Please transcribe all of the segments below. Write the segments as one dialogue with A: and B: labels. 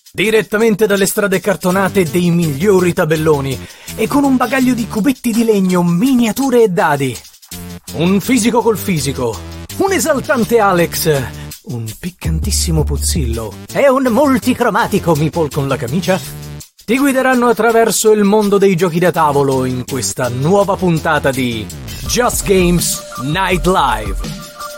A: Direttamente dalle strade cartonate dei migliori tabelloni e con un bagaglio di cubetti di legno, miniature e dadi. Un fisico col fisico, un esaltante Alex, un piccantissimo Puzzillo e un multicromatico Meeple con la camicia ti guideranno attraverso il mondo dei giochi da tavolo in questa nuova puntata di Just Games Night Live.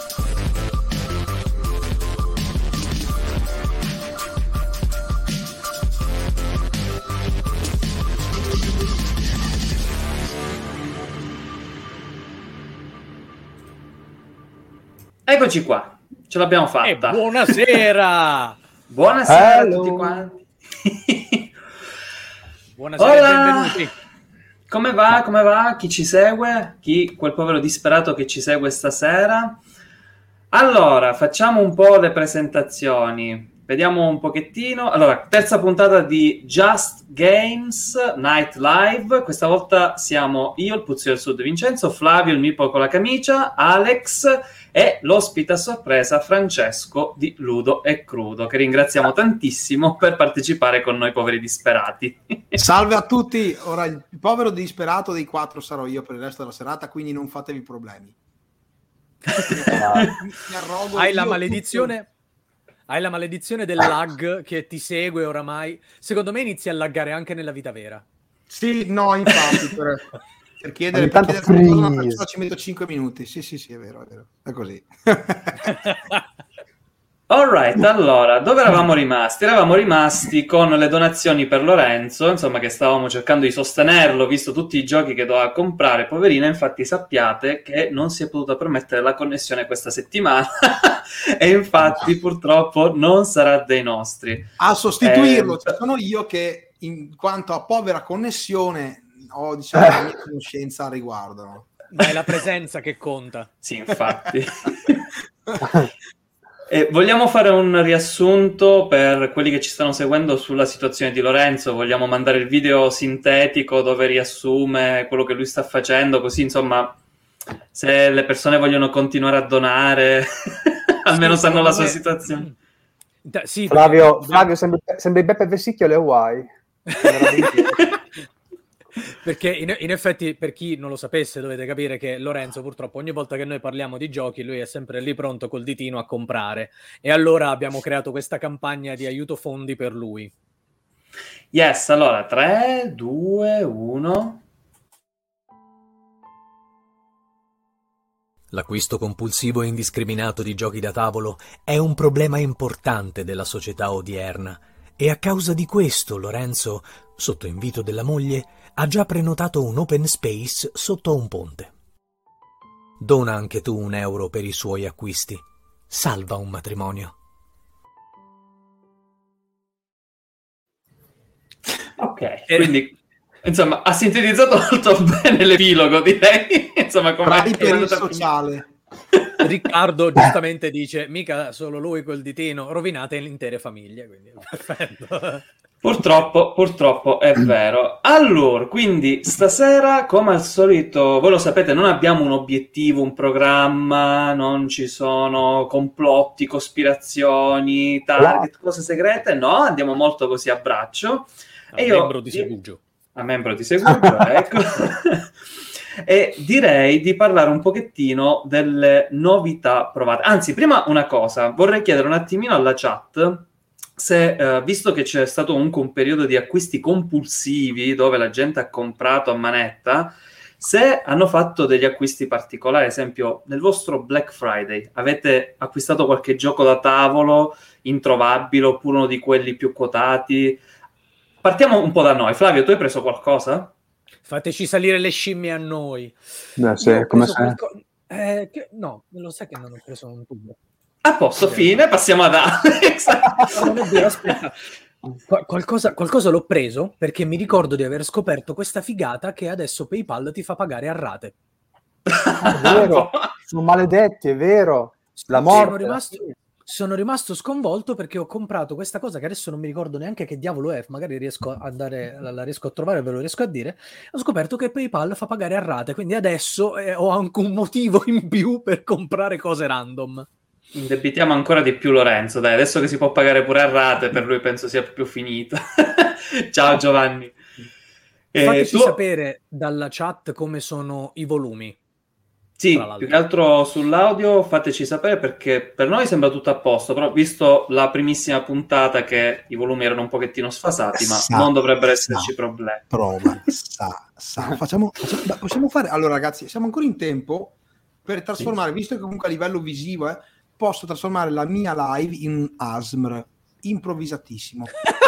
B: Eccoci qua, ce l'abbiamo fatta.
C: Buonasera!
B: Buonasera a tutti quanti.
C: Buonasera e benvenuti.
B: Come va? Chi ci segue? Quel povero disperato che ci segue stasera? Allora, facciamo un po' le presentazioni. Vediamo un pochettino. Allora, terza puntata di Just Games Night Live. Questa volta siamo io, il Puzio del Sud Vincenzo, Flavio, il Mipo con la camicia, Alex e l'ospite a sorpresa Francesco di Ludo e Crudo, che ringraziamo tantissimo per partecipare con noi poveri disperati.
D: Salve a tutti. Ora il povero disperato dei quattro sarò io per il resto della serata, quindi non fatevi problemi.
C: Hai la maledizione. Hai la maledizione del lag che ti segue oramai. Secondo me inizi a laggare anche nella vita vera.
D: Sì, no, infatti, per chiedere una persona ci metto 5 minuti. Sì, è vero. È così.
B: Alright, allora, dove eravamo rimasti? Eravamo rimasti con le donazioni per Lorenzo, insomma, che stavamo cercando di sostenerlo, visto tutti i giochi che doveva comprare, poverina. Infatti sappiate che non si è potuta permettere la connessione questa settimana e infatti purtroppo non sarà dei nostri.
D: A sostituirlo ci sono io che, in quanto a povera connessione, ho la mia conoscenza al riguardo. No?
C: Ma è la presenza che conta.
B: Sì, infatti. Vogliamo fare un riassunto per quelli che ci stanno seguendo sulla situazione di Lorenzo. Vogliamo mandare il video sintetico dove riassume quello che lui sta facendo, così insomma se le persone vogliono continuare a donare almeno sanno la sua situazione.
E: Sì, Flavio sembri Beppe Vessicchio alle Hawaii.
C: Perché in effetti, per chi non lo sapesse, dovete capire che Lorenzo purtroppo ogni volta che noi parliamo di giochi lui è sempre lì pronto col ditino a comprare, e allora abbiamo creato questa campagna di aiuto fondi per lui.
B: Yes, allora 3, 2, 1.
A: L'acquisto compulsivo e indiscriminato di giochi da tavolo è un problema importante della società odierna e a causa di questo Lorenzo, sotto invito della moglie, ha già prenotato un open space sotto un ponte. Dona anche tu €1 per i suoi acquisti. Salva un matrimonio.
B: Ok, quindi insomma ha sintetizzato molto bene l'epilogo, direi. Insomma, come
D: per il sociale.
C: Riccardo giustamente dice: mica solo lui quel ditino, rovinate l'intera famiglia, quindi perfetto.
B: Purtroppo è vero. Allora, quindi stasera, come al solito, voi lo sapete, non abbiamo un obiettivo, un programma, non ci sono complotti, cospirazioni, target, cose segrete, no, andiamo molto così a braccio.
C: A membro di Segugio.
B: A membro di Segugio, ecco. E direi di parlare un pochettino delle novità provate. Anzi, prima una cosa, vorrei chiedere un attimino alla chat se, visto che c'è stato comunque un periodo di acquisti compulsivi dove la gente ha comprato a manetta, se hanno fatto degli acquisti particolari, ad esempio nel vostro Black Friday avete acquistato qualche gioco da tavolo introvabile oppure uno di quelli più quotati. Partiamo un po' da noi. Flavio, tu hai preso qualcosa?
C: Fateci salire le scimmie a noi.
E: Come sai?
C: No, lo sai che non ho preso un tubo.
B: A posto, fine, passiamo ad Alex.
C: Non è vero, aspetta. Qualcosa l'ho preso perché mi ricordo di aver scoperto questa figata che adesso PayPal ti fa pagare a rate.
E: È vero, sono maledetti, è vero. La morte.
C: Sono rimasto sconvolto perché ho comprato questa cosa che adesso non mi ricordo neanche che diavolo è, magari la riesco a trovare, ve lo riesco a dire. Ho scoperto che PayPal fa pagare a rate, quindi adesso ho anche un motivo in più per comprare cose random.
B: Indebitiamo ancora di più Lorenzo, dai, adesso che si può pagare pure a rate, per lui penso sia più finita. Ciao Giovanni.
C: Fateci sapere dalla chat come sono i volumi.
B: Sì, più che altro sull'audio fateci sapere, perché per noi sembra tutto a posto, però visto la primissima puntata che i volumi erano un pochettino sfasati, ma non dovrebbero esserci problemi.
D: Prova, possiamo fare... Allora ragazzi, siamo ancora in tempo per trasformare, visto che comunque a livello visivo posso trasformare la mia live in un ASMR improvvisatissimo.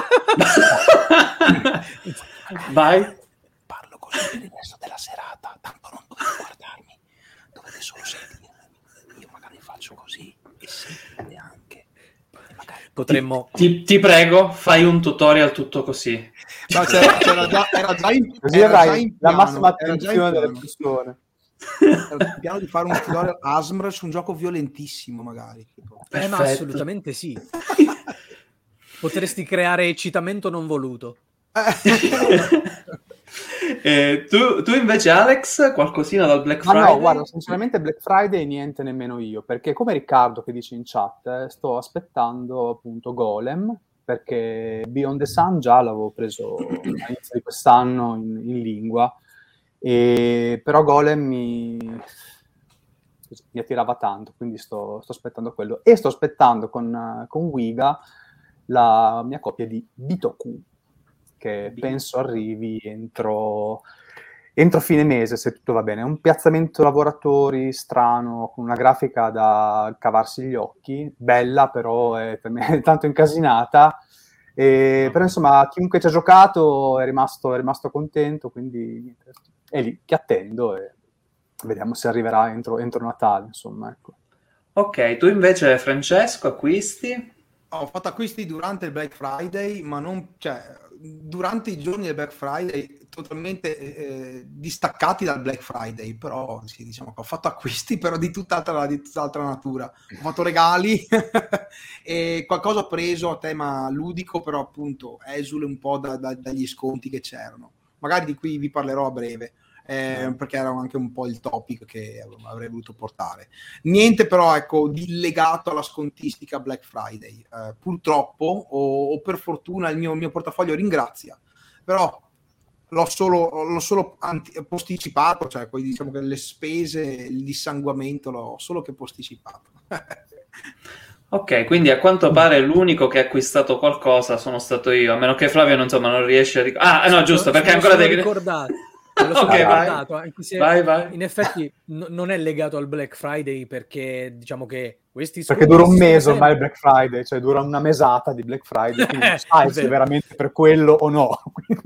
B: Vai.
D: Parlo così per il resto della serata, tanto non dovete guardarmi, dovete solo sentirmi. Io magari faccio così e sentite anche.
C: Potremmo...
B: Ti prego, fai un tutorial tutto così.
D: No, era già in
E: così avrai la massima attenzione delle persone.
D: Il piano di fare un tutorial ASMR su un gioco violentissimo, magari.
C: Ma assolutamente sì. Potresti creare eccitamento non voluto.
B: Tu invece, Alex, qualcosina dal Black Friday?
E: No, guarda, sinceramente Black Friday niente nemmeno io, perché come Riccardo che dice in chat, sto aspettando appunto Golem, perché Beyond the Sun già l'avevo preso all'inizio di quest'anno in lingua, però Golem mi attirava tanto, quindi sto aspettando quello. E sto aspettando con Wiga la mia copia di Bitoku, che penso arrivi entro fine mese, se tutto va bene. È un piazzamento lavoratori strano, con una grafica da cavarsi gli occhi, bella, però è per me tanto incasinata. Però insomma, chiunque ci ha giocato è rimasto contento, quindi è lì che attendo e vediamo se arriverà entro Natale, insomma, ecco.
B: Ok, tu invece, Francesco, acquisti?
D: Ho fatto acquisti durante il Black Friday, ma non, durante i giorni del Black Friday totalmente distaccati dal Black Friday, però sì, diciamo che ho fatto acquisti però di tutt'altra natura. Ho fatto regali e qualcosa ho preso a tema ludico, però appunto esule un po' dagli sconti che c'erano. Magari di cui vi parlerò a breve. Perché era anche un po' il topic che avrei voluto portare. Niente però, ecco, di legato alla scontistica Black Friday. Purtroppo, o per fortuna, il mio portafoglio ringrazia, però l'ho solo posticipato, cioè poi diciamo che le spese, il dissanguamento l'ho solo che posticipato.
B: Ok, quindi a quanto pare l'unico che ha acquistato qualcosa sono stato io, a meno che Flavio non riesce a ricordare. No, giusto, perché ancora devi...
C: ricordato. Me lo sono ricordato, anche se
B: vai.
C: In effetti non è legato al Black Friday, perché diciamo che questi
E: perché dura un mese ormai il Black Friday, cioè dura una mesata di Black Friday, quindi non sai se veramente per quello o no.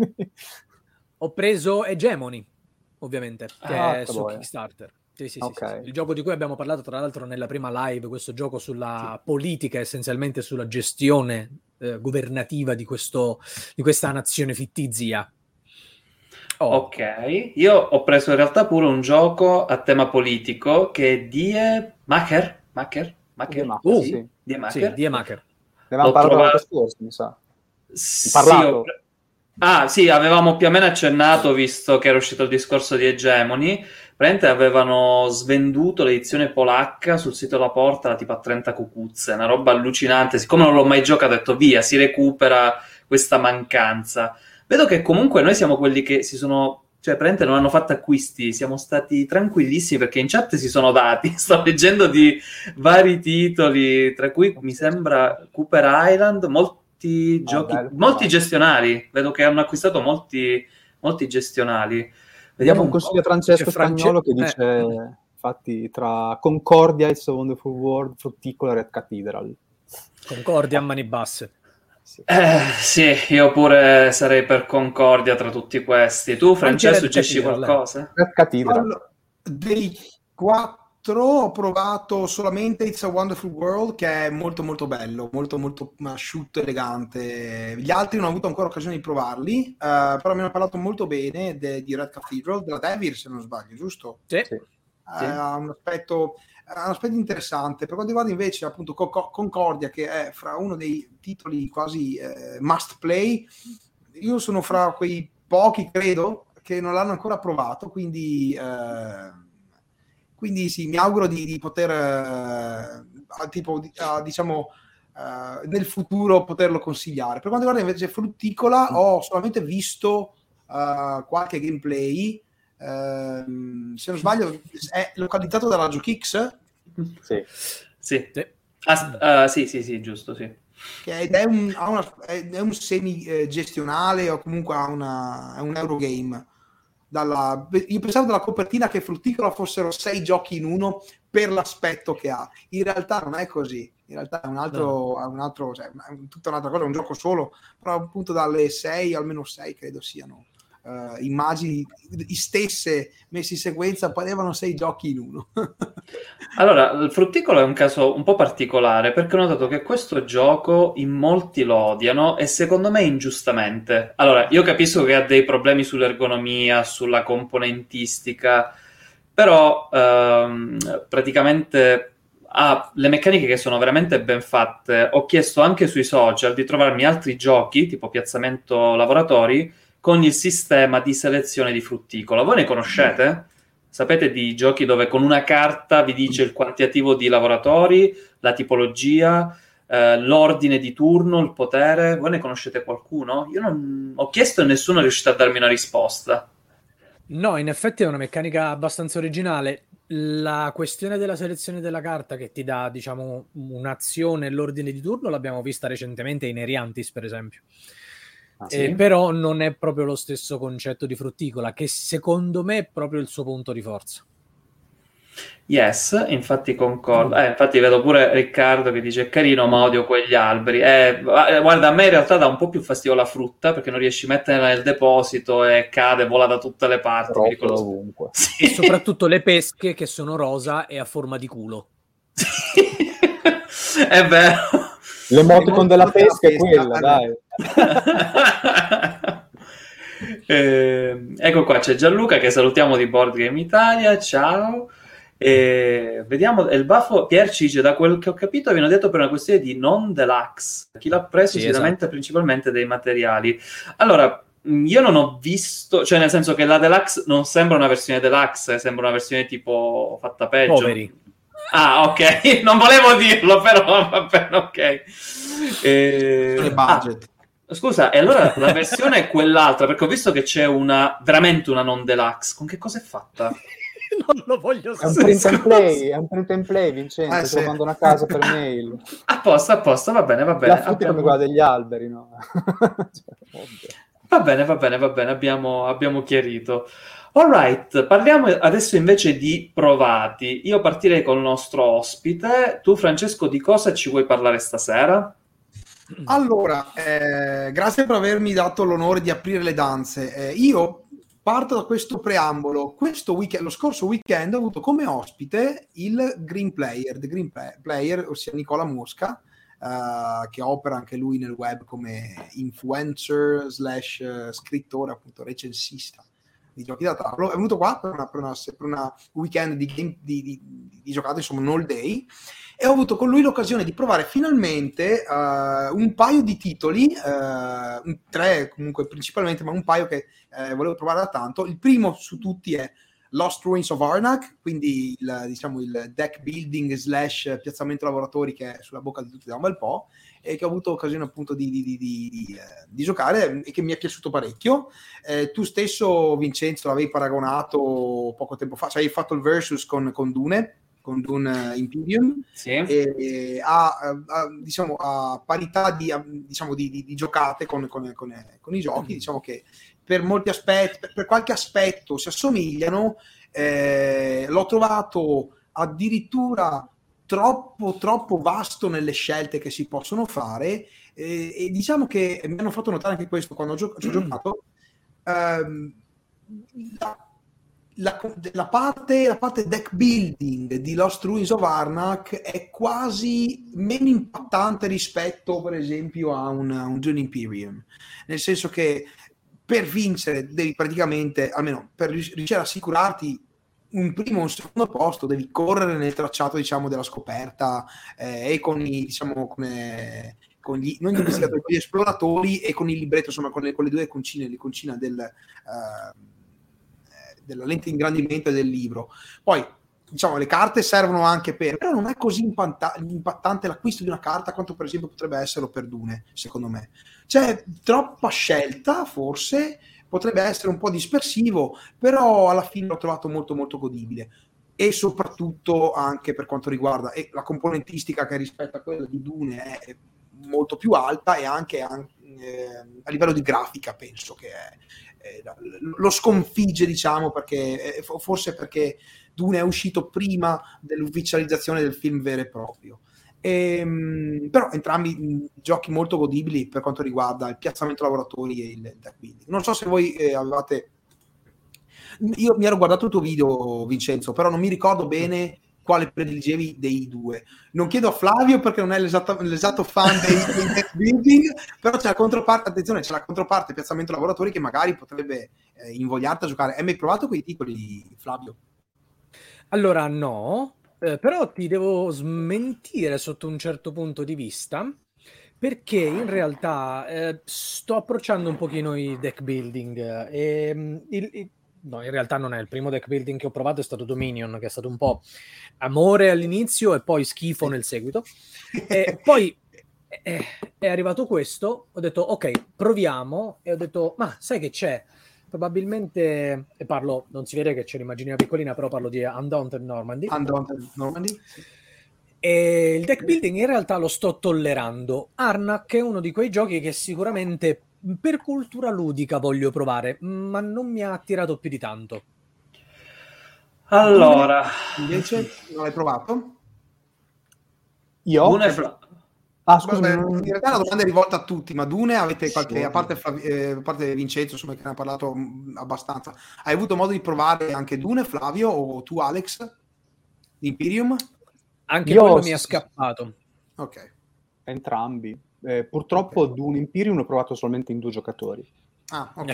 C: Ho preso Hegemony, ovviamente, che è su Kickstarter. Sì. Il gioco di cui abbiamo parlato tra l'altro nella prima live, questo gioco sulla politica, essenzialmente sulla gestione governativa di questa nazione fittizia.
B: Ok, io ho preso in realtà pure un gioco a tema politico che è Die Macher.
C: Sì. Die Macher.
E: Ne avevamo parlato l'anno scorso, mi sa.
B: Sì, avevamo più o meno accennato, visto che era uscito il discorso di Hegemony. Praticamente avevano svenduto l'edizione polacca sul sito La Porta tipo a 30 cucuzze, una roba allucinante. Siccome non l'ho mai giocato, ho detto via, si recupera questa mancanza. Vedo che comunque noi siamo quelli che praticamente non hanno fatto acquisti, siamo stati tranquillissimi perché in chat si sono dati. Sto leggendo di vari titoli, tra cui mi sembra Cooper Island, molti giochi, molti gestionali. Vedo che hanno acquistato molti gestionali.
E: Vediamo un consiglio a Francesco Spagnolo che dice, infatti, tra Concordia, It's a Wonderful World, Fruticola, Red Cathedral.
C: Concordia a mani basse.
B: Sì, io pure sarei per Concordia tra tutti questi. Tu, Francesco, suggerisci qualcosa?
E: Red Cathedral.
D: Allora, dei 4 ho provato solamente It's a Wonderful World, che è molto molto bello, molto molto asciutto, elegante. Gli altri non ho avuto ancora occasione di provarli, però mi hanno parlato molto bene di Red Cathedral, della Devir, se non sbaglio, giusto?
C: Sì.
D: Ha un aspetto interessante. Per quanto riguarda invece appunto Concordia, che è fra uno dei titoli quasi must play, io sono fra quei pochi, credo, che non l'hanno ancora provato, quindi sì, mi auguro di poter diciamo nel futuro poterlo consigliare. Per quanto riguarda invece Frutticola, ho solamente visto qualche gameplay. Se non sbaglio è localizzato da Raggio Kicks.
B: Sì, giusto, sì.
D: Ed è un semi gestionale, o comunque è un Eurogame. Io pensavo dalla copertina che Frutticola fossero 6 giochi in uno per l'aspetto che ha. In realtà non è così. In realtà è cioè, tutta un'altra cosa, è un gioco solo, però appunto dalle 6 almeno 6 credo siano immagini stesse messe in sequenza, parevano 6 giochi in uno.
B: Allora, il Frutticolo è un caso un po' particolare, perché ho notato che questo gioco in molti lo odiano, e secondo me ingiustamente. Allora, io capisco che ha dei problemi sull'ergonomia, sulla componentistica, però praticamente ha le meccaniche che sono veramente ben fatte. Ho chiesto anche sui social di trovarmi altri giochi, tipo Piazzamento Lavoratori, con il sistema di selezione di Frutticolo. Voi ne conoscete? Sapete di giochi dove con una carta vi dice il quantitativo di lavoratori, la tipologia, l'ordine di turno, il potere? Voi ne conoscete qualcuno? Io non ho chiesto e nessuno è riuscito a darmi una risposta.
C: No, in effetti è una meccanica abbastanza originale. La questione della selezione della carta che ti dà, diciamo, un'azione e l'ordine di turno l'abbiamo vista recentemente in Eriantis, per esempio.
B: Sì?
C: Però non è proprio lo stesso concetto di Frutticola, che secondo me è proprio il suo punto di forza.
B: Yes, infatti concordo. Infatti vedo pure Riccardo che dice carino, ma odio quegli alberi. Guarda, a me in realtà dà un po' più fastidio la frutta, perché non riesci a metterla nel deposito e cade, vola da tutte le parti.
E: Ovunque.
B: Sì.
C: E soprattutto le pesche che sono rosa e a forma di culo.
B: È vero.
E: L'emoticon della pesca è quella, dai.
B: Ecco qua, c'è Gianluca che salutiamo di Board Game Italia, ciao. Vediamo il baffo. Pierci dice, da quel che ho capito viene detto per una questione di non deluxe, chi l'ha preso si lamenta principalmente dei materiali. Allora, io non ho visto, cioè nel senso che la deluxe non sembra una versione deluxe, sembra una versione tipo fatta peggio.
C: Poveri.
B: Ah, ok, non volevo dirlo, però va bene, ok.
D: Budget.
B: Scusa, e allora la versione è quell'altra, perché ho visto che c'è veramente una non deluxe. Con che cosa è fatta?
C: Non lo voglio
E: sapere.
C: sapere.
E: È un print and play, Vincenzo,
D: sì.
E: lo mandano a casa per mail.
B: A posto, va bene.
E: La frutta come quella degli alberi, no?
B: Va bene, abbiamo chiarito. Alright, parliamo adesso invece di provati. Io partirei col nostro ospite. Tu, Francesco, di cosa ci vuoi parlare stasera?
D: Allora, grazie per avermi dato l'onore di aprire le danze. Io parto da questo preambolo. Lo scorso weekend ho avuto come ospite il Green Player, ossia Nicola Mosca, che opera anche lui nel web come influencer / scrittore, appunto recensista di giochi da tavolo. È venuto qua per una weekend di giocate, insomma un all day, e ho avuto con lui l'occasione di provare finalmente un paio di titoli, 3 comunque principalmente, ma un paio che volevo provare da tanto. Il primo su tutti è Lost Ruins of Arnak, quindi il deck building / piazzamento lavoratori che è sulla bocca di tutti da un bel po', e che ho avuto occasione appunto di giocare e che mi è piaciuto parecchio. Tu stesso, Vincenzo, l'avevi paragonato poco tempo fa, cioè hai fatto il versus con Dune Imperium,
B: sì.
D: E a parità di giocate con i giochi, diciamo che per molti aspetti, per qualche aspetto si assomigliano. L'ho trovato addirittura troppo vasto nelle scelte che si possono fare, e diciamo che mi hanno fatto notare anche questo quando ci ho giocato. La parte deck building di Lost Ruins of Arnak è quasi meno impattante rispetto, per esempio, a un Dune Imperium, nel senso che per vincere devi praticamente, almeno per riuscire ad assicurarti un primo o un secondo posto, devi correre nel tracciato, diciamo, della scoperta, e con i, diciamo, con gli non gli investigatori, con gli esploratori, e con il libretto, insomma, con le 2 l'iconcina della lente di ingrandimento del libro. Poi diciamo, le carte servono anche però non è così impattante l'acquisto di una carta quanto per esempio potrebbe esserlo per Dune, secondo me. C'è troppa scelta, forse, potrebbe essere un po' dispersivo, però alla fine l'ho trovato molto molto godibile. E soprattutto anche per quanto riguarda la componentistica, che rispetto a quella di Dune è molto più alta, e anche a livello di grafica penso che lo sconfigge, diciamo, perché forse perché Dune è uscito prima dell'ufficializzazione del film vero e proprio. Però entrambi giochi molto godibili per quanto riguarda il piazzamento lavoratori e il deck building. Non so se voi avevate... Io mi ero guardato il tuo video, Vincenzo, però non mi ricordo bene quale prediligevi dei due. Non chiedo a Flavio perché non è l'esatto fan dei deck building, però c'è la controparte, attenzione, c'è la controparte piazzamento lavoratori che magari potrebbe invogliarti a giocare. Hai mai provato quei titoli, Flavio?
C: Allora no, però ti devo smentire sotto un certo punto di vista, perché in realtà sto approcciando un pochino i deck building no, in realtà non è il primo deck building che ho provato, è stato Dominion, che è stato un po' amore all'inizio e poi schifo nel seguito. E poi è arrivato questo, ho detto ok, proviamo, e ho detto ma sai che c'è? Probabilmente, e parlo, non si vede che c'è l'immagine piccolina, però parlo di Undaunted Normandy.
D: Undaunted Normandy?
C: E il deck building in realtà lo sto tollerando. Arnak è uno di quei giochi che sicuramente per cultura ludica voglio provare, ma non mi ha attirato più di tanto.
B: Allora,
D: invece non l'hai provato?
E: Io?
D: Scusa, in realtà la domanda è rivolta a tutti, ma Dune avete qualche, a parte Vincenzo, insomma, che ne ha parlato abbastanza, hai avuto modo di provare anche Dune, Flavio, o tu, Alex, di Imperium?
C: Anche quello mi è scappato.
D: Ok.
E: Entrambi. Purtroppo Dune Imperium l'ho provato solamente in 2 giocatori.
D: Ah, ok.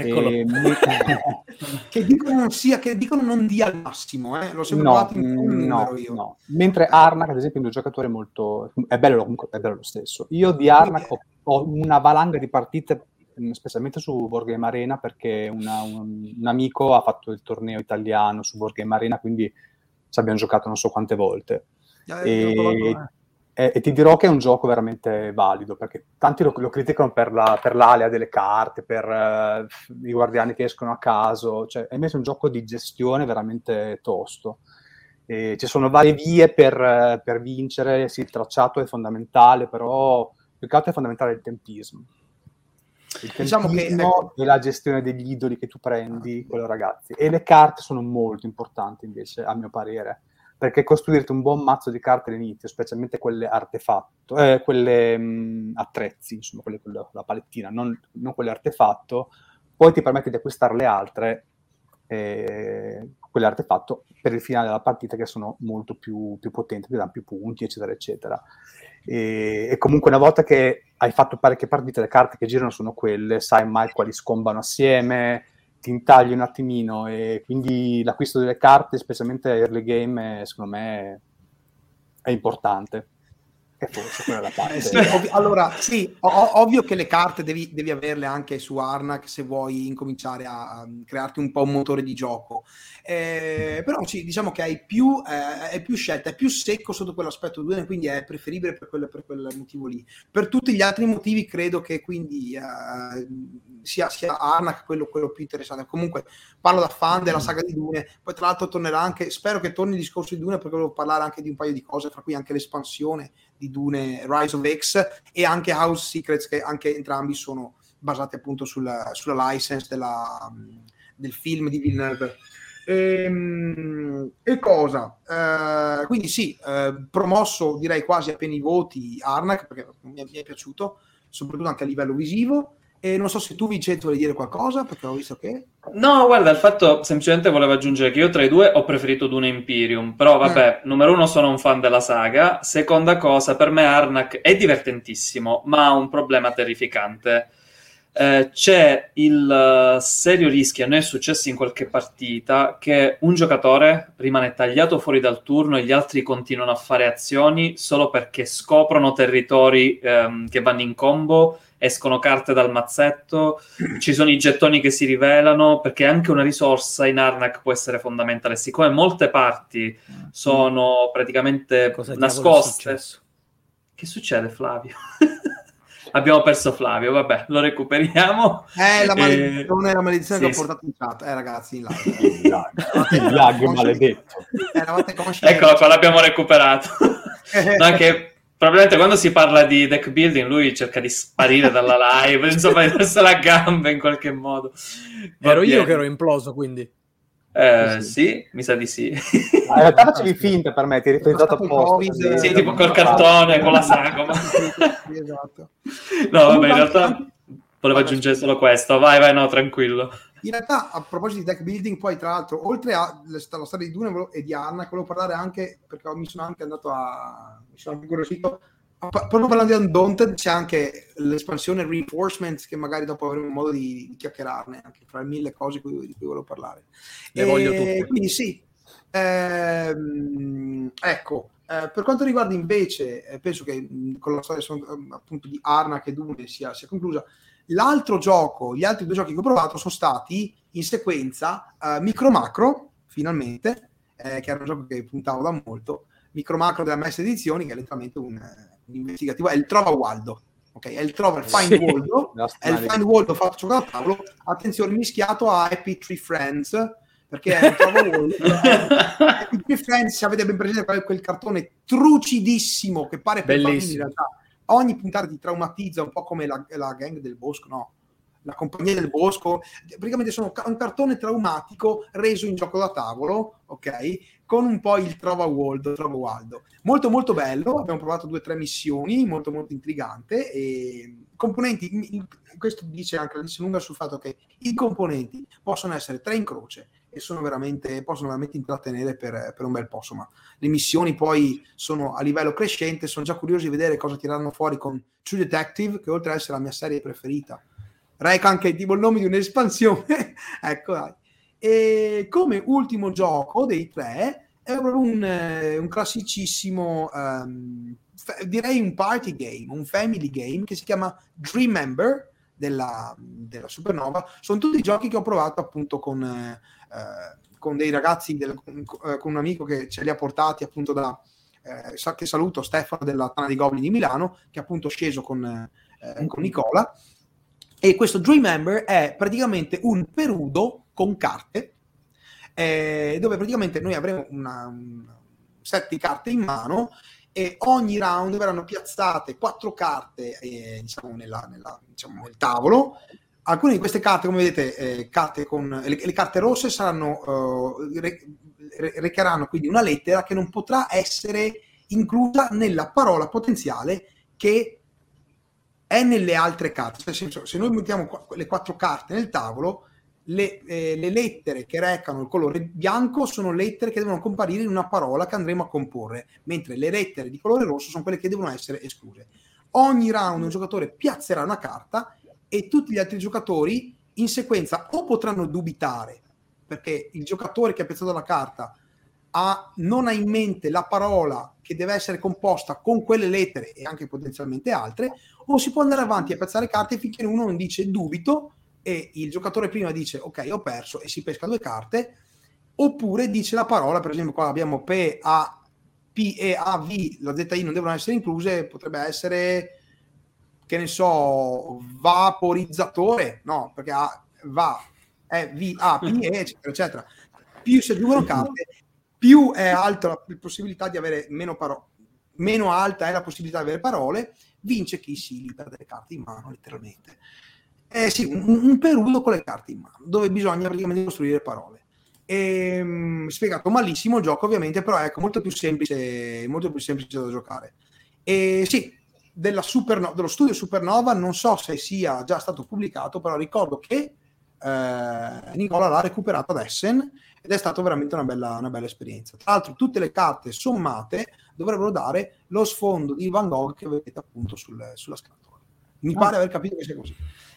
D: Che dicono non dia al massimo, l'ho sempre provato in un numero io.
E: No. Mentre Arnak, ad esempio, in 2 giocatori è bello, comunque è bello lo stesso. Io di Arnak ho una valanga di partite, specialmente su Board Game Arena, perché un amico ha fatto il torneo italiano su Board Game Arena, quindi ci abbiamo giocato non so quante volte. E ti dirò che è un gioco veramente valido, perché tanti lo criticano per l'alea delle carte, per i guardiani che escono a caso, cioè è invece un gioco di gestione veramente tosto. Ci sono varie vie per vincere, sì, il tracciato è fondamentale, però più che altro è fondamentale il tempismo. Il tempismo e la gestione degli idoli che tu prendi con i ragazzi. E le carte sono molto importanti invece, a mio parere, perché costruirti un buon mazzo di carte all'inizio, specialmente quelle artefatto, quelle attrezzi, insomma, quelle con la palettina, non quelle artefatto, poi ti permette di acquistare le altre, quelle artefatto, per il finale della partita, che sono molto più potenti, ti danno più punti, eccetera, eccetera. E comunque una volta che hai fatto parecchie partite, le carte che girano sono quelle, sai mai quali scombano assieme, ti intagli un attimino, e quindi l'acquisto delle carte, specialmente early game, secondo me è importante. E forse quella è la parte.
D: Allora, sì, ovvio che le carte devi averle anche su Arnak se vuoi incominciare a crearti un po' un motore di gioco. Però sì, diciamo che è più scelta, è più secco sotto quell'aspetto 2, quindi è preferibile per quel motivo lì. Per tutti gli altri motivi credo che quindi sia Arnak quello più interessante. Comunque parlo da fan della saga di Dune, poi tra l'altro tornerà anche, spero che torni il discorso di Dune, perché volevo parlare anche di un paio di cose, fra cui anche l'espansione di Dune Rise of X e anche House Secrets, che anche entrambi sono basati appunto sulla license del film di Villeneuve. E cosa? Quindi sì, promosso direi quasi a pieni voti Arnak, perché mi è piaciuto, soprattutto anche a livello visivo. E non so se tu, Vincenzo, vuoi dire qualcosa, perché ho visto che...
B: No, guarda, il fatto, semplicemente volevo aggiungere che io tra i due ho preferito Dune Imperium, però vabbè, numero uno sono un fan della saga, seconda cosa, per me Arnak è divertentissimo, ma ha un problema terrificante. c'è il serio rischio, a noi è successo in qualche partita, che un giocatore rimane tagliato fuori dal turno e gli altri continuano a fare azioni solo perché scoprono territori che vanno in combo, escono carte dal mazzetto, ci sono i gettoni che si rivelano, perché anche una risorsa in Arnak può essere fondamentale. Siccome molte parti sono praticamente nascoste... Che succede, Flavio? Abbiamo perso Flavio, vabbè, lo recuperiamo.
D: La maledizione che ho portato in chat, ragazzi, in live.
E: Il lag maledetto.
B: Eccolo qua, l'abbiamo recuperato. No, anche probabilmente quando si parla di deck building lui cerca di sparire dalla live, insomma, di darsi la gamba in qualche modo.
C: Ero io che ero imploso, quindi.
B: Sì, mi sa di sì.
E: In realtà facevi finta per me, ti eri pensato apposta.
B: Sì, tipo col cartone, con la sagoma.
D: Esatto.
B: No, vabbè, in realtà volevo aggiungere solo questo. Vai, no, tranquillo.
D: In realtà, a proposito di deck building, poi tra l'altro, oltre alla storia di Dune e di Arnak, volevo parlare anche, perché mi sono anche incuriosito, proprio parlando di Undaunted, c'è anche l'espansione Reinforcements, che magari dopo avremo modo di chiacchierarne, anche fra le 1000 cose di cui volevo parlare.
C: Le voglio tutte.
D: Quindi sì, ecco, per quanto riguarda invece, penso che con la storia appunto di Arnak e Dune sia conclusa. Gli altri due giochi che ho provato sono stati in sequenza Micro Macro, finalmente, che era un gioco che puntavo da molto. Micro Macro della Messa Edizioni, che è letteralmente un investigativo, è il Trova Waldo, ok? È il Trova Find Waldo, è il Find Waldo fatto giocare a tavolo, attenzione, mischiato a Happy Tree Friends, perché è il Trova Waldo. Happy Tree Friends, se avete ben presente quel cartone trucidissimo che pare per bambini, in realtà ogni puntata ti traumatizza, un po' come la gang del bosco, no? La compagnia del bosco, praticamente sono un cartone traumatico reso in gioco da tavolo, ok? Con un po' il Trova Waldo. Molto molto bello, abbiamo provato 2 o 3 missioni, molto molto intrigante, e componenti, questo dice anche la lista lunga sul fatto che i componenti possono essere 3 in croce e possono veramente intrattenere per un bel po', insomma. Le missioni poi sono a livello crescente, sono già curioso di vedere cosa tireranno fuori con True Detective, che oltre ad essere la mia serie preferita, reca anche tipo il nome di un'espansione. Ecco, dai. E come ultimo gioco dei 3 è proprio un classicissimo, direi un party game, un family game che si chiama Dreamember della Supernova. Sono tutti giochi che ho provato appunto con dei ragazzi, con un amico che ce li ha portati appunto che saluto, Stefano della Tana dei Goblin di Milano, che è appunto sceso con Nicola. E questo Dreamember è praticamente un perudo con carte, dove praticamente noi avremo un set di carte in mano e ogni round verranno piazzate 4 carte nel tavolo. Alcune di queste carte, come vedete, carte con le carte rosse saranno recheranno quindi una lettera che non potrà essere inclusa nella parola potenziale che è nelle altre carte. Nel senso, se noi mettiamo le 4 carte nel tavolo, le lettere che recano il colore bianco sono lettere che devono comparire in una parola che andremo a comporre, mentre le lettere di colore rosso sono quelle che devono essere escluse. Ogni round un giocatore piazzerà una carta e tutti gli altri giocatori in sequenza o potranno dubitare, perché il giocatore che ha piazzato la carta non ha in mente la parola che deve essere composta con quelle lettere e anche potenzialmente altre, o si può andare avanti a piazzare carte finché uno non dice dubito e il giocatore prima dice ok, ho perso, e si pesca 2 carte, oppure dice la parola, per esempio qua abbiamo P, E, A, V, la Z, I non devono essere incluse, potrebbe essere, che ne so, vaporizzatore, no, perché V, A, P, E, eccetera, eccetera. Più si aggiungono carte, più è alta la possibilità di avere meno alta è la possibilità di avere parole, vince chi si libera delle carte in mano, letteralmente. Sì, un perudo con le carte in mano, dove bisogna praticamente costruire parole. Spiegato malissimo il gioco, ovviamente, però ecco, molto più semplice da giocare. E sì, dello studio Supernova non so se sia già stato pubblicato, però ricordo che Nicola l'ha recuperato ad Essen ed è stata veramente una bella esperienza. Tra l'altro tutte le carte sommate dovrebbero dare lo sfondo di Van Gogh che vedete appunto sulla scatola. Mi pare aver capito che sia così.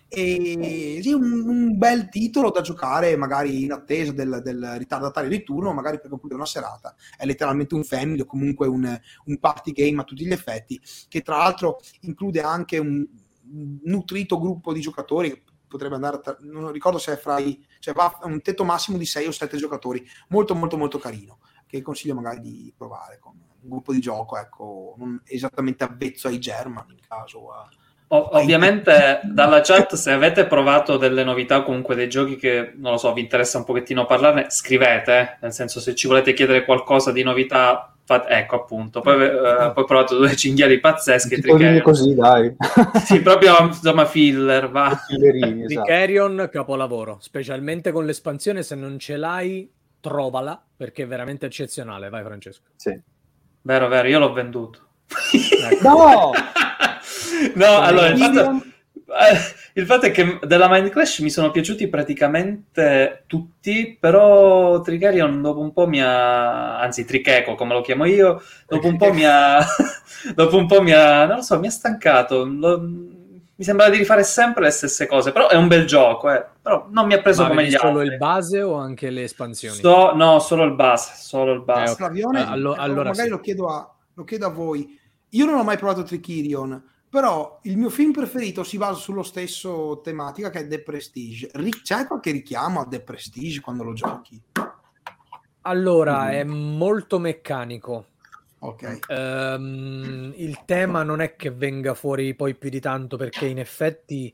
D: E sì, un bel titolo da giocare magari in attesa del ritardatario di turno, magari per concludere una serata. È letteralmente un family o comunque un party game a tutti gli effetti, che tra l'altro include anche un nutrito gruppo di giocatori che potrebbe andare non ricordo se è va a un tetto massimo di 6 o 7 giocatori, molto molto molto carino, che consiglio magari di provare con un gruppo di gioco, ecco, non esattamente avvezzo ai German in caso
B: ovviamente dalla chat, se avete provato delle novità o comunque dei giochi che, non lo so, vi interessa un pochettino parlarne, scrivete, nel senso, se ci volete chiedere qualcosa di novità, ecco appunto, poi provato due cinghiali pazzeschi,
E: così, dai.
B: Sì, proprio insomma filler, va.
E: Esatto.
C: Tricerion, capolavoro, specialmente con l'espansione, se non ce l'hai trovala, perché è veramente eccezionale. Vai Francesco.
E: Sì.
B: Vero, io l'ho venduto.
E: No!
B: No, allora il fatto è che della Mind Clash mi sono piaciuti praticamente tutti, però Tricerion dopo un po' anzi Tricheco come lo chiamo io, dopo un po' non lo so, mi ha stancato. Mi sembrava di rifare sempre le stesse cose, però è un bel gioco, però non mi ha preso come gli altri.
C: Solo il base o anche le espansioni?
B: No, solo il base.
C: Okay.
D: Flavione,
C: allora
D: magari
C: sì.
D: lo chiedo a voi. Io non ho mai provato Tricerion, però il mio film preferito si basa sullo stesso tematica, che è The Prestige. C'è qualche richiamo a The Prestige quando lo giochi?
C: Allora, è molto meccanico.
D: Ok.
C: Il tema non è che venga fuori poi più di tanto, perché in effetti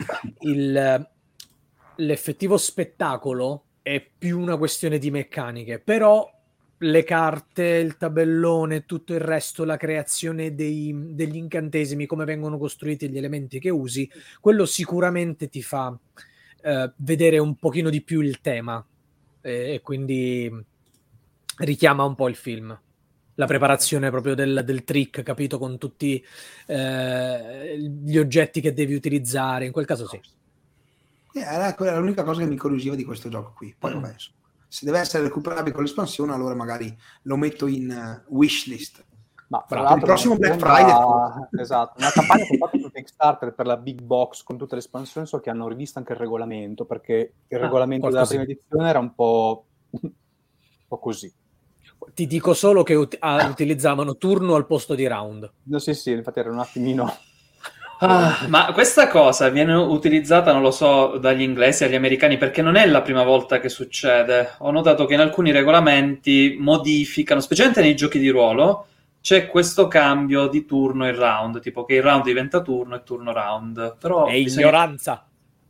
C: l'effettivo spettacolo è più una questione di meccaniche, però le carte, il tabellone, tutto il resto, la creazione degli incantesimi, come vengono costruiti gli elementi che usi, quello sicuramente ti fa vedere un pochino di più il tema, e quindi richiama un po' il film. La preparazione proprio del trick, capito, con tutti gli oggetti che devi utilizzare, in quel caso sì.
D: Era l'unica cosa che mi incuriosiva di questo gioco qui. Poi vabbè, se deve essere recuperabile con l'espansione, allora magari lo metto in wishlist.
E: Ma
D: il prossimo Black Friday,
E: esatto, una campagna che ho fatto su Kickstarter per la Big Box con tutte le espansioni, so che hanno rivisto anche il regolamento, perché il regolamento della prima edizione era un po' così.
C: Ti dico solo che utilizzavano turno al posto di round.
E: No, sì, infatti era un attimino...
B: ma questa cosa viene utilizzata, non lo so, dagli inglesi agli americani, perché non è la prima volta che succede. Ho notato che in alcuni regolamenti modificano, specialmente nei giochi di ruolo, c'è questo cambio di turno e round, tipo che il round diventa turno e turno round. Però
C: è ignoranza.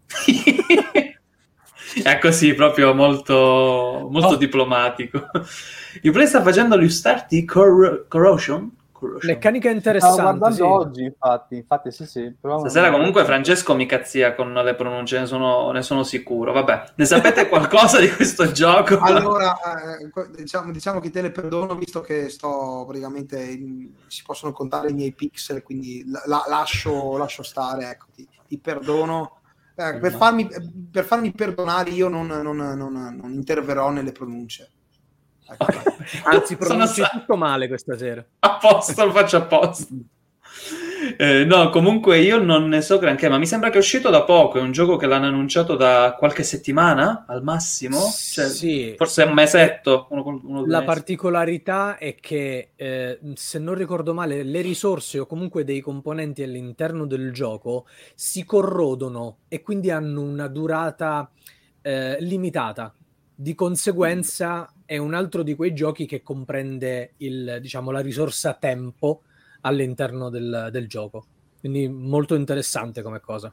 B: È così, proprio molto diplomatico. Il play sta facendo gli start di Corrosion.
C: Meccanica interessante.
E: Stavo guardando oggi, infatti sì.
B: Stasera comunque Francesco mi cazzia con le pronunce, ne sono sicuro. Vabbè, ne sapete qualcosa di questo gioco?
D: Allora, diciamo che te le perdono, visto che sto praticamente si possono contare i miei pixel, quindi lascio stare, ecco, ti perdono. Per farmi perdonare io non interverrò nelle pronunce.
C: Okay. Anzi, pronunci tutto male questa sera.
B: A posto, lo faccio apposta. No, comunque io non ne so granché, ma mi sembra che è uscito da poco. È un gioco che l'hanno annunciato da qualche settimana al massimo, cioè,
C: sì.
B: Forse un mesetto.
C: La particolarità è che, se non ricordo male, le risorse o comunque dei componenti all'interno del gioco si corrodono e quindi hanno una durata limitata. Di conseguenza è un altro di quei giochi che comprende la risorsa tempo all'interno del gioco. Quindi molto interessante come cosa.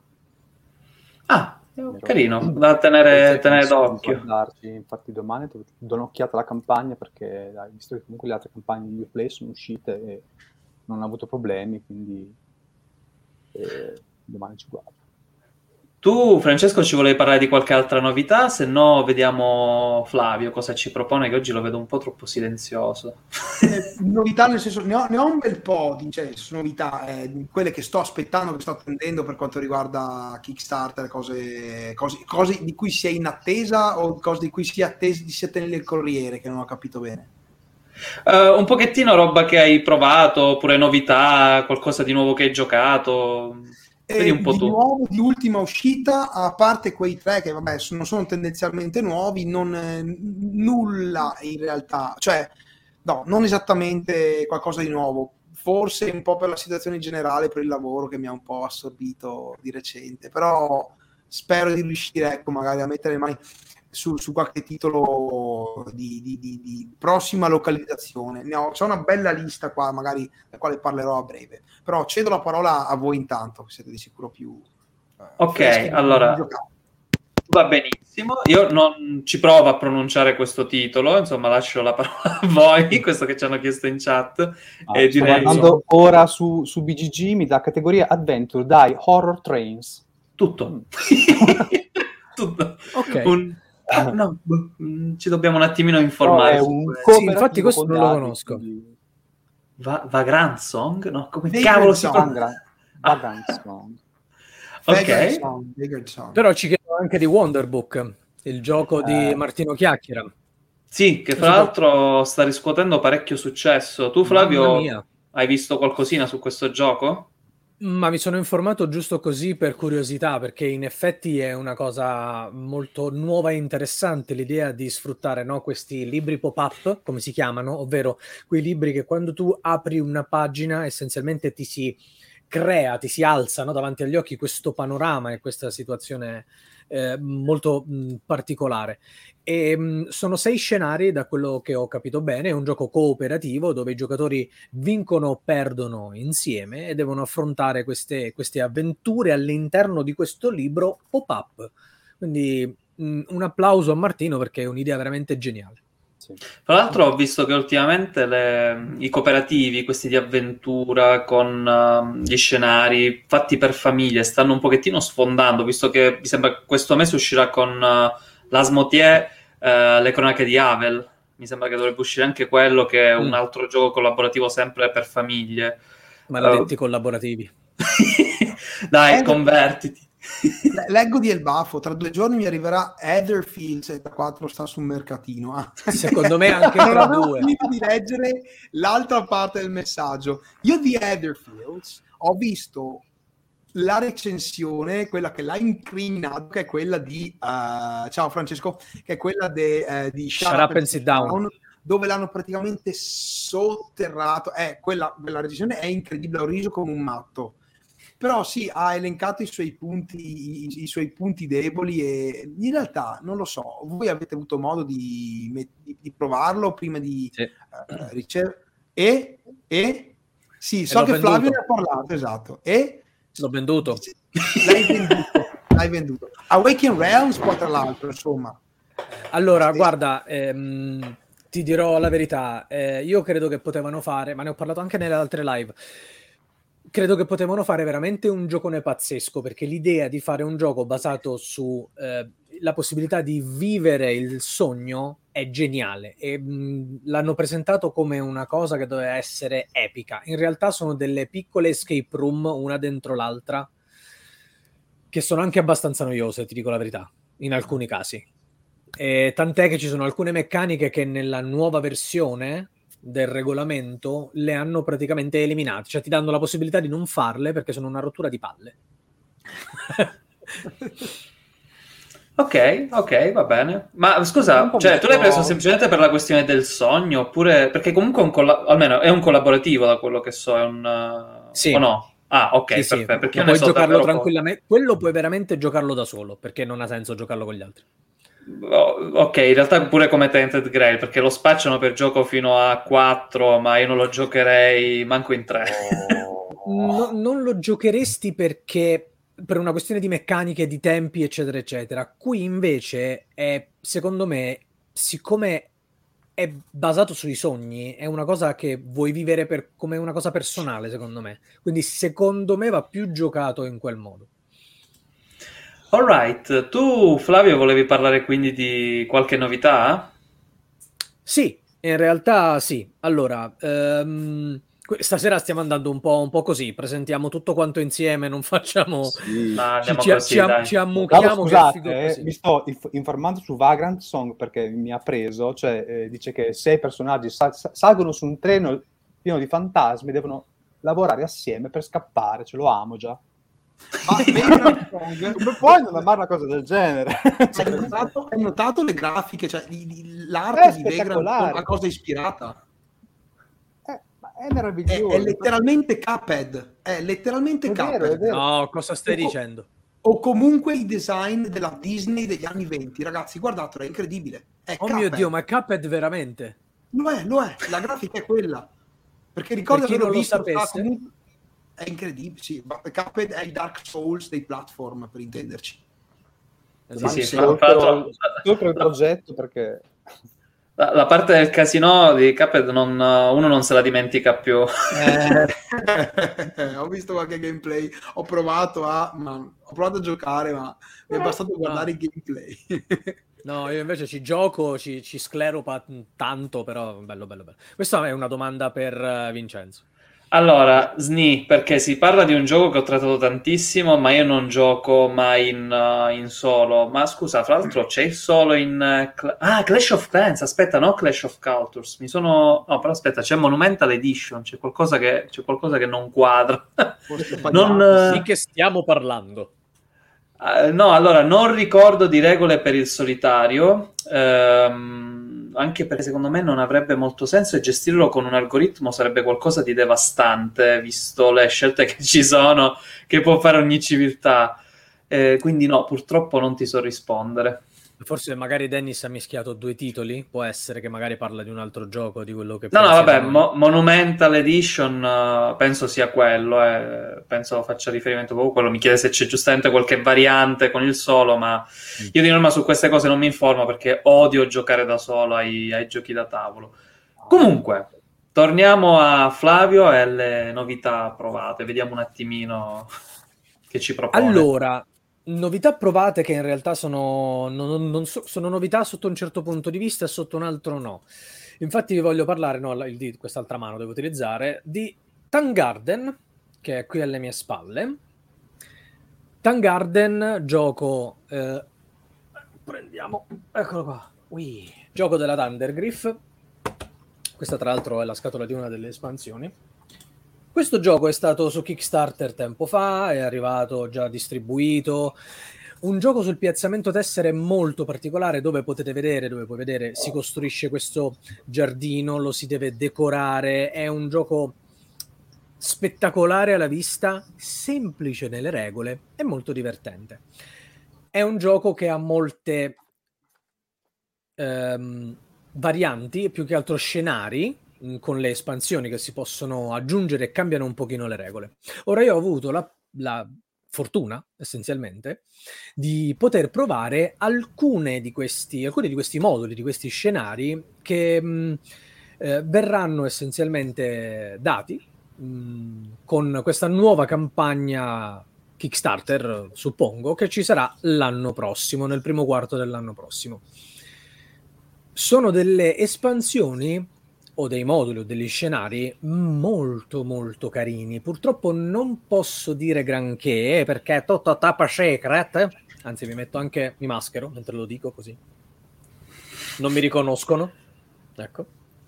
B: Carino, da tenere d'occhio.
E: Infatti domani do un'occhiata alla campagna, perché visto che comunque le altre campagne di Uplay sono uscite e non ho avuto problemi, quindi domani ci guardo.
B: Tu, Francesco, ci volevi parlare di qualche altra novità? Se no, vediamo Flavio cosa ci propone, che oggi lo vedo un po' troppo silenzioso.
D: Novità, nel senso, ne ho un bel po' di novità, quelle che sto aspettando, che sto attendendo per quanto riguarda Kickstarter, cose di cui si è in attesa o cose di cui si è attesi di tenere nel corriere, che non ho capito bene.
B: Un pochettino roba che hai provato, oppure novità, qualcosa di nuovo che hai giocato. Vedi un po'
D: di
B: tu.
D: nuovo, di ultima uscita, a parte quei 3 che vabbè sono tendenzialmente nuovi, nulla in realtà, cioè no, non esattamente qualcosa di nuovo, forse un po' per la situazione generale, per il lavoro che mi ha un po' assorbito di recente, però spero di riuscire, ecco, magari a mettere le mani su qualche titolo di prossima localizzazione. C'è una bella lista qua, magari la quale parlerò a breve, però cedo la parola a voi intanto, che siete di sicuro più
B: ok, allora va benissimo, io non ci provo a pronunciare questo titolo, insomma lascio la parola a voi, questo che ci hanno chiesto in chat. E
E: sto
B: direi
E: guardando ora su BGG, mi dà categoria Adventure, dai, Horror Trains.
B: tutto. Tutto.
C: Ok.
B: No, ci dobbiamo un attimino informare.
E: È un
C: Sì, infatti questo non lo conosco.
E: Quindi...
B: Vagrant Song? No, come
D: Vagrant
B: cavolo si
D: Song.
B: pronuncia?
E: Vagrant Song.
B: Ok.
C: Però ci chiedono anche di Wonderbook, il gioco di Martino Chiacchiera.
B: Sì, che fra l'altro sta riscuotendo parecchio successo. Tu, Flavio, hai visto qualcosina su questo gioco?
C: Ma mi sono informato giusto così per curiosità, perché in effetti è una cosa molto nuova e interessante l'idea di sfruttare, no, questi libri pop-up, come si chiamano, ovvero quei libri che quando tu apri una pagina essenzialmente ti si crea, ti si alza, no, davanti agli occhi questo panorama e questa situazione molto particolare. E sono 6 scenari, da quello che ho capito bene. È un gioco cooperativo dove i giocatori vincono o perdono insieme e devono affrontare queste avventure all'interno di questo libro pop-up. Quindi un applauso a Martino, perché è un'idea veramente geniale.
E: Sì.
B: Tra l'altro ho visto che ultimamente i cooperativi, questi di avventura con gli scenari fatti per famiglie, stanno un pochettino sfondando, visto che mi sembra che questo mese uscirà con l'Asmotier, le cronache di Havel. Mi sembra che dovrebbe uscire anche quello, che è un altro gioco collaborativo sempre per famiglie.
C: Maledetti collaborativi.
B: Dai, convertiti.
D: Leggo di El Bafo, tra 2 giorni mi arriverà Heatherfield 74, sta sul mercatino.
C: Secondo me anche tra 2.
D: Non ho finito di leggere l'altra parte del messaggio. Io di Heatherfields ho visto la recensione, quella che l'ha incriminato, che è quella di ciao Francesco, che è quella di Shut Up and Sit Down, dove l'hanno praticamente sotterrato. Quella recensione è incredibile, ho riso come un matto. Però sì, ha elencato i suoi punti deboli e in realtà non lo so, voi avete avuto modo di provarlo prima di ricevere sì, so che Flavio ne ha parlato, esatto, e
C: l'ho venduto.
D: L'hai venduto. Awaken Realms poi tra l'altro, insomma.
C: Allora, guarda, ti dirò la verità, io credo che potevano fare, ma ne ho parlato anche nelle altre live, credo che potevano fare veramente un giocone pazzesco, perché l'idea di fare un gioco basato su la possibilità di vivere il sogno è geniale e l'hanno presentato come una cosa che doveva essere epica. In realtà sono delle piccole escape room, una dentro l'altra, che sono anche abbastanza noiose, ti dico la verità, in alcuni casi. Tant'è che ci sono alcune meccaniche che nella nuova versione del regolamento le hanno praticamente eliminate, cioè ti danno la possibilità di non farle perché sono una rottura di palle.
B: Ok, va bene. Ma scusa, cioè tu l'hai preso semplicemente per la questione del sogno, oppure perché comunque almeno è un collaborativo, da quello che so, è un
C: sì.
B: O no? Ah, ok,
C: sì,
B: perfetto. Perché
C: puoi giocarlo tranquillamente. Quello puoi veramente giocarlo da solo, perché non ha senso giocarlo con gli altri.
B: Ok, in realtà pure come Tainted Grail, perché lo spacciano per gioco fino a 4, ma io non lo giocherei manco in 3.
C: Non lo giocheresti perché per una questione di meccaniche, di tempi, eccetera, eccetera. Qui invece è, secondo me, siccome è basato sui sogni, è una cosa che vuoi vivere come una cosa personale, secondo me. Quindi secondo me va più giocato in quel modo.
B: Alright, tu Flavio volevi parlare quindi di qualche novità?
C: Sì, in realtà sì. Allora, stasera stiamo andando un po' così, presentiamo tutto quanto insieme, non facciamo...
E: Sì.
C: Ci ammucchiamo.
E: Scusate, mi sto informando su Vagrant Song perché mi ha preso, cioè dice che 6 personaggi salgono su un treno pieno di fantasmi, devono lavorare assieme per scappare, ce lo amo già. Come puoi non amare una cosa del genere?
D: Hai notato le grafiche, cioè l'arte di Vagrant è una cosa ispirata.
E: Ma è meraviglioso.
D: È letteralmente Cuphead. È letteralmente Cuphead.
E: È vero.
C: No, cosa stai dicendo?
D: O comunque il design della Disney degli anni 20. Ragazzi, guardatelo, è incredibile. È
C: Oh
D: Cuphead.
C: mio Dio, ma è Cuphead veramente?
D: Lo è. La grafica è quella. Perché ricordo
C: Per chi
D: che l'ho
C: non lo
D: visto,
C: sapesse.
D: è incredibile, sì. Cuphead è il Dark Souls dei platform, per intenderci.
C: Esatto.
B: Sì,
E: Sopra il progetto, perché...
B: La parte del casino di Cuphead uno non se la dimentica più.
D: Ho visto qualche gameplay, ho provato a giocare, ma mi è bastato guardare i gameplay.
C: No, io invece ci gioco, ci sclero tanto, però bello. Questa è una domanda per Vincenzo.
B: Allora, SNI, perché si parla di un gioco che ho trattato tantissimo, ma io non gioco mai in solo. Ma scusa, fra l'altro c'è il solo in... Clash of Clans, aspetta, no Clash of Cultures. No, però aspetta, c'è Monumental Edition, c'è qualcosa che non quadra.
C: Di che stiamo parlando?
B: No, allora, non ricordo di regole per il solitario, anche perché secondo me non avrebbe molto senso e gestirlo con un algoritmo sarebbe qualcosa di devastante, visto le scelte che ci sono, che può fare ogni civiltà. Quindi no, purtroppo non ti so rispondere.
C: Forse magari Dennis ha mischiato due titoli, può essere che magari parla di un altro gioco, di quello che...
B: No, vabbè, Monumental Edition penso sia quello, penso faccia riferimento proprio a quello. Mi chiede se c'è giustamente qualche variante con il solo, ma io di norma su queste cose non mi informo perché odio giocare da solo ai giochi da tavolo. Comunque, torniamo a Flavio e alle novità provate, vediamo un attimino che ci propone.
C: Allora, novità provate che in realtà sono novità sotto un certo punto di vista e sotto un altro no. Infatti vi voglio parlare, di quest'altra mano devo utilizzare, di Tangarden, che è qui alle mie spalle. Tangarden, gioco... prendiamo... Eccolo qua. Gioco della Thundergriff. Questa tra l'altro è la scatola di una delle espansioni. Questo gioco è stato su Kickstarter tempo fa, è arrivato già distribuito. Un gioco sul piazzamento tessere molto particolare dove puoi vedere, si costruisce questo giardino, lo si deve decorare. È un gioco spettacolare alla vista, semplice nelle regole e molto divertente. È un gioco che ha molte varianti, più che altro scenari, con le espansioni che si possono aggiungere e cambiano un pochino le regole. Ora io ho avuto la fortuna, essenzialmente, di poter provare alcuni di questi moduli, di questi scenari che verranno essenzialmente dati con questa nuova campagna Kickstarter, suppongo, che ci sarà l'anno prossimo, nel primo quarto dell'anno prossimo. Sono delle espansioni o dei moduli o degli scenari molto molto carini. Purtroppo non posso dire granché perché è tutto top secret, anzi mi maschero mentre lo dico, così non mi riconoscono, ecco.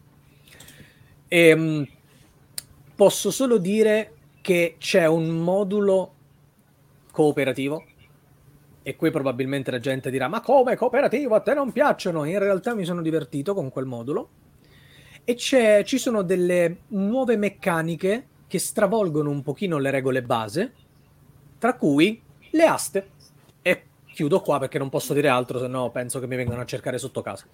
C: E posso solo dire che c'è un modulo cooperativo e qui probabilmente la gente dirà: ma come cooperativo? A te non piacciono? In realtà mi sono divertito con quel modulo. E ci sono delle nuove meccaniche che stravolgono un pochino le regole base, tra cui le aste. E chiudo qua perché non posso dire altro, se no penso che mi vengano a cercare sotto casa.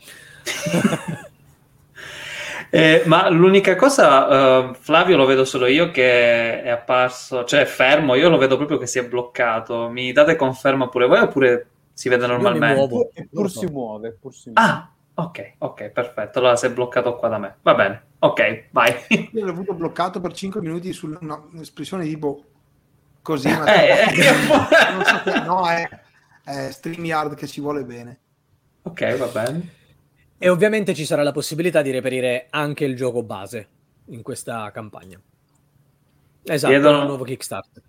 B: Ma l'unica cosa, Flavio, lo vedo solo io che è apparso, cioè è fermo, io lo vedo proprio che si è bloccato. Mi date conferma pure voi oppure si vede normalmente?
E: Eppur si muove.
B: Ah! Ok, perfetto. Allora si è bloccato qua da me. Va bene. Ok, vai.
D: Io l'ho avuto bloccato per 5 minuti su un'espressione tipo così. Non so che, no, è StreamYard che ci vuole bene.
B: Ok, va bene.
C: E ovviamente ci sarà la possibilità di reperire anche il gioco base in questa campagna. Esatto, il nuovo Kickstarter.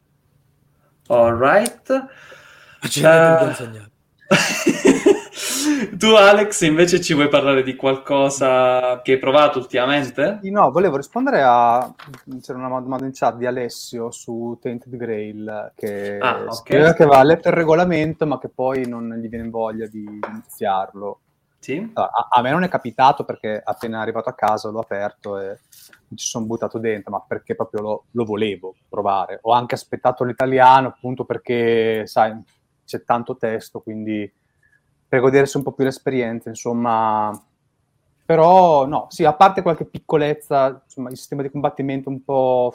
B: All right.
C: Ci avete consegnato.
B: Tu, Alex, invece ci vuoi parlare di qualcosa che hai provato ultimamente?
E: Sì, no, volevo rispondere a... C'era una domanda in chat di Alessio su Tainted Grail, che scriveva che aveva letto il regolamento, ma che poi non gli viene voglia di iniziarlo.
B: Sì?
E: A me non è capitato, perché appena arrivato a casa l'ho aperto e mi ci sono buttato dentro, ma perché proprio lo volevo provare. Ho anche aspettato l'italiano, appunto perché, sai, c'è tanto testo, quindi per godersi un po' più l'esperienza, insomma. Però, no, sì, a parte qualche piccolezza, insomma, il sistema di combattimento un po'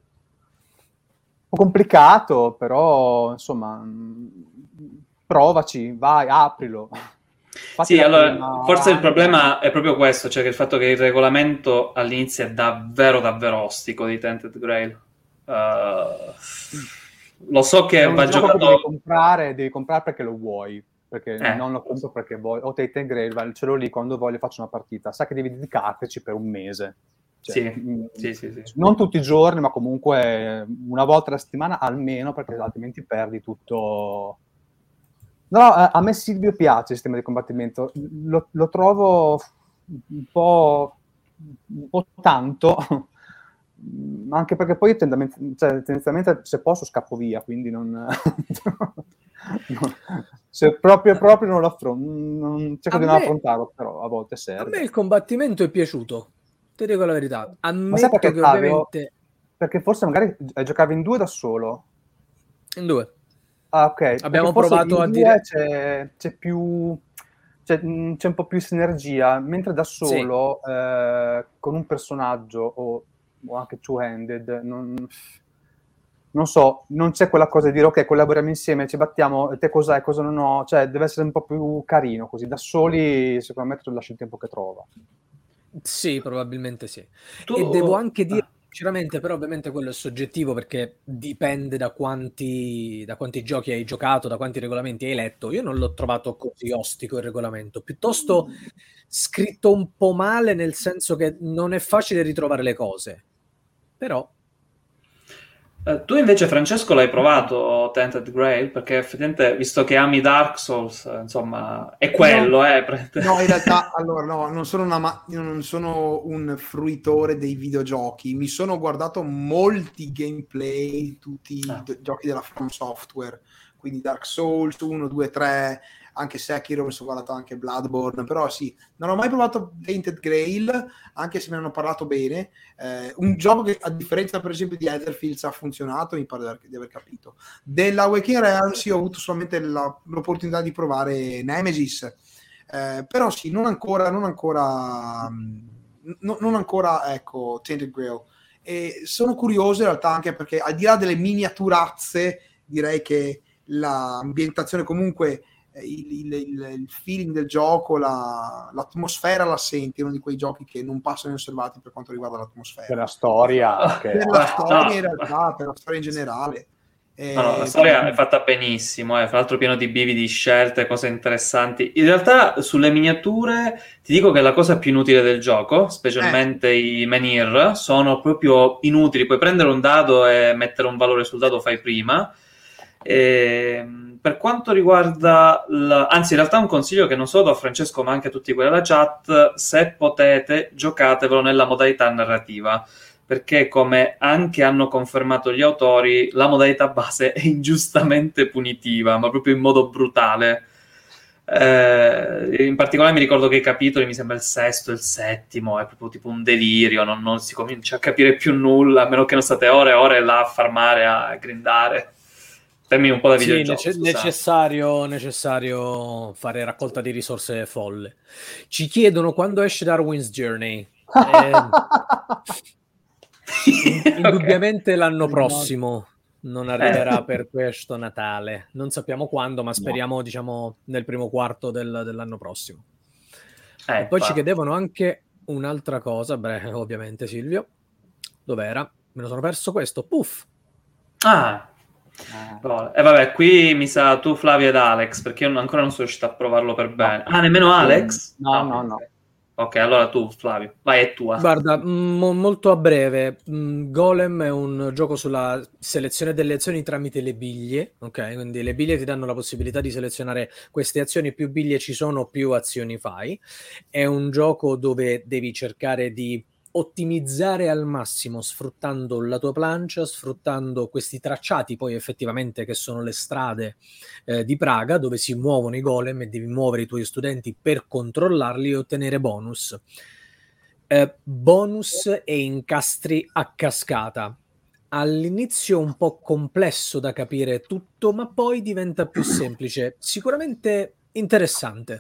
E: complicato, però, insomma, provaci, vai, aprilo.
B: Sì, allora, forse il problema è proprio questo, cioè che il fatto che il regolamento all'inizio è davvero, davvero ostico di Tainted Grail. Lo so che va giocato...
E: Devi comprare perché lo vuoi, perché non lo compro perché voglio. O Tainted Grail, ce l'ho lì, quando voglio faccio una partita. Sa che devi dedicartici per un mese. Cioè, sì. Non tutti i giorni, ma comunque una volta alla settimana almeno, perché altrimenti perdi tutto... No, a me Silvio piace il sistema di combattimento, lo trovo un po' tanto, anche perché poi tendenzialmente se posso scappo via, quindi non se proprio non lo affronto, cerco di non affrontarlo, però a volte serve.
C: A me il combattimento è piaciuto, ti dico la verità.
E: Ammetto che ovviamente... Perché forse magari giocavi in 2 da solo.
C: In 2.
E: Ah, ok.
C: Abbiamo provato a dire...
E: C'è più... c'è un po' più sinergia, mentre da solo, con un personaggio o anche two-handed, non so, non c'è quella cosa di dire ok, collaboriamo insieme, ci battiamo, te cos'hai, cosa non ho, cioè deve essere un po' più carino così, da soli secondo me te lo lasci il tempo che trova.
C: Sì, probabilmente sì. E devo anche dire sinceramente, però ovviamente quello è soggettivo, perché dipende da quanti giochi hai giocato, da quanti regolamenti hai letto. Io non l'ho trovato così ostico il regolamento, piuttosto scritto un po' male, nel senso che non è facile ritrovare le cose, però...
B: Tu invece, Francesco, l'hai provato Tainted Grail? Perché effettivamente, visto che ami Dark Souls, insomma, è quello,
D: No, in realtà, allora, no, non sono un fruitore dei videogiochi. Mi sono guardato molti gameplay, tutti i giochi della From Software, quindi Dark Souls 1, 2, 3, anche Sekiro, mi sono guardato anche Bloodborne, però sì, non ho mai provato Tainted Grail, anche se me ne hanno parlato bene. Un gioco che, a differenza per esempio di Etherfields, ha funzionato, mi pare di aver capito. Della Waking Realms ho avuto solamente l'opportunità di provare Nemesis, però sì, non ancora ecco, Tainted Grail. E sono curioso in realtà, anche perché al di là delle miniaturazze, direi che l'ambientazione comunque, il feeling del gioco, l'atmosfera la senti, uno di quei giochi che non passano inosservati per quanto riguarda l'atmosfera.
E: Per la storia.
D: Per la storia in realtà, per la storia in generale.
B: No, la storia è fatta benissimo, fra l'altro pieno di brividi, scelte, cose interessanti. In realtà sulle miniature ti dico che è la cosa più inutile del gioco, specialmente i menhir, sono proprio inutili. Puoi prendere un dado e mettere un valore sul dado, fai prima. Per quanto riguarda anzi, in realtà un consiglio che non solo do a Francesco ma anche a tutti quelli della chat: se potete, giocatevelo nella modalità narrativa, perché come anche hanno confermato gli autori, la modalità base è ingiustamente punitiva, ma proprio in modo brutale. In particolare mi ricordo che i capitoli, mi sembra il 6º e il 7º, è proprio tipo un delirio, non si comincia a capire più nulla, a meno che non state ore e ore là a farmare, a grindare. Un po' da videogioco.
C: Sì, necessario fare raccolta di risorse folle. Ci chiedono quando esce Darwin's Journey. Indubbiamente l'anno prossimo non arriverà per questo Natale. Non sappiamo quando, ma speriamo diciamo nel primo quarto dell'anno prossimo. E poi ci chiedevano anche un'altra cosa, ovviamente Silvio. Dov'era? Me lo sono perso questo. Puff.
B: Vabbè, qui mi sa tu, Flavio ed Alex, perché io ancora non sono riuscito a provarlo per bene. Nemmeno Alex?
E: No.
B: Ok, allora tu, Flavio, vai, è tua.
C: Guarda, molto a breve, Golem è un gioco sulla selezione delle azioni tramite le biglie, ok? Quindi le biglie ti danno la possibilità di selezionare queste azioni, più biglie ci sono, più azioni fai. È un gioco dove devi cercare di ottimizzare al massimo, sfruttando la tua plancia, sfruttando questi tracciati poi effettivamente che sono le strade di Praga, dove si muovono i golem e devi muovere i tuoi studenti per controllarli e ottenere bonus. Bonus e incastri a cascata. All'inizio un po' complesso da capire tutto, ma poi diventa più semplice. Sicuramente interessante.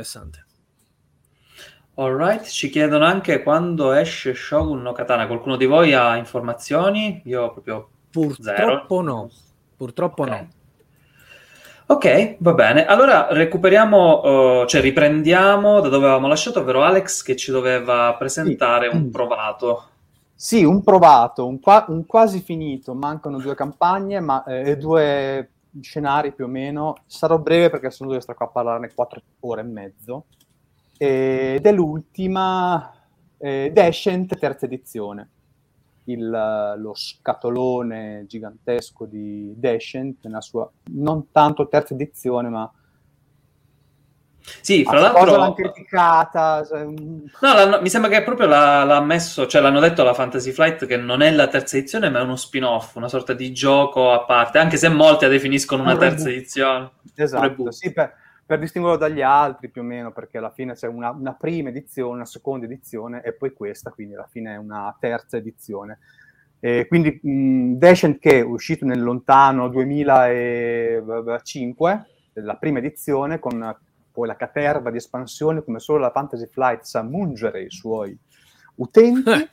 B: Alright, ci chiedono anche quando esce Shogun no Katana. Qualcuno di voi ha informazioni? Io proprio
C: Purtroppo
B: zero.
C: no. Purtroppo
B: Ok.
C: no.
B: Ok, va bene. Allora recuperiamo, cioè riprendiamo da dove avevamo lasciato, ovvero Alex che ci doveva presentare un provato.
E: Sì, un provato, un quasi finito. Mancano 2 campagne e 2 scenari più o meno. Sarò breve perché se no devo stare qua a parlarne 4 ore e mezzo. Ed è l'ultima, Descent terza edizione. Lo scatolone gigantesco di Descent nella sua non tanto terza edizione, ma
B: Sì, fra
E: cosa
B: l'altro
E: l'hanno criticata.
B: No, mi sembra che proprio l'ha messo, cioè l'hanno detto alla Fantasy Flight che non è la terza edizione, ma è uno spin-off, una sorta di gioco a parte, anche se molti la definiscono una terza edizione.
E: Esatto, sì, per distinguerlo dagli altri più o meno, perché alla fine c'è una prima edizione, una seconda edizione e poi questa, quindi alla fine è una terza edizione. Quindi Descent, che è uscito nel lontano 2005, la prima edizione, con poi la caterva di espansioni, come solo la Fantasy Flight sa mungere i suoi utenti.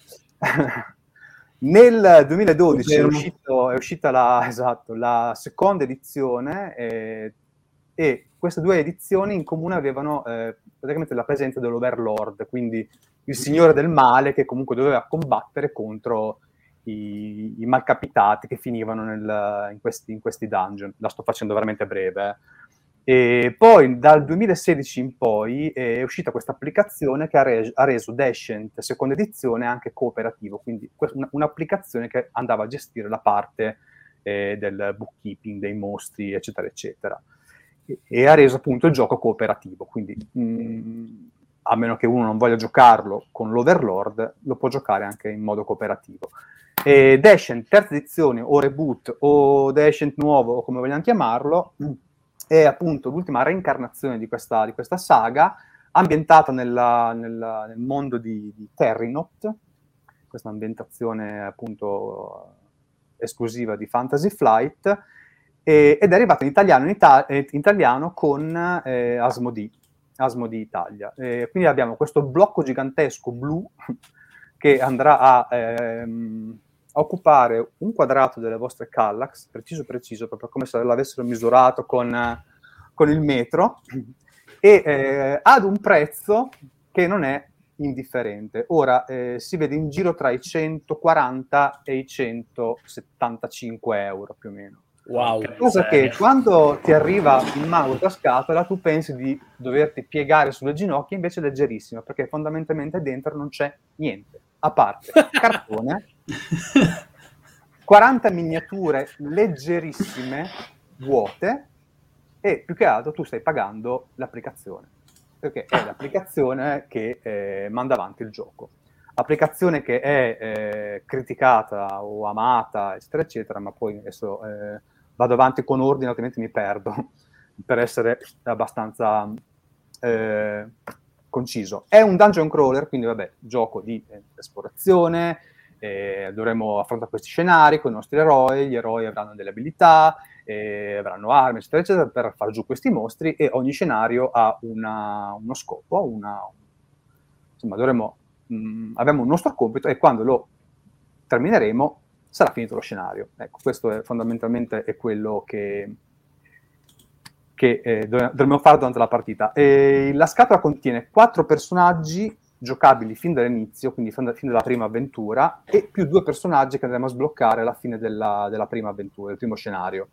E: Nel 2012 è uscita la seconda edizione e queste 2 edizioni in comune avevano praticamente la presenza dell'Overlord, quindi il signore del male che comunque doveva combattere contro i malcapitati che finivano in questi dungeon. La sto facendo veramente breve. E poi dal 2016 in poi è uscita questa applicazione che ha reso Descent seconda edizione anche cooperativo, quindi un'applicazione che andava a gestire la parte del bookkeeping, dei mostri, eccetera, eccetera. E ha reso appunto il gioco cooperativo, quindi a meno che uno non voglia giocarlo con l'Overlord, lo può giocare anche in modo cooperativo. Descent terza edizione o reboot o Descent nuovo o come vogliamo chiamarlo è appunto l'ultima reincarnazione di questa saga, ambientata nel mondo di Terrinoth, questa ambientazione appunto esclusiva di Fantasy Flight, ed è arrivata in italiano con Asmodee Italia. Quindi abbiamo questo blocco gigantesco blu che andrà a occupare un quadrato delle vostre Kallax, preciso, proprio come se l'avessero misurato con il metro, e ad un prezzo che non è indifferente. Ora si vede in giro tra i 140 e i 175 euro più o meno.
C: Wow.
E: Cosa che quando ti arriva in mano questa scatola tu pensi di doverti piegare sulle ginocchia, invece è leggerissima, perché fondamentalmente dentro non c'è niente, a parte cartone, 40 miniature leggerissime, vuote, e più che altro tu stai pagando l'applicazione, perché è l'applicazione che manda avanti il gioco. Applicazione che è criticata o amata, eccetera, eccetera, ma poi adesso vado avanti con ordine, altrimenti mi perdo, per essere abbastanza conciso. È un dungeon crawler, quindi vabbè, gioco di esplorazione, dovremo affrontare questi scenari con i nostri eroi, gli eroi avranno delle abilità, avranno armi, eccetera, eccetera, per far giù questi mostri, e ogni scenario ha uno scopo, insomma, abbiamo un nostro compito, e quando lo termineremo sarà finito lo scenario. Ecco, questo è fondamentalmente è quello che dovremmo fare durante la partita. La scatola contiene 4 personaggi giocabili fin dall'inizio, quindi fin dalla prima avventura, e più 2 personaggi che andremo a sbloccare alla fine della prima avventura, del primo scenario.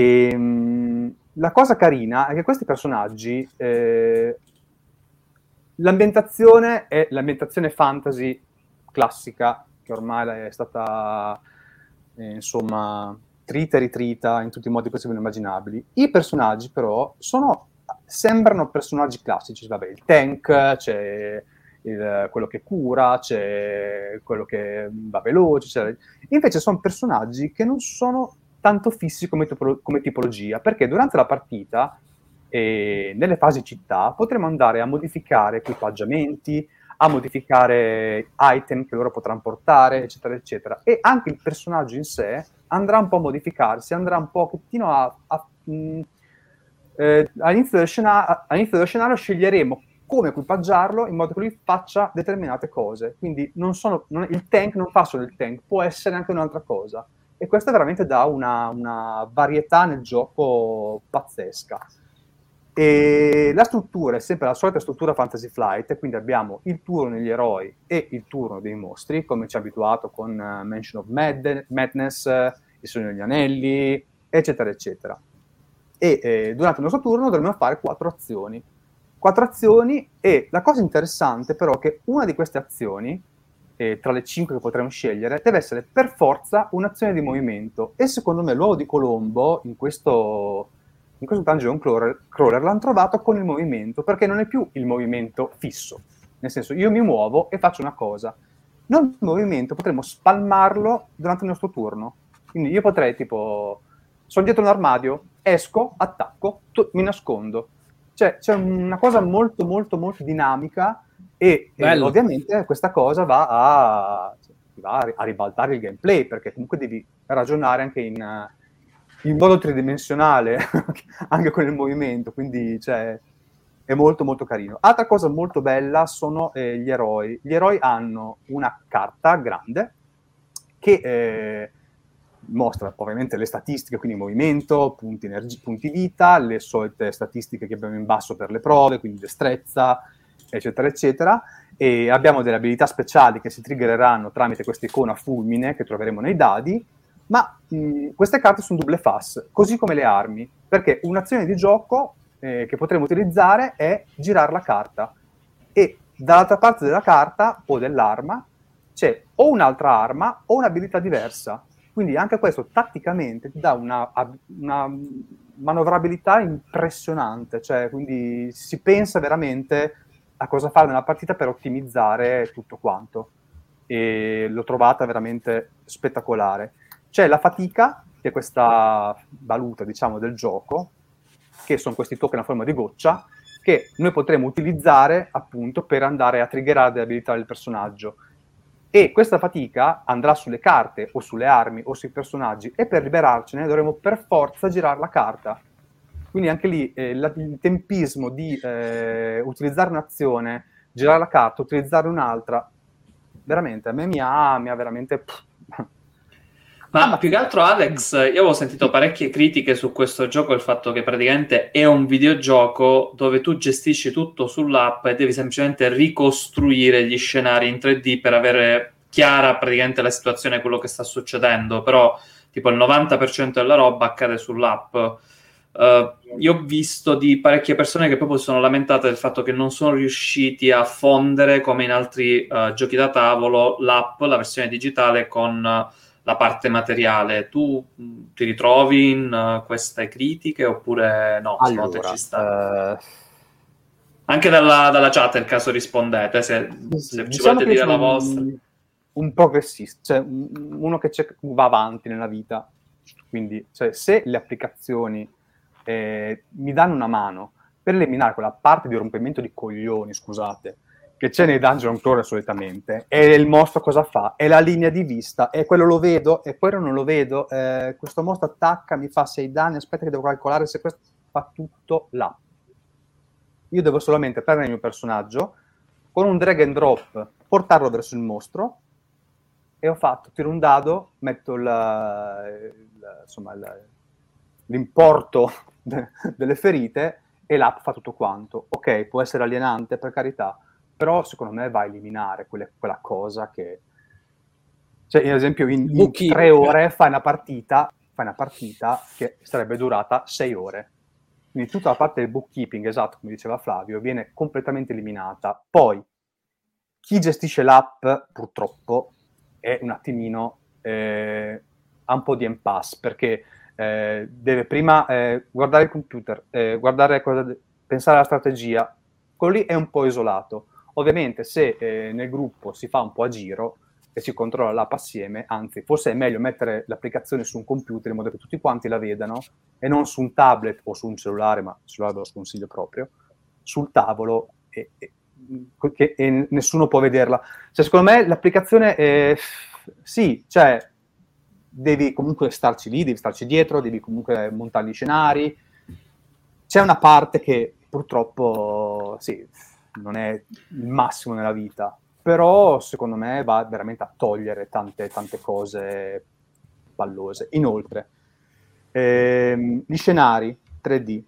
E: La cosa carina è che questi personaggi L'ambientazione è l'ambientazione fantasy classica, che ormai è stata, insomma, trita e ritrita in tutti i modi possibili e immaginabili. I personaggi, però, sembrano personaggi classici. Vabbè, il tank, c'è quello che cura, c'è quello che va veloce, c'è... Invece sono personaggi che non sono tanto fissi come tipologia, perché durante la partita e nelle fasi città potremo andare a modificare equipaggiamenti, a modificare item che loro potranno portare, eccetera, eccetera. E anche il personaggio in sé andrà un po' a modificarsi, andrà un pochettino all'inizio dello scenario sceglieremo come equipaggiarlo in modo che lui faccia determinate cose. Quindi il tank non fa solo il tank, può essere anche un'altra cosa. E questo veramente dà una varietà nel gioco pazzesca. E la struttura è sempre la solita struttura Fantasy Flight, quindi abbiamo il turno degli eroi e il turno dei mostri, come ci ha abituato con Mansion of Madness, Il Sogno degli Anelli, eccetera, eccetera. E durante il nostro turno dovremo fare 4 azioni. 4 azioni, e la cosa interessante però è che una di queste azioni, tra le 5 che potremo scegliere, deve essere per forza un'azione di movimento. E secondo me l'uovo di Colombo in questo dungeon crawler l'hanno trovato con il movimento, perché non è più il movimento fisso, nel senso io mi muovo e faccio una cosa. Non il movimento, potremmo spalmarlo durante il nostro turno. Quindi io potrei, tipo, sono dietro un armadio, esco, attacco, mi nascondo. Cioè c'è una cosa molto molto molto dinamica e ovviamente questa cosa va a ribaltare il gameplay, perché comunque devi ragionare anche in modo tridimensionale anche con il movimento, quindi è molto molto carino. Altra cosa molto bella sono gli eroi. Gli eroi hanno una carta grande che mostra ovviamente le statistiche, quindi movimento, punti vita, le solite statistiche che abbiamo in basso per le prove, quindi destrezza, eccetera, eccetera. E abbiamo delle abilità speciali che si triggereranno tramite questa icona fulmine che troveremo nei dadi, ma queste carte sono double face, così come le armi, perché un'azione di gioco che potremo utilizzare è girare la carta, e dall'altra parte della carta o dell'arma c'è o un'altra arma o un'abilità diversa. Quindi anche questo tatticamente ti dà una manovrabilità impressionante, cioè quindi si pensa veramente a cosa fare nella partita per ottimizzare tutto quanto, e l'ho trovata veramente spettacolare. C'è la fatica, che è questa valuta, diciamo, del gioco, che sono questi token a forma di goccia, che noi potremo utilizzare appunto per andare a triggerare le abilità del personaggio. E questa fatica andrà sulle carte o sulle armi o sui personaggi, e per liberarcene dovremo per forza girare la carta. Quindi anche lì il tempismo di utilizzare un'azione, girare la carta, utilizzare un'altra, veramente a me mi ha veramente...
B: Ma più che altro, Alex, io avevo sentito parecchie critiche su questo gioco, il fatto che praticamente è un videogioco dove tu gestisci tutto sull'app e devi semplicemente ricostruire gli scenari in 3D per avere chiara praticamente la situazione, quello che sta succedendo, però tipo il 90% della roba accade sull'app. Io ho visto di parecchie persone che proprio sono lamentate del fatto che non sono riusciti a fondere, come in altri giochi da tavolo, l'app, la versione digitale, con la parte materiale. Tu ti ritrovi in queste critiche oppure no?
E: Allora,
B: te ci sta? Anche dalla chat è il caso, rispondete se ci volete dire la vostra.
E: Un progressista, cioè uno che va avanti nella vita, quindi se le applicazioni mi danno una mano per eliminare quella parte di rompimento di coglioni, scusate, che c'è nei dungeon crawler solitamente, e il mostro cosa fa? È la linea di vista, e quello lo vedo e quello non lo vedo, questo mostro attacca, mi fa 6 danni, aspetta che devo calcolare se questo fa tutto là. Io devo solamente prendere il mio personaggio, con un drag and drop portarlo verso il mostro, e ho fatto, tiro un dado, metto l'importo delle ferite, e l'app fa tutto quanto. Ok, può essere alienante, per carità, però secondo me va a eliminare quella cosa che... Cioè, ad esempio, in 3 ore fai una partita che sarebbe durata 6 ore. Quindi tutta la parte del bookkeeping, esatto, come diceva Flavio, viene completamente eliminata. Poi, chi gestisce l'app, purtroppo, è un attimino ha un po' di impasse, perché deve prima guardare il computer, pensare alla strategia. Quello lì è un po' isolato. Ovviamente se nel gruppo si fa un po' a giro e si controlla l'app assieme, anzi forse è meglio mettere l'applicazione su un computer in modo che tutti quanti la vedano e non su un tablet o su un cellulare, ma il cellulare ve lo sconsiglio proprio, sul tavolo e nessuno può vederla. Cioè, secondo me l'applicazione sì, cioè devi comunque starci lì, devi starci dietro, devi comunque montare gli scenari. C'è una parte che purtroppo sì, non è il massimo nella vita, però secondo me va veramente a togliere tante cose pallose. Inoltre, gli scenari 3D,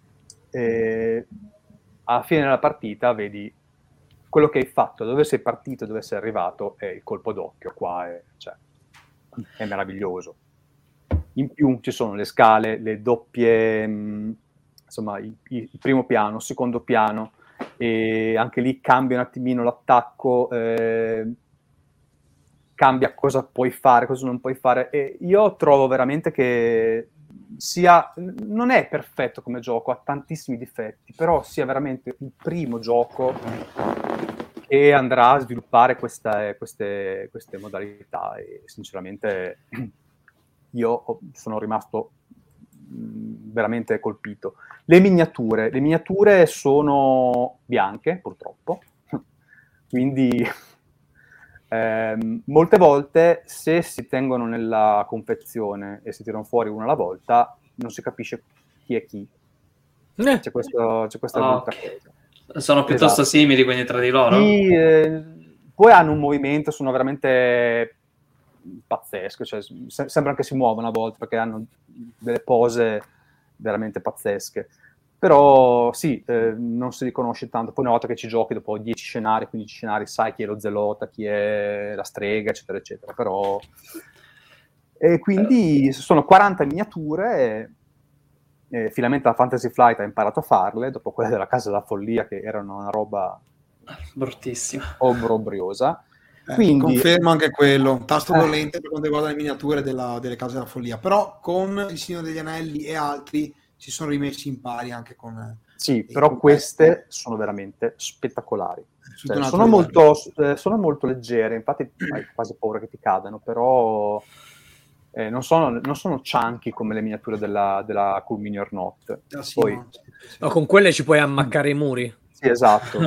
E: alla fine della partita vedi quello che hai fatto, dove sei partito, dove sei arrivato, è il colpo d'occhio qua, è meraviglioso. In più ci sono le scale, le doppie, insomma, il primo piano, il secondo piano, e anche lì cambia un attimino l'attacco, cambia cosa puoi fare, cosa non puoi fare, e io trovo veramente che non è perfetto come gioco, ha tantissimi difetti, però sia veramente il primo gioco che andrà a sviluppare queste modalità, e sinceramente io sono rimasto veramente colpito. Le miniature sono bianche, purtroppo, quindi molte volte se si tengono nella confezione e si tirano fuori una alla volta non si capisce chi è chi. C'è questa brutta cosa.
B: Sono piuttosto simili quindi tra di loro?
E: Sì, poi hanno un movimento, sono veramente pazzesco, cioè, sembra che si muovono a volte perché hanno delle pose veramente pazzesche. Però sì, non si riconosce tanto. Poi una volta che ci giochi, dopo 10 scenari, 15 scenari, sai chi è lo zelota, chi è la strega, eccetera, eccetera. Però quindi sono 40 miniature. Finalmente la Fantasy Flight ha imparato a farle, dopo quelle della Casa della Follia, che erano una roba
B: bruttissima,
E: obbrobriosa. Quindi
D: confermo anche quello, tasto dolente per quanto riguarda le miniature delle Case della Follia, però con il Signore degli Anelli e altri si sono rimessi in pari anche con...
E: Sì, però queste sono veramente spettacolari. Cioè, sono molto leggere, infatti hai quasi paura che ti cadano, però non sono chunky come le miniature della Cool Mini or Not. Poi,
C: no, con quelle ci puoi ammaccare i muri.
E: Sì, esatto.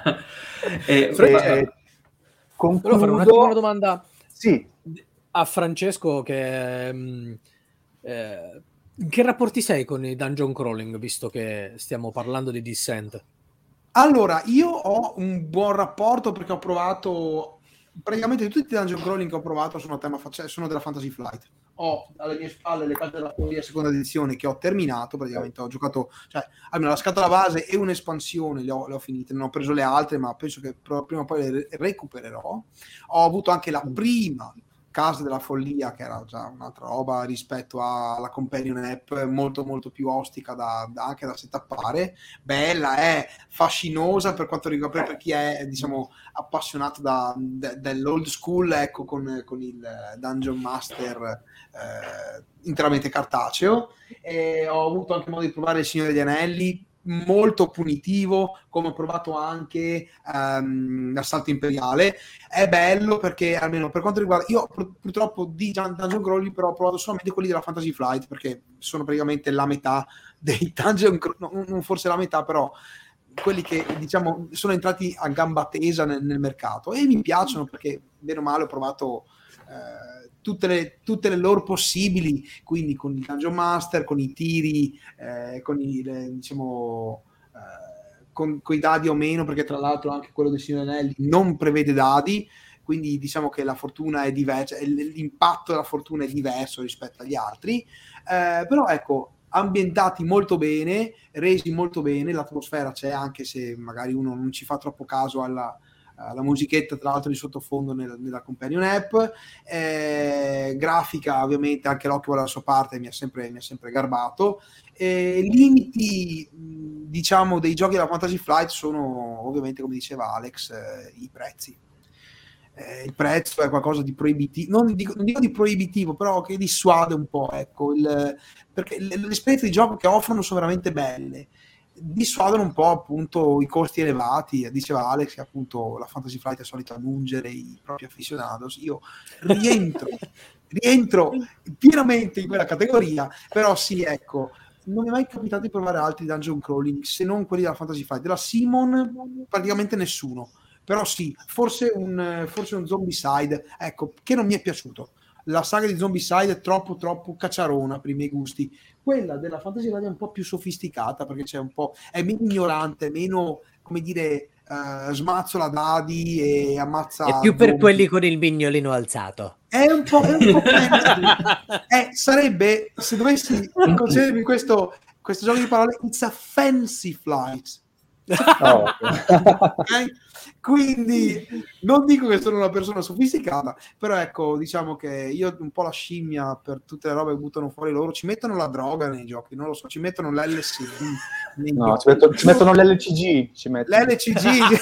C: Volevo fare un attimo una domanda
E: a
C: Francesco, che in che rapporti sei con i dungeon crawling, visto che stiamo parlando di Descent?
D: Allora, io ho un buon rapporto perché ho provato praticamente tutti i dungeon crawling che ho provato sono della Fantasy Flight. Ho alle mie spalle le Case della Follia seconda edizione che ho terminato, praticamente ho giocato, cioè almeno la scatola base e un'espansione le ho finite, non ho preso le altre, ma penso che prima o poi le recupererò. Ho avuto anche la prima Casa della Follia, che era già un'altra roba rispetto alla companion app, molto molto più ostica anche da settappare, bella, è fascinosa per quanto riguarda, per chi è diciamo appassionato dell'old school, ecco, con il Dungeon Master interamente cartaceo. E ho avuto anche modo di provare il Signore degli Anelli, molto punitivo, come ho provato anche Assalto Imperiale. È bello perché, almeno per quanto riguarda, io purtroppo di Dungeon Crawling però ho provato solamente quelli della Fantasy Flight, perché sono praticamente la metà dei Dungeon non forse la metà, però quelli che diciamo sono entrati a gamba tesa nel mercato, e mi piacciono perché bene o male ho provato tutte le loro possibili, quindi con il Dungeon Master, con i tiri, con i dadi o meno, perché tra l'altro anche quello dei Signore Anelli non prevede dadi, quindi diciamo che la fortuna è diversa, l'impatto della fortuna è diverso rispetto agli altri, però ecco, ambientati molto bene, resi molto bene, l'atmosfera c'è, anche se magari uno non ci fa troppo caso la musichetta tra l'altro di sottofondo nella companion app, grafica ovviamente, anche l'occhio vuole la sua parte, mi ha sempre garbato. Limiti diciamo dei giochi della Fantasy Flight sono ovviamente, come diceva Alex, i prezzi. Il prezzo è qualcosa di proibitivo, non dico di proibitivo, però che dissuade un po', ecco, perché le esperienze di gioco che offrono sono veramente belle, dissuadono un po' appunto i costi elevati. Diceva Alex che appunto la Fantasy Flight è solita allungere i propri aficionados. Io rientro pienamente in quella categoria, però sì, ecco, non mi è mai capitato di provare altri dungeon crawling se non quelli della Fantasy Flight. Della Simon praticamente nessuno, però sì, forse un Zombicide, ecco, che non mi è piaciuto. La saga di Zombicide è troppo cacciarona per i miei gusti. Quella della Fantasy Flight è un po' più sofisticata, perché è meno ignorante, meno, come dire, smazzola dadi e ammazza.
F: È più per quelli con il mignolino alzato.
D: È un po' sarebbe, se dovessi concedermi questo gioco di parole, it's a fancy flight.
E: Oh.
D: Okay? Quindi non dico che sono una persona sofisticata, però ecco, diciamo che io un po' la scimmia per tutte le robe che buttano fuori loro. Ci mettono la droga nei giochi, non lo so, ci mettono l'LSD
E: no, ci mettono l'LCG,
D: l'LCG.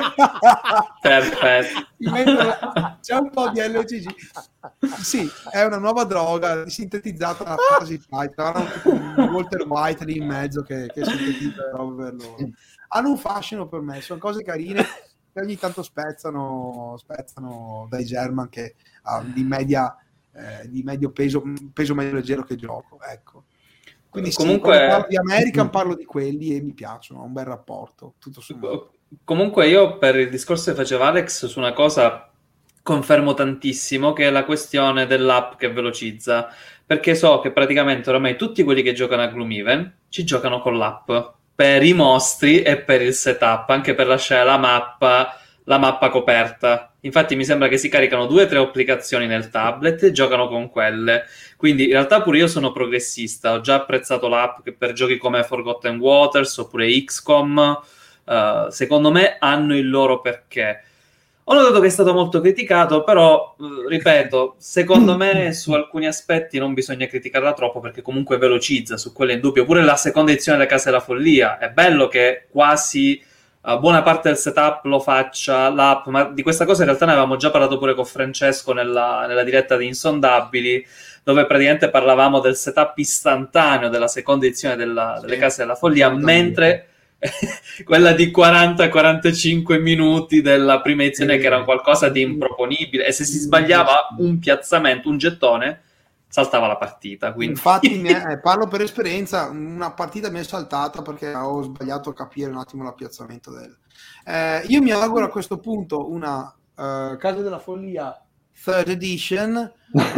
B: Perfetto.
D: C'è un po' di LCG, sì, è una nuova droga sintetizzata da Fantasy Flight, Walter White lì in mezzo che sintetizza le robe per loro. Hanno un fascino per me, sono cose carine che ogni tanto spezzano dai German, che di medio peso medio leggero che gioco, ecco. Quindi
B: comunque,
D: sì, quando parlo di American parlo di quelli e mi piacciono, ho un bel rapporto, tutto sommato.
B: Comunque io, per il discorso che faceva Alex, su una cosa confermo tantissimo, che è la questione dell'app che velocizza, perché so che praticamente oramai tutti quelli che giocano a Gloomhaven ci giocano con l'app, per i mostri e per il setup, anche per lasciare la mappa coperta. Infatti mi sembra che si caricano 2 o 3 applicazioni nel tablet e giocano con quelle. Quindi in realtà pure io sono progressista, ho già apprezzato l'app che per giochi come Forgotten Waters oppure XCOM, secondo me hanno il loro perché. Ho notato che è stato molto criticato, però, ripeto, secondo me su alcuni aspetti non bisogna criticarla troppo, perché comunque velocizza, su quello è indubbio. Pure la seconda edizione della Casa della Follia, è bello che quasi buona parte del setup lo faccia l'app, ma di questa cosa in realtà ne avevamo già parlato pure con Francesco nella diretta di Insondabili, dove praticamente parlavamo del setup istantaneo della seconda edizione delle Case della Follia, mentre quella di 40-45 minuti della prima edizione che era qualcosa di improponibile, e se si sbagliava un piazzamento, un gettone, saltava la partita. Quindi.
D: Infatti parlo per esperienza, una partita mi è saltata perché ho sbagliato a capire un attimo l'appiazzamento io mi auguro a questo punto una Casa della Follia Third Edition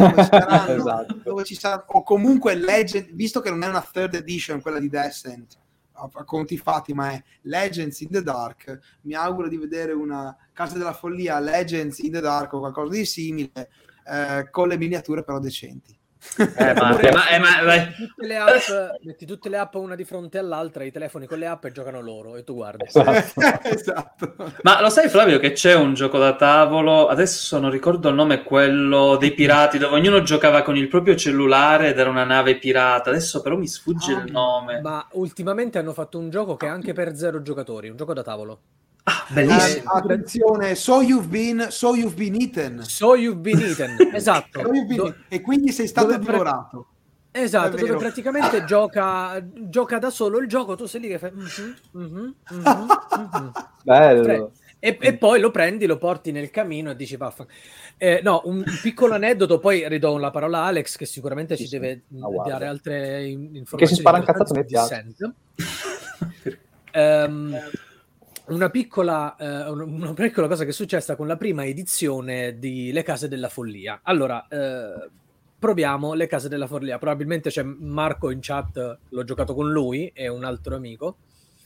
D: dove ci saranno, o comunque Legend, visto che non è una Third Edition quella di Descent a conti fatti, ma è Legends in the Dark. Mi auguro di vedere una Casa della Follia Legends in the Dark o qualcosa di simile, con le miniature però decenti.
C: Metti tutte le app una di fronte all'altra, i telefoni con le app e giocano loro e tu guardi.
D: Esatto.
B: Ma lo sai, Flavio, che c'è un gioco da tavolo, adesso non ricordo il nome, quello dei pirati, dove ognuno giocava con il proprio cellulare ed era una nave pirata, adesso però mi sfugge il nome.
C: Ma ultimamente hanno fatto un gioco che è anche per 0 giocatori, un gioco da tavolo.
B: Bellissimo.
D: Attenzione, so you've been eaten.
C: So you've been eaten, esatto.
D: E quindi sei stato divorato.
C: Esatto, dove praticamente gioca da solo il gioco, tu sei lì che fai
E: bello.
C: E poi lo prendi, lo porti nel camino e dici vaffa. No, un piccolo aneddoto, poi ridò la parola a Alex che sicuramente ci deve dare altre informazioni.
E: Che si spara in cazzato mi piace.
C: Una piccola cosa che è successa con la prima edizione di Le Case della Follia. Allora, proviamo Le Case della Follia. Probabilmente c'è Marco in chat, l'ho giocato con lui e un altro amico.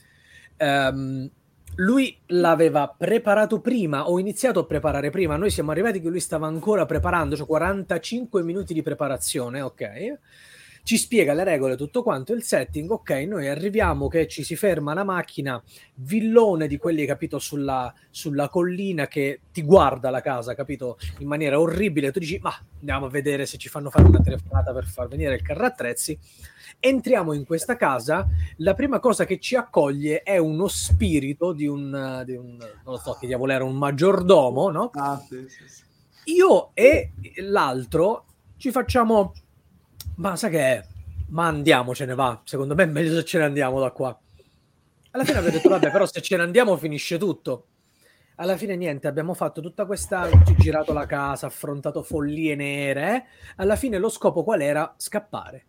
C: Lui l'aveva preparato prima, ho iniziato a preparare prima, noi siamo arrivati che lui stava ancora preparando, cioè 45 minuti di preparazione, ok? ci spiega le regole, tutto quanto, il setting. Ok, noi arriviamo che ci si ferma una macchina, villone di quelli, capito, sulla collina, che ti guarda la casa, capito, in maniera orribile. Tu dici, ma andiamo a vedere se ci fanno fare una telefonata per far venire il carro attrezzi. Entriamo in questa casa, la prima cosa che ci accoglie è uno spirito di un non lo so che diavolo era, un maggiordomo, no?
D: Sì.
C: Io e l'altro ci facciamo, ma sai che è? Ma andiamocene, va, secondo me è meglio se ce ne andiamo da qua. Alla fine abbiamo detto, vabbè, però se ce ne andiamo finisce tutto. Alla fine niente, abbiamo fatto tutta questa, girato la casa, affrontato follie nere, alla fine lo scopo qual era? Scappare.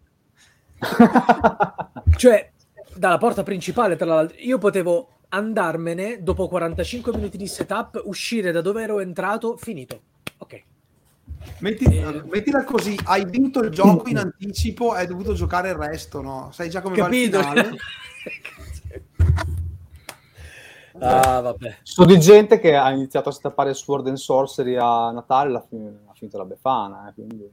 C: Cioè, dalla porta principale, tra l'altro, io potevo andarmene dopo 45 minuti di setup, uscire da dove ero entrato, finito. Ok.
D: Mettila così, hai vinto il gioco in anticipo, hai dovuto giocare il resto, no? Sai già come
C: Capito?
D: va il finale.
C: Vabbè.
E: So di gente che ha iniziato a stappare Sword and Sorcery a Natale, ha finito la Befana, quindi...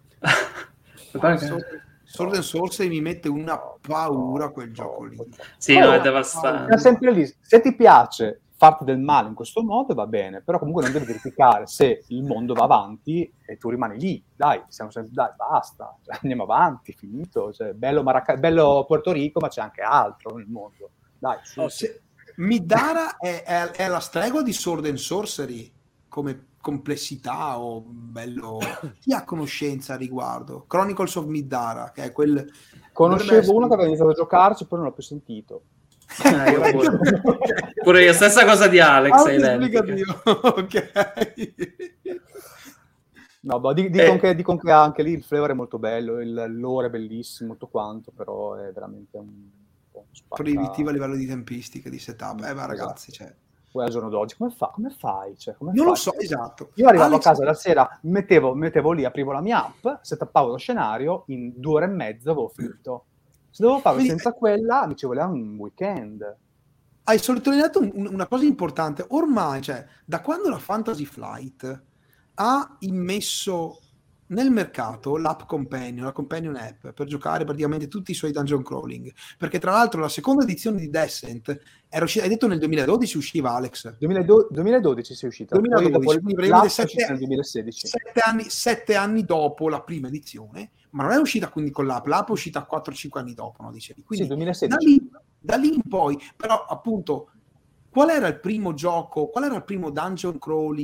D: Sword and Sorcery mi mette una paura quel gioco lì.
B: Sì, no, è devastante.
E: È sempre lì. Se ti piace farti del male in questo modo va bene, però comunque non devi verificare se il mondo va avanti e tu rimani lì. Dai, dai, basta, cioè, andiamo avanti, finito. Cioè, bello Puerto Rico, ma c'è anche altro nel mondo. Dai, su.
D: Midara è la stregua di Sword and Sorcery come complessità o bello. Chi ha conoscenza a riguardo? Chronicles of Midara, che è quel...
E: Conoscevo uno che aveva iniziato a giocarci, poi non l'ho più sentito.
B: Io pure io, stessa cosa di Alex.
D: Ok.
E: No, dicono che anche lì il flavor è molto bello, il lore è bellissimo, tutto quanto, però è veramente un po'
D: proibitivo a livello di tempistica, di setup. Ma ragazzi, cioè...
E: Poi al giorno d'oggi come fai? Cioè,
D: non lo so, esatto.
E: Io arrivavo a casa la sera, mettevo lì, aprivo la mia app, settappavo lo scenario, in 2 ore e mezza avevo finito. Se dovevo farlo senza quella, mi ci voleva un weekend.
D: Hai sottolineato una cosa importante. Ormai, cioè, da quando la Fantasy Flight ha immesso nel mercato l'app Companion, la Companion app, per giocare praticamente tutti i suoi dungeon crawling, perché tra l'altro la seconda edizione di Descent era uscita, hai detto nel 2012 usciva, Alex?
E: 2012 si è uscita.
D: 2012,
E: poi
D: quindi
E: nel 2016.
D: 7 anni dopo la prima edizione, ma non è uscita quindi con l'app è uscita 4-5 anni dopo, no? Dicevi. Quindi
E: sì, 2016.
D: Da lì in poi, però appunto, qual era il primo gioco, qual era il primo dungeon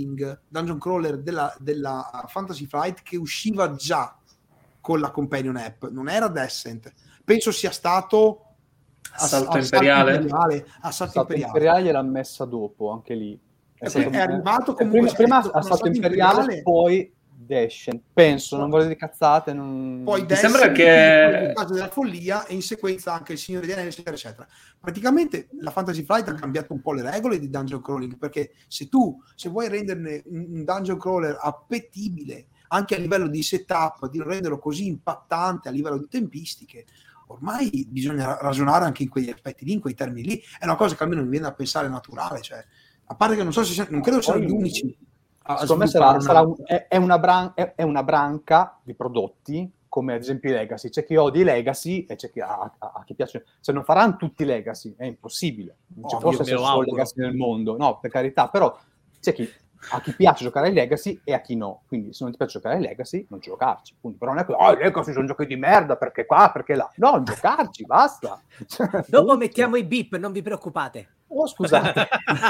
D: crawler della Fantasy Flight che usciva già con la Companion app? Non era Descent, penso sia stato
B: Assalto Imperiale.
E: Assalto Imperiale gliel'ha messa dopo, anche lì.
D: È arrivato comunque
E: prima Assalto Imperiale, poi Descent, penso, non voglio dire cazzate,
D: poi
B: mi sembra che
D: il caso della follia e in sequenza anche il Signore degli Anelli, eccetera eccetera. Praticamente la Fantasy Flight ha cambiato un po' le regole di dungeon crawling, perché se vuoi renderne un dungeon crawler appetibile anche a livello di setup, di renderlo così impattante a livello di tempistiche, ormai bisogna ragionare anche in quegli aspetti lì, in quei termini lì. È una cosa che almeno mi viene da pensare naturale, cioè, a parte che non credo siano gli unici.
E: Secondo me è una branca di prodotti, come ad esempio i Legacy. C'è chi odia i Legacy e c'è chi a chi piace. Se non faranno tutti i Legacy, è impossibile. Non ci possono essere solo Legacy nel mondo, no, per carità, però c'è a chi piace giocare ai Legacy e a chi no. Quindi se non ti piace giocare ai Legacy, non giocarci. Quindi, però non è che i Legacy sono giochi di merda, perché qua, perché là. No, giocarci, basta.
F: Dopo mettiamo i beep, non vi preoccupate.
E: Oh, scusate.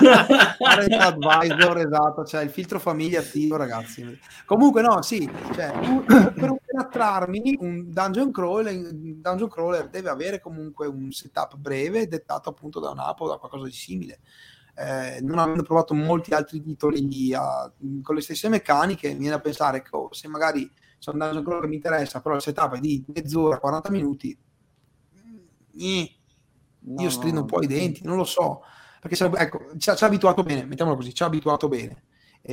D: Advisor, esatto, cioè il filtro famiglia attivo, ragazzi. Comunque no, sì, cioè, per attrarmi un dungeon crawler deve avere comunque un setup breve, dettato appunto da un'app o da qualcosa di simile. Non avendo provato molti altri titoli con le stesse meccaniche, mi viene a pensare che se magari c'è un dungeon crawler che mi interessa, però il setup è di mezz'ora, 40 minuti, io strido un po' i denti, non lo so, perché ecco, ci ha abituato bene, mettiamolo così, ci ha abituato bene.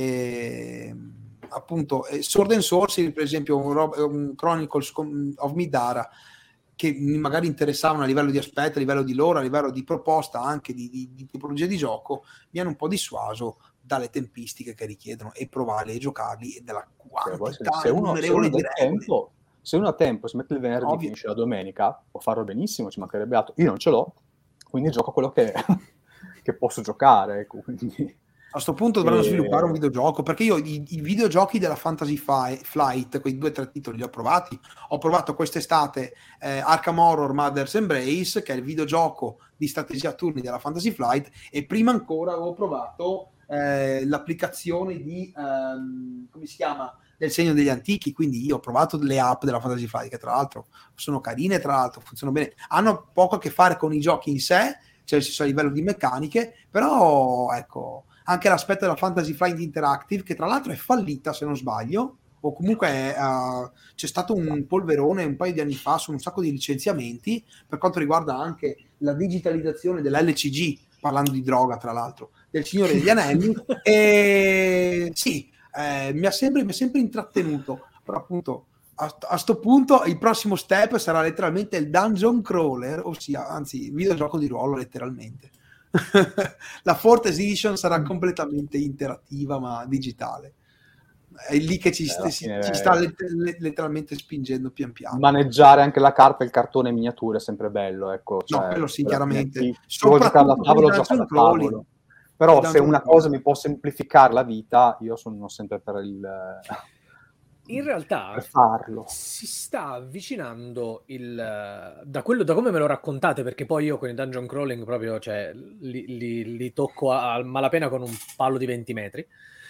D: Appunto, Sword and Sorcery, per esempio, un Chronicles of Midara, che magari interessavano a livello di aspetto, a livello di lore, a livello di proposta, anche di tipologia di gioco, mi hanno un po' dissuaso dalle tempistiche che richiedono e provarli e giocarli e della quantità
E: se uno
D: innumerevole di regole.
E: Se uno ha tempo, si mette il venerdì,
D: Ovvio.
E: finisce la domenica, può farlo benissimo, ci mancherebbe altro. Io non ce l'ho, quindi gioco quello che, che posso giocare. Ecco, quindi...
D: A sto punto dovranno sviluppare un videogioco, perché io i videogiochi della Fantasy Flight, quei 2 o 3 titoli li ho provati. Ho provato quest'estate Arkham Horror Mother's Embrace, che è il videogioco di strategia a turni della Fantasy Flight, e prima ancora avevo provato l'applicazione di, come si chiama, del Segno degli Antichi. Quindi io ho provato le app della Fantasy Flight, che tra l'altro sono carine, tra l'altro funzionano bene, hanno poco a che fare con i giochi in sé, cioè a livello di meccaniche, però ecco, anche l'aspetto della Fantasy Flight Interactive, che tra l'altro è fallita se non sbaglio, o comunque c'è stato un polverone un paio di anni fa su un sacco di licenziamenti per quanto riguarda anche la digitalizzazione dell'LCG, parlando di droga tra l'altro, del Signore degli Anelli, e sì, mi ha sempre intrattenuto, però appunto a sto punto il prossimo step sarà letteralmente il dungeon crawler, ossia, anzi, videogioco di ruolo letteralmente. La Fourth Edition sarà completamente interattiva ma digitale. È lì che ci sta letteralmente spingendo pian piano.
E: Maneggiare anche la carta e il cartone miniature è sempre bello, ecco.
D: No, quello sì, chiaramente.
E: Se vuoi giocare da tavolo, gioca da tavolo. Però se una cosa mi può semplificare la vita, io sono sempre per il...
C: In realtà
E: per farlo.
C: Si sta avvicinando da come me lo raccontate, perché poi io con i dungeon crawling proprio, cioè, li tocco a malapena con un palo di 20 metri.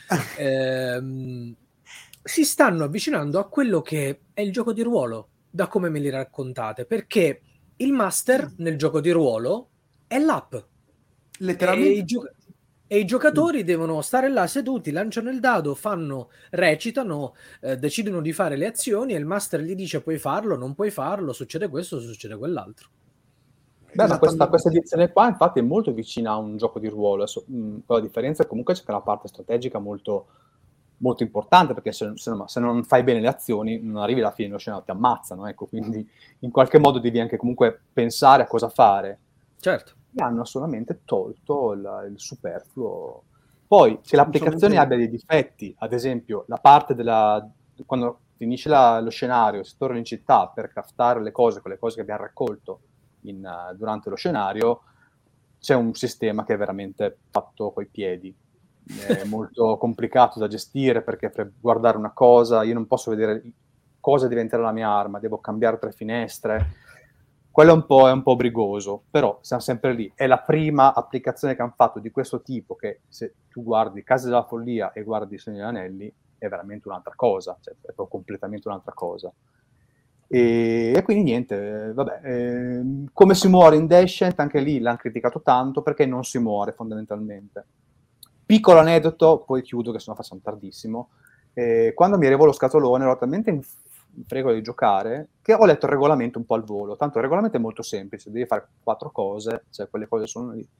C: Si stanno avvicinando a quello che è il gioco di ruolo, da come me li raccontate, perché il master nel gioco di ruolo è l'app.
D: Letteralmente.
C: E i giocatori devono stare là seduti, lanciano il dado, recitano, decidono di fare le azioni e il master gli dice puoi farlo, non puoi farlo, succede questo, succede quell'altro.
E: Beh, ma questa edizione qua infatti è molto vicina a un gioco di ruolo. La differenza è comunque c'è una parte strategica molto, molto importante, perché se non fai bene le azioni non arrivi alla fine dello scenario, ti ammazzano, ecco, quindi in qualche modo devi anche comunque pensare a cosa fare.
C: Certo.
E: E hanno solamente tolto il superfluo. Poi, che l'applicazione abbia dei difetti, ad esempio, la parte quando finisce lo scenario, si torna in città per craftare le cose, quelle cose che abbiamo raccolto durante lo scenario, c'è un sistema che è veramente fatto coi piedi. È molto complicato da gestire, perché per guardare una cosa, io non posso vedere cosa diventerà la mia arma, devo cambiare 3 finestre. Quello è un po' brigoso, però siamo sempre lì. È la prima applicazione che hanno fatto di questo tipo, che se tu guardi Case della Follia e guardi Signore degli Anelli è veramente un'altra cosa, cioè è proprio completamente un'altra cosa. E quindi niente, vabbè. Come si muore in Descent, anche lì l'hanno criticato tanto, perché non si muore fondamentalmente. Piccolo aneddoto, poi chiudo che sennò facciamo tardissimo. Quando mi arrivò lo scatolone ero talmente frego di giocare che ho letto il regolamento un po' al volo, tanto il regolamento è molto semplice, devi fare 4 cose, cioè quelle cose sono lì,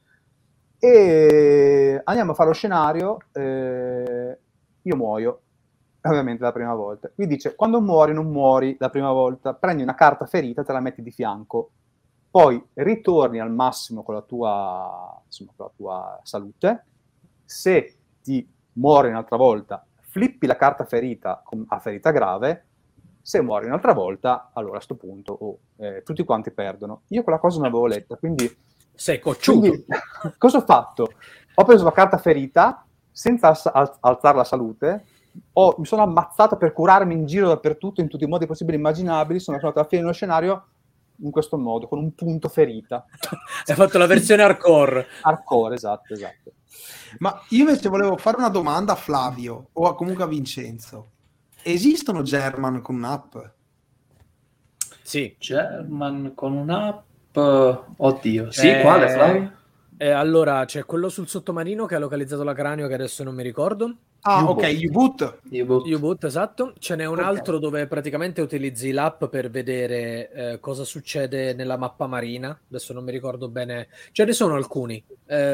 E: e andiamo a fare lo scenario. Io muoio ovviamente la prima volta, qui dice quando muori non muori la prima volta, prendi una carta ferita, te la metti di fianco, poi ritorni al massimo con la tua salute. Se ti muori un'altra volta flippi la carta ferita a ferita grave. Se muori un'altra volta, allora a sto punto tutti quanti perdono. Io quella cosa non l'avevo letta, quindi...
C: Sei cocciuto.
E: Quindi, cosa ho fatto? Ho preso la carta ferita, senza alzare la salute, mi sono ammazzato per curarmi in giro dappertutto, in tutti i modi possibili e immaginabili, sono arrivato alla fine dello scenario in questo modo, con un punto ferita.
C: Hai fatto la versione hardcore.
E: Hardcore, esatto.
D: Ma io invece volevo fare una domanda a Flavio, o comunque a Vincenzo. Esistono German con un'app?
C: Sì.
B: German con un'app? Oddio. Sì, quale, Flavio?
C: Allora, c'è quello sul sottomarino che ha localizzato la cranio, che adesso non mi ricordo.
D: Ok,
C: U-Boot, esatto. Ce n'è un altro dove praticamente utilizzi l'app per vedere cosa succede nella mappa marina. Adesso non mi ricordo bene. Ce ne sono alcuni.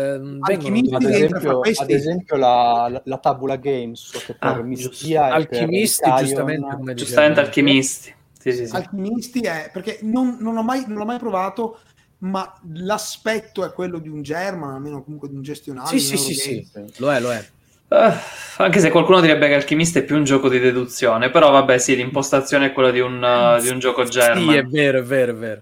E: Ad esempio la Tabula Games, che per Mistia
C: Alchimisti,
B: giustamente Alchimisti. Sì.
D: Alchimisti è perché non l'ho mai provato, ma l'aspetto è quello di un German, almeno comunque di un gestionale.
C: Sì, lo è.
B: Anche se qualcuno direbbe che Alchimista è più un gioco di deduzione, però vabbè sì, l'impostazione è quella di un gioco German.
C: Sì, è vero, è vero, è vero.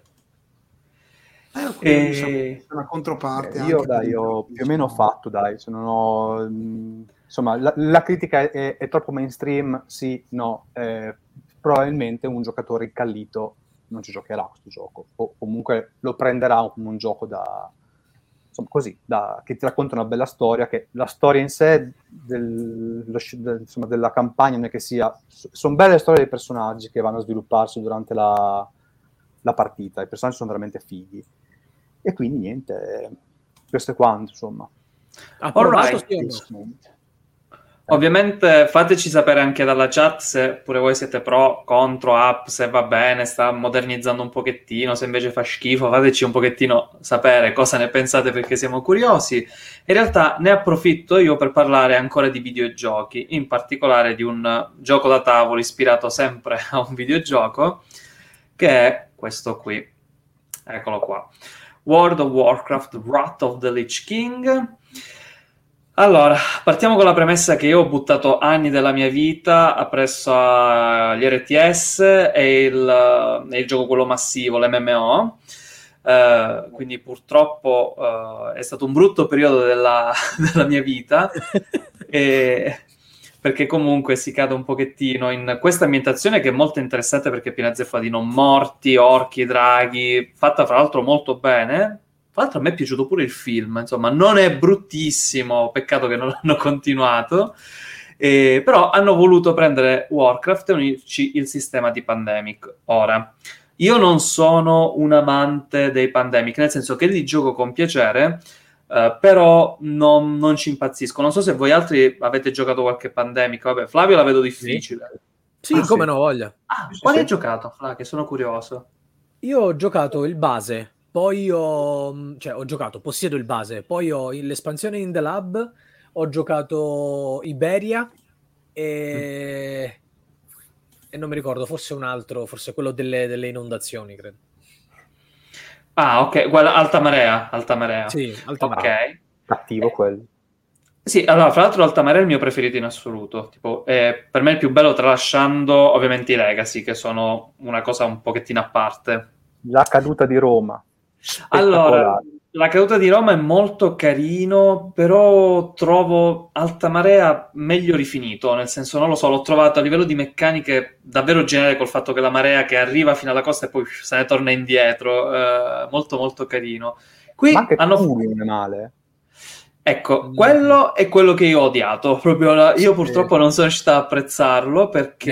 D: Una controparte.
E: Io ho più o meno fatto, dai, se non ho... insomma, la critica è troppo mainstream, sì, no, probabilmente un giocatore incallito non ci giocherà questo gioco, o comunque lo prenderà come un gioco da... insomma, così, che ti racconta una bella storia, che la storia in sé insomma, della campagna non è che sia... Sono belle le storie dei personaggi che vanno a svilupparsi durante la partita, i personaggi sono veramente fighi. E quindi niente, questo è quanto, insomma.
B: Alright. Ovviamente fateci sapere anche dalla chat se pure voi siete pro, contro app, se va bene, sta modernizzando un pochettino, se invece fa schifo, fateci un pochettino sapere cosa ne pensate, perché siamo curiosi. In realtà ne approfitto io per parlare ancora di videogiochi, in particolare di un gioco da tavolo ispirato sempre a un videogioco, che è questo qui. Eccolo qua. World of Warcraft Wrath of the Lich King. Allora, partiamo con la premessa che io ho buttato anni della mia vita appresso agli RTS e il gioco quello massivo, l'MMO. Quindi purtroppo è stato un brutto periodo della mia vita, perché comunque si cade un pochettino in questa ambientazione che è molto interessante perché è piena zeppa di non morti, orchi, draghi, fatta fra l'altro molto bene. Tra l'altro a me è piaciuto pure il film, insomma, non è bruttissimo, peccato che non l'hanno continuato, però hanno voluto prendere Warcraft e unirci il sistema di Pandemic. Ora, io non sono un amante dei Pandemic, nel senso che li gioco con piacere, però non ci impazzisco. Non so se voi altri avete giocato qualche Pandemic. Vabbè, Flavio la vedo difficile.
C: Sì, come no, voglia.
B: Quale hai giocato, Flavio? Che sono curioso.
C: Io ho giocato il base, poi ho giocato, possiedo il base, poi ho l'espansione in The Lab, ho giocato Iberia e non mi ricordo, forse un altro, forse quello delle inondazioni, credo.
B: Ah, ok, guarda, Alta Marea.
C: Sì, Alta Marea.
B: Ok.
E: Cattivo quello.
B: Sì, allora, fra l'altro Alta Marea è il mio preferito in assoluto, tipo, per me è il più bello tralasciando ovviamente i Legacy, che sono una cosa un pochettino a parte.
E: La caduta di Roma.
B: Allora, la caduta di Roma è molto carino, però trovo Alta Marea meglio rifinito, nel senso, non lo so, l'ho trovato a livello di meccaniche davvero geniale, col fatto che la marea che arriva fino alla costa e poi se ne torna indietro, molto molto carino. Qui
E: ma anche non è male.
B: Ecco, quello è quello che io ho odiato, proprio io purtroppo non sono riuscito ad apprezzarlo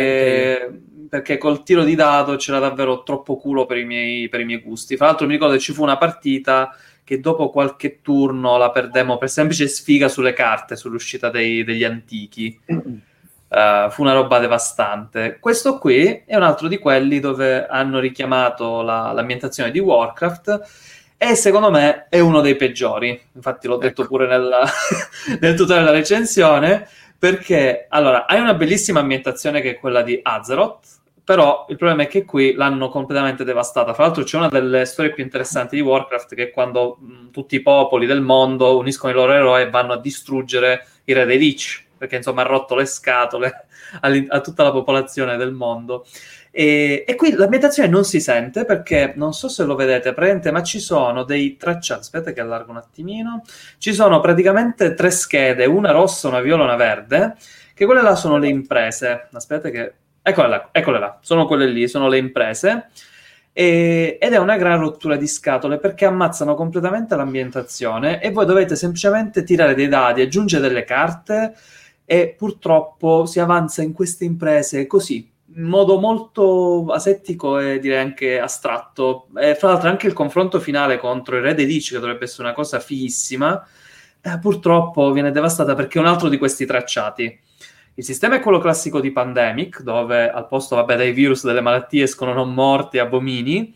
B: perché col tiro di dado c'era davvero troppo culo per i miei gusti. Fra l'altro mi ricordo che ci fu una partita che dopo qualche turno la perdemmo per semplice sfiga sulle carte, sull'uscita degli antichi. Fu una roba devastante. Questo qui è un altro di quelli dove hanno richiamato l'ambientazione di Warcraft e secondo me è uno dei peggiori. Infatti l'ho detto pure nel tutorial della recensione, perché allora hai una bellissima ambientazione che è quella di Azeroth, però il problema è che qui l'hanno completamente devastata. Fra l'altro c'è una delle storie più interessanti di Warcraft, che è quando tutti i popoli del mondo uniscono i loro eroi e vanno a distruggere i re dei Lich, perché insomma ha rotto le scatole a tutta la popolazione del mondo. E qui l'ambientazione non si sente, perché non so se lo vedete presente, ma ci sono dei tracciati. Aspetta che allargo un attimino. Ci sono praticamente 3 schede, una rossa, una viola e una verde, che quelle là sono le imprese. Aspetta che... Eccole là, sono quelle lì, sono le imprese, ed è una gran rottura di scatole perché ammazzano completamente l'ambientazione e voi dovete semplicemente tirare dei dadi, aggiungere delle carte e purtroppo si avanza in queste imprese così, in modo molto asettico e direi anche astratto. E fra l'altro anche il confronto finale contro il Re dei Lich, che dovrebbe essere una cosa fighissima, purtroppo viene devastata perché è un altro di questi tracciati. Il sistema è quello classico di Pandemic, dove al posto, vabbè, dei virus, delle malattie escono non morti, abomini,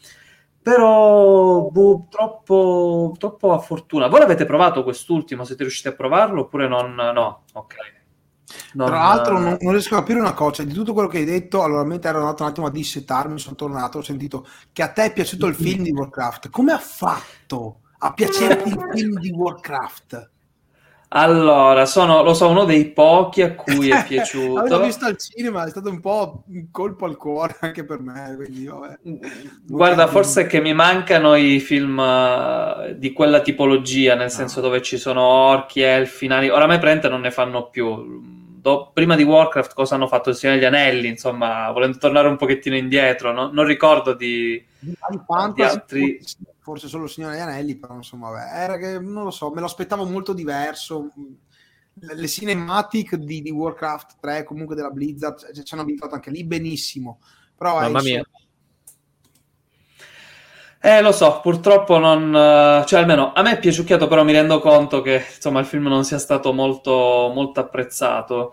B: però troppo a fortuna. Voi l'avete provato quest'ultimo? Siete riusciti a provarlo oppure non? No, ok.
D: Tra l'altro non riesco a capire una cosa, di tutto quello che hai detto. Allora, mentre ero andato un attimo a dissetarmi, sono tornato, ho sentito che a te è piaciuto il film di Warcraft. Come ha fatto a piacerti il film di Warcraft?
B: Allora, lo so, uno dei pochi a cui è piaciuto.
D: L'ho visto al cinema, è stato un po' un colpo al cuore anche per me, quindi vabbè.
B: Guarda, forse è che mi mancano i film di quella tipologia, nel senso dove ci sono orchi, elfi, nani. Oramai praticamente non ne fanno più. Prima di Warcraft cosa hanno fatto? Il Signore degli Anelli, insomma, volendo tornare un pochettino indietro, no? Non ricordo di altri...
D: Forse solo il Signore degli Anelli, però insomma, vabbè, era che, non lo so, me lo aspettavo molto diverso. Le cinematic di Warcraft 3, comunque della Blizzard, ci hanno abituato anche lì benissimo, però
C: mamma mia.
B: Lo so, purtroppo non... cioè almeno a me è piaciucchiato, però mi rendo conto che insomma il film non sia stato molto, molto apprezzato.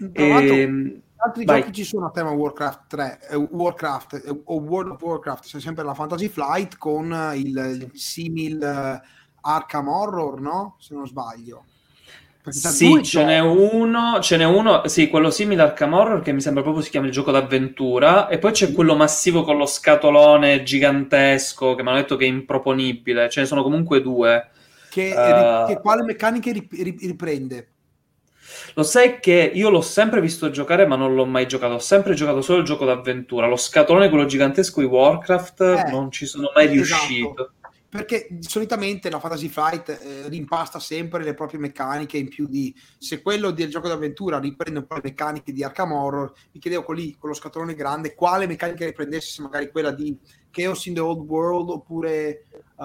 D: Altri giochi ci sono a tema Warcraft 3, Warcraft o World of Warcraft, c'è sempre la Fantasy Flight con il simil Arkham Horror, no? Se non sbaglio.
B: Sì, ce n'è uno, sì, quello simile Arkham Horror che mi sembra proprio si chiama il gioco d'avventura, e poi c'è quello massivo con lo scatolone gigantesco che mi hanno detto che è improponibile, ce ne sono comunque due.
D: Che quale meccaniche riprende?
B: Lo sai che io l'ho sempre visto giocare, ma non l'ho mai giocato. Ho sempre giocato solo il gioco d'avventura. Lo scatolone, quello gigantesco di Warcraft, non ci sono mai riuscito.
D: Perché solitamente la Fantasy Flight rimpasta sempre le proprie meccaniche in più di... Se quello del gioco d'avventura riprende un po' le meccaniche di Arkham Horror, mi chiedevo con lo scatolone grande quale meccanica riprendesse, se magari quella di Chaos in the Old World, oppure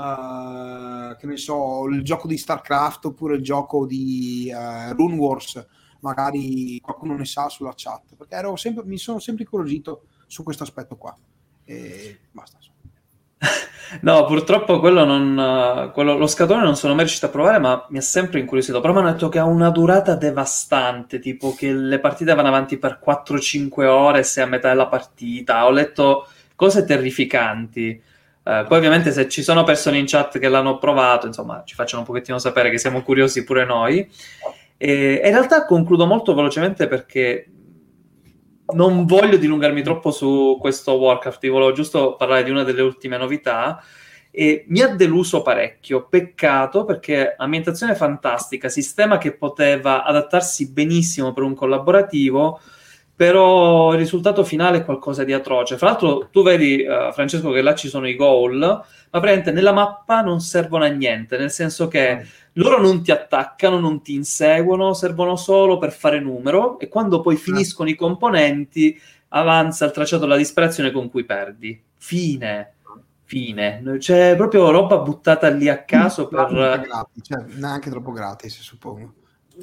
D: che ne so, il gioco di StarCraft, oppure il gioco di Rune Wars. Magari qualcuno ne sa sulla chat, perché mi sono sempre incuriosito su questo aspetto qua, e basta.
B: No, purtroppo lo scatolone non sono mai riuscito a provare, ma mi ha sempre incuriosito. Però mi hanno detto che ha una durata devastante, tipo che le partite vanno avanti per 4-5 ore se a metà della partita. Ho letto cose terrificanti. Poi ovviamente se ci sono persone in chat che l'hanno provato, insomma, ci facciano un pochettino sapere che siamo curiosi pure noi. E in realtà concludo molto velocemente perché non voglio dilungarmi troppo su questo Warcraft, ti volevo giusto parlare di una delle ultime novità, e mi ha deluso parecchio. Peccato, perché ambientazione fantastica, sistema che poteva adattarsi benissimo per un collaborativo, però il risultato finale è qualcosa di atroce. Fra l'altro tu vedi, Francesco, che là ci sono i goal, ma praticamente nella mappa non servono a niente, nel senso che loro non ti attaccano, non ti inseguono, servono solo per fare numero, e quando poi finiscono i componenti avanza il tracciato della disperazione con cui perdi. Fine. C'è proprio roba buttata lì a caso
D: neanche troppo gratis, suppongo.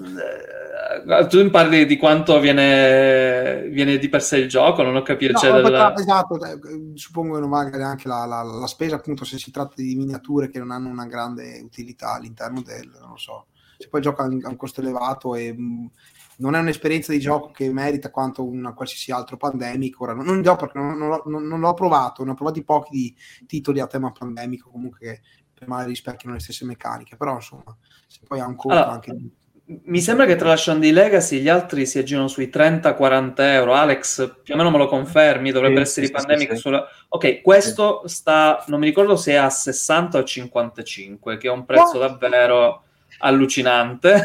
B: Tu parli di quanto viene di per sé il gioco, non ho capito.
D: Esatto, suppongo che non valga neanche la spesa, appunto, se si tratta di miniature che non hanno una grande utilità all'interno non lo so, se poi gioca a un costo elevato e non è un'esperienza di gioco che merita quanto un qualsiasi altro Pandemic. Ora non gioco perché non l'ho provato, ne ho provati pochi di titoli a tema pandemico comunque che per male rispecchiano le stesse meccaniche, però insomma se poi ha un costo anche di...
B: Mi sembra che tra la Shandy Legacy gli altri si aggirano sui 30-40 euro. Alex, più o meno me lo confermi? Dovrebbe essere di Pandemic. Sì. Ok, questo sta, non mi ricordo se è a 60 o 55, che è un prezzo davvero allucinante.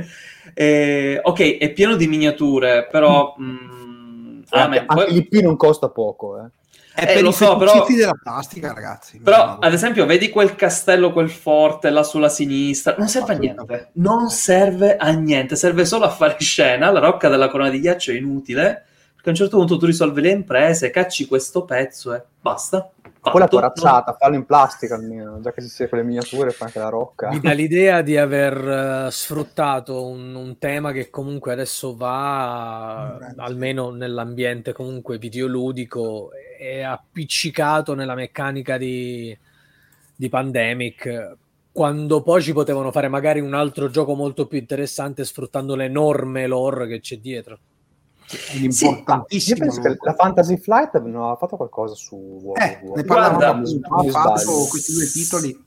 B: Ok, è pieno di miniature, però...
E: anche l'IP non costa poco,
D: È per
B: lo
D: i
B: so, però
D: della plastica, ragazzi.
B: Però, ad esempio, vedi quel castello, quel forte là sulla sinistra, non serve a niente. Non serve a niente, serve solo a fare scena. La rocca della corona di ghiaccio è inutile, perché a un certo punto tu risolvi le imprese, cacci questo pezzo e basta.
E: Poi la corazzata, fallo in plastica almeno, già che si sia con le miniature, fa anche la rocca.
C: Mi dà l'idea di aver sfruttato un tema che comunque adesso va, almeno nell'ambiente comunque videoludico, è appiccicato nella meccanica di Pandemic, quando poi ci potevano fare magari un altro gioco molto più interessante sfruttando l'enorme lore che c'è dietro.
D: Importantissimo.
E: Io penso che la Fantasy Flight non aveva fatto qualcosa su
D: ne parlavamo, ha fatto questi due titoli.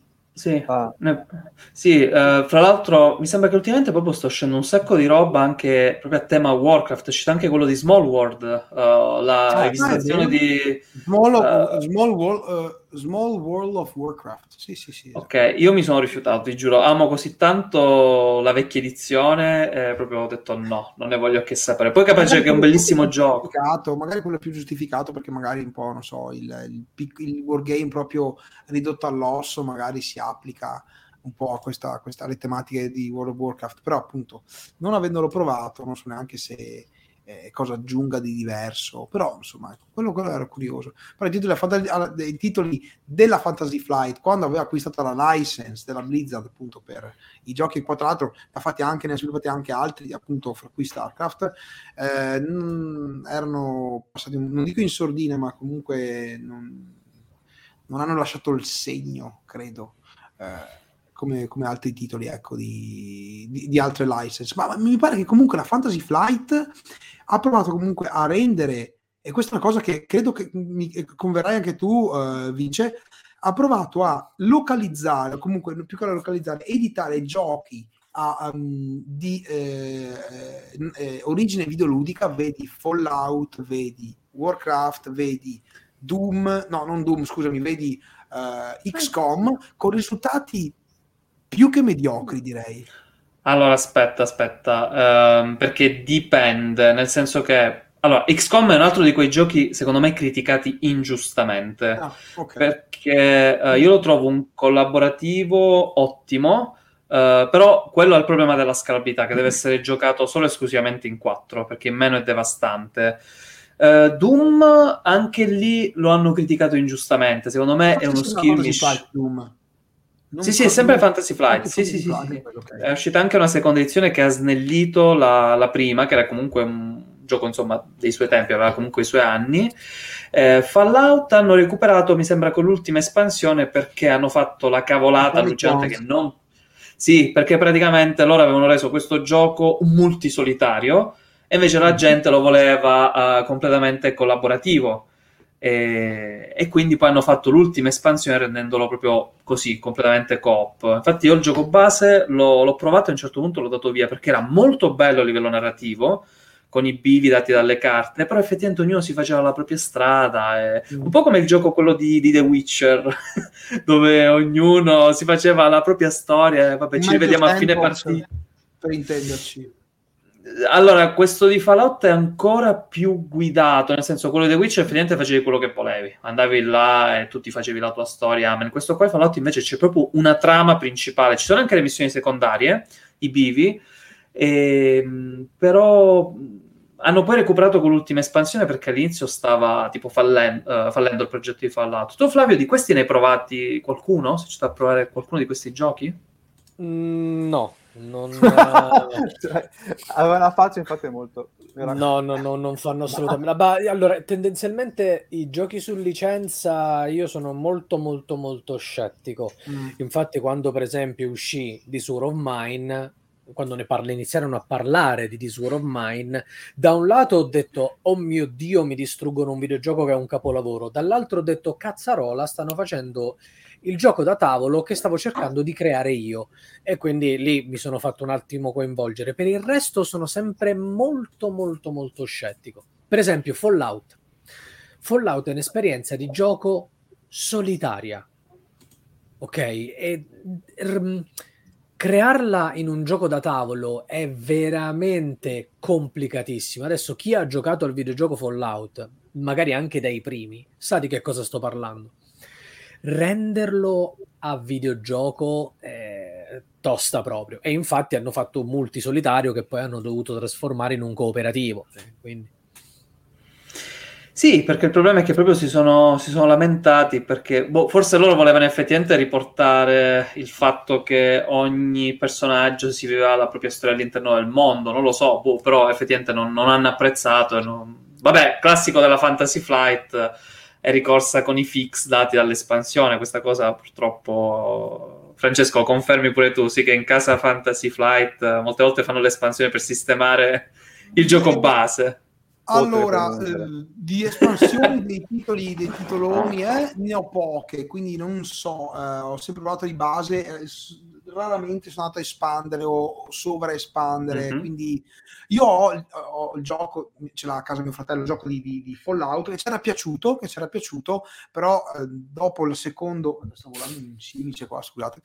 B: Sì, fra l'altro mi sembra che ultimamente proprio sto uscendo un sacco di roba anche proprio a tema Warcraft. È uscito anche quello di Small World, la rivisitazione di
D: Small World. Small World of Warcraft. Sì.
B: Ok, io mi sono rifiutato, ti giuro, amo così tanto la vecchia edizione, proprio ho detto no, non ne voglio che sapere. Poi capace che è un bellissimo gioco.
D: Magari quello più giustificato, perché magari un po', non so, il wargame proprio ridotto all'osso magari si applica un po' a alle tematiche di World of Warcraft, però appunto non avendolo provato non so neanche se cosa aggiunga di diverso, però insomma quello era curioso. Però i titoli della Fantasy Flight, quando aveva acquistato la license della Blizzard appunto per i giochi, poi tra l'altro ne ha sviluppati anche altri, appunto fra cui StarCraft, erano passati, non dico in sordina, ma comunque non hanno lasciato il segno, credo, come altri titoli, ecco, di altre license. Ma mi pare che comunque la Fantasy Flight ha provato comunque a rendere, e questa è una cosa che credo che mi converrai anche tu, Vince, ha provato a localizzare, comunque più che a localizzare, editare giochi di origine videoludica, vedi Fallout, vedi Warcraft, vedi Doom, no, non Doom, scusami, vedi XCOM, con risultati più che mediocri, direi.
B: Allora, aspetta, perché dipende, nel senso che... Allora, XCOM è un altro di quei giochi, secondo me, criticati ingiustamente, perché io lo trovo un collaborativo ottimo, però quello è il problema della scalabilità, che deve essere giocato solo e esclusivamente in 4, perché in meno è devastante. Doom, anche lì lo hanno criticato ingiustamente, secondo me è uno skirmish... Sì, è sempre Fantasy Flight. Sì. Okay. È uscita anche una seconda edizione che ha snellito la prima, che era comunque un gioco, insomma, dei suoi tempi, aveva comunque i suoi anni. Fallout hanno recuperato, mi sembra, con l'ultima espansione, perché hanno fatto la cavolata allucinante che non... Sì, perché praticamente loro avevano reso questo gioco un multisolitario e invece la gente lo voleva completamente collaborativo. E quindi poi hanno fatto l'ultima espansione rendendolo proprio così, completamente co-op. Infatti io il gioco base l'ho provato e a un certo punto l'ho dato via perché era molto bello a livello narrativo, con i bivi dati dalle carte, però effettivamente ognuno si faceva la propria strada, un po' come il gioco quello di The Witcher dove ognuno si faceva la propria storia, vabbè, ci rivediamo a fine partita,
D: per intenderci.
B: Allora, questo di Fallout è ancora più guidato, nel senso, quello di The Witcher effettivamente facevi quello che volevi, andavi là e tu ti facevi la tua storia. Ma in questo qua Fallout invece c'è proprio una trama principale, ci sono anche le missioni secondarie, i bivi, però hanno poi recuperato con l'ultima espansione perché all'inizio stava tipo fallendo il progetto di Fallout. Tu, Flavio, di questi ne hai provati qualcuno? Sei stato a provare qualcuno di questi giochi?
C: No. Non
E: aveva una faccia infatti molto
C: non fanno assolutamente allora, tendenzialmente i giochi su licenza io sono molto scettico. Infatti quando per esempio uscì This War of Mine, quando iniziarono a parlare di This War of Mine, da un lato ho detto oh mio Dio, mi distruggono un videogioco che è un capolavoro, dall'altro ho detto cazzarola, stanno facendo il gioco da tavolo che stavo cercando di creare io, e quindi lì mi sono fatto un attimo coinvolgere. Per il resto sono sempre molto scettico. Per esempio Fallout è un'esperienza di gioco solitaria, ok? E crearla in un gioco da tavolo è veramente complicatissimo. Adesso chi ha giocato al videogioco Fallout, magari anche dai primi, sa di che cosa sto parlando. Renderlo a videogioco tosta proprio, e infatti hanno fatto un multisolitario che poi hanno dovuto trasformare in un cooperativo, quindi
B: sì, perché il problema è che proprio si sono lamentati perché forse loro volevano effettivamente riportare il fatto che ogni personaggio si viveva la propria storia all'interno del mondo, non lo so, però effettivamente non hanno apprezzato vabbè, classico della Fantasy Flight, è ricorsa con i fix dati dall'espansione. Questa cosa purtroppo, Francesco, confermi pure tu, sì, che in casa Fantasy Flight molte volte fanno l'espansione per sistemare il gioco base.
D: Allora, di espansioni dei titoloni ne ho poche, quindi non so, ho sempre provato di base, raramente sono andato a espandere o sovraespandere, quindi io ho il gioco, ce l'ha a casa mio fratello, il gioco di Fallout, che c'era piaciuto, però dopo il secondo, sto volando in cimice qua, scusate,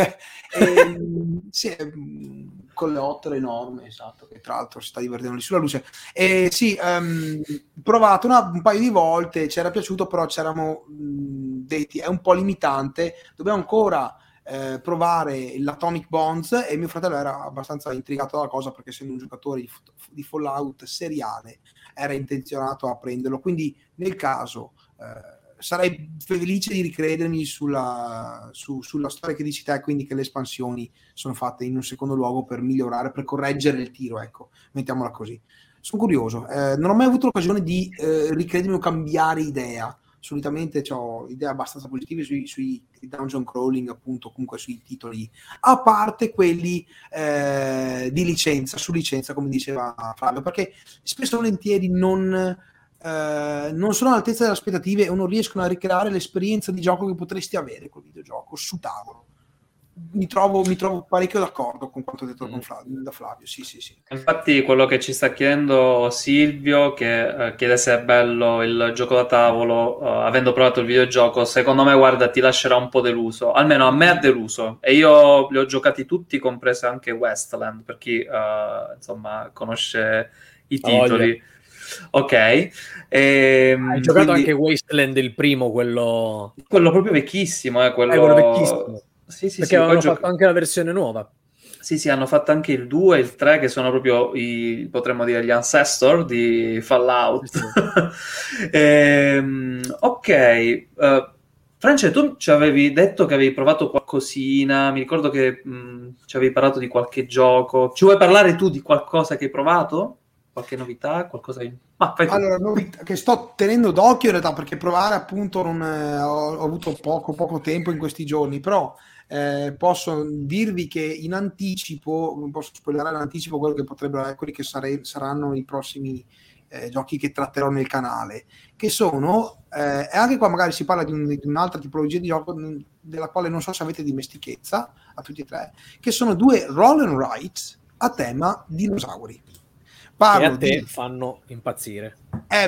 D: sì, con le ottore enorme, esatto, che tra l'altro si sta divertendo lì sulla luce, sì, provato un paio di volte, c'era piaciuto, però c'erano detti, è un po' limitante, dobbiamo ancora provare l'Atomic Bonds, e mio fratello era abbastanza intrigato dalla cosa, perché essendo un giocatore di Fallout seriale era intenzionato a prenderlo, quindi nel caso sarei felice di ricredermi sulla storia che dici te, quindi che le espansioni sono fatte in un secondo luogo per migliorare, per correggere il tiro, ecco, mettiamola così. Sono curioso, non ho mai avuto l'occasione di ricredermi o cambiare idea. Solitamente ho idee abbastanza positive sui dungeon crawling, appunto, comunque sui titoli, a parte quelli di licenza, su licenza, come diceva Flavio, perché spesso e volentieri non sono all'altezza delle aspettative o non riescono a ricreare l'esperienza di gioco che potresti avere col videogioco su tavolo. Mi trovo parecchio d'accordo con quanto detto da Flavio, sì.
B: Infatti quello che ci sta chiedendo Silvio, che chiede se è bello il gioco da tavolo, avendo provato il videogioco, secondo me, guarda, ti lascerà un po' deluso, almeno a me ha deluso, e io li ho giocati tutti, compreso anche Westland, per chi insomma conosce i titoli. Ok,
C: hai giocato anche Wasteland, il primo, quello
B: proprio vecchissimo,
C: quello vecchissimo.
B: Sì,
C: perché avevano fatto anche la versione nuova.
B: Sì, hanno fatto anche il 2 e il 3, che sono proprio potremmo dire, gli ancestor di Fallout. Sì. Ok, France, tu ci avevi detto che avevi provato qualcosina, mi ricordo che ci avevi parlato di qualche gioco. Ci vuoi parlare tu di qualcosa che hai provato? Qualche novità? Qualcosa in...
D: Allora, novità che sto tenendo d'occhio in realtà, perché provare appunto ho avuto poco tempo in questi giorni, però posso dirvi che in anticipo, posso spoilerare in anticipo quello che potrebbero, quelli che saranno i prossimi giochi che tratterò nel canale, che sono, e anche qua magari si parla di un'altra tipologia di gioco della quale non so se avete dimestichezza, a tutti e tre, che sono due roll and rides a tema dinosauri.
C: Che a te fanno impazzire.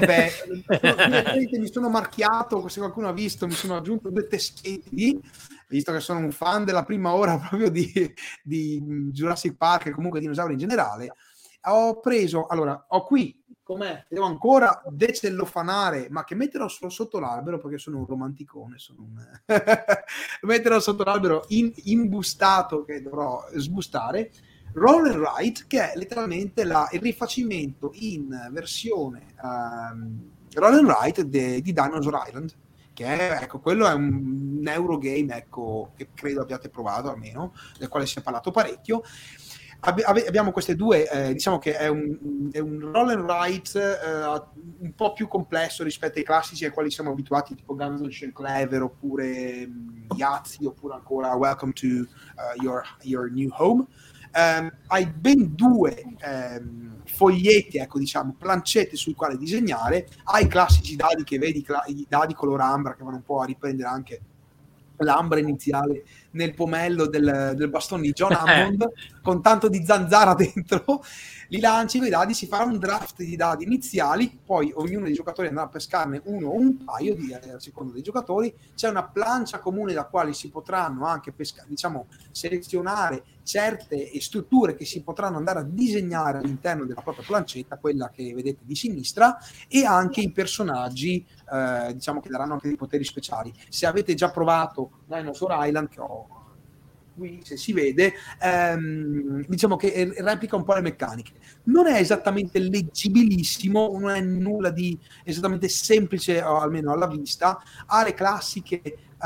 D: Mi sono marchiato, se qualcuno ha visto, mi sono aggiunto 2 teschetti, visto che sono un fan della prima ora proprio di Jurassic Park e comunque dinosauri in generale. Ho qui, com'è? Devo ancora decellofanare, ma che metterò sotto l'albero, perché sono un romanticone, metterò sotto l'albero imbustato, che dovrò sbustare. Roll and Write, che è letteralmente il rifacimento in versione Roll and Write di Dinosaur Island, che è, ecco, quello è un Eurogame, ecco, che credo abbiate provato almeno, del quale si è parlato parecchio. Abbiamo queste due, diciamo che è un Roll and Write un po' più complesso rispetto ai classici ai quali siamo abituati, tipo Guns N' Clever, oppure Yahtzee, oppure ancora Welcome to your New Home. Hai ben 2 foglietti, ecco, diciamo, plancette sui quali disegnare. Hai i classici dadi che vedi, i dadi color ambra, che vanno un po' a riprendere anche l'ambra iniziale nel pomello del bastone di John Hammond, con tanto di zanzara dentro. Li lanci quei dadi, si farà un draft di dadi iniziali, poi ognuno dei giocatori andrà a pescarne uno o un paio a seconda dei giocatori. C'è una plancia comune da quale si potranno anche selezionare certe strutture che si potranno andare a disegnare all'interno della propria plancetta, quella che vedete di sinistra, e anche i personaggi diciamo che daranno anche dei poteri speciali. Se avete già provato Dinosaur Island, che ho qui, se si vede, diciamo che replica un po' le meccaniche. Non è esattamente leggibilissimo, non è nulla di esattamente semplice, o almeno alla vista. Ha le classiche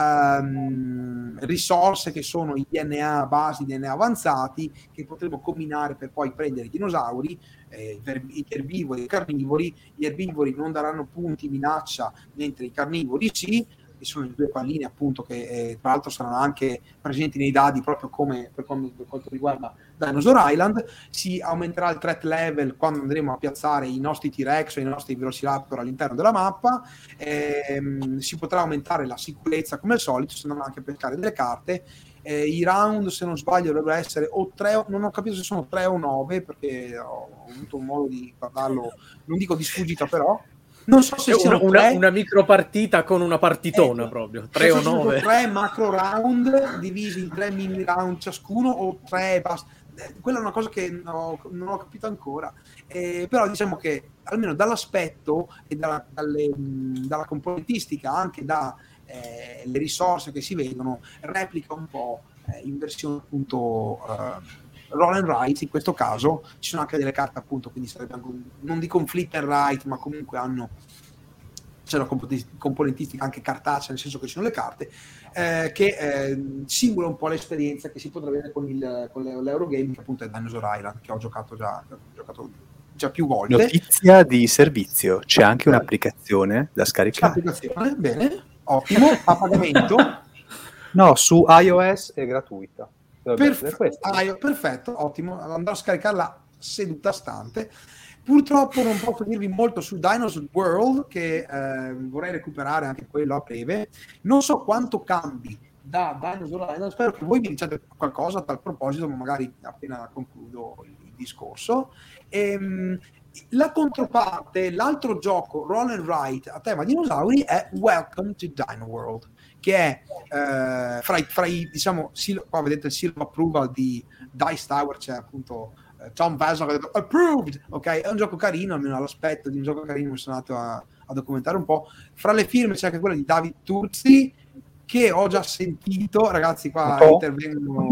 D: risorse che sono i DNA basi, DNA avanzati, che potremo combinare per poi prendere i dinosauri, i erbivori e i carnivori. Gli erbivori non daranno punti minaccia, mentre i carnivori sì. Sono le 2 palline, appunto, che tra l'altro saranno anche presenti nei dadi, proprio come per quanto riguarda Dinosaur Island. Si aumenterà il threat level quando andremo a piazzare i nostri T-Rex o i nostri Velociraptor all'interno della mappa. Si potrà aumentare la sicurezza come al solito, si andranno anche a pescare delle carte. I round, se non sbaglio, dovrebbero essere o 3, non ho capito se sono 3 o 9, perché ho avuto modo di guardarlo, non dico di sfuggita, però non so se siano
C: una micro partita con una partitona, proprio 3 o 9,
D: 3 macro round divisi in 3 mini round ciascuno, o 3 basta. Quella è una cosa che non ho capito ancora, però diciamo che almeno dall'aspetto e dalla componentistica, anche da le risorse che si vedono, replica un po' in versione appunto roll and write. In questo caso ci sono anche delle carte, appunto, quindi sarebbe anche non dico un flip and write, ma comunque c'è una componentistica anche cartacea, nel senso che ci sono le carte che simula un po' l'esperienza che si potrà avere con l'Eurogame, che appunto è Dinosaur Island, che ho giocato già più volte.
G: Notizia di servizio, c'è anche un'applicazione da scaricare.
D: L'applicazione, bene, ottimo, a pagamento.
E: No, su iOS è gratuita.
D: Perfetto, ottimo, andrò a scaricarla seduta stante. Purtroppo non posso dirvi molto su Dinosaur World, che vorrei recuperare anche quello a breve. Non so quanto cambi da Dinosaur Island, spero che voi mi diciate qualcosa a tal proposito, magari appena concludo il discorso. La controparte, l'altro gioco, Roll and Write, a tema dinosauri, è Welcome to Dino World, che è fra i diciamo, qua vedete il seal of approval di Dice Tower, c'è appunto Tom Vasson che ha detto approved, ok, è un gioco carino, almeno all'aspetto di un gioco carino, mi sono andato a documentare un po'. Fra le firme c'è anche quella di David Turzi, che ho già sentito, ragazzi, qua intervengono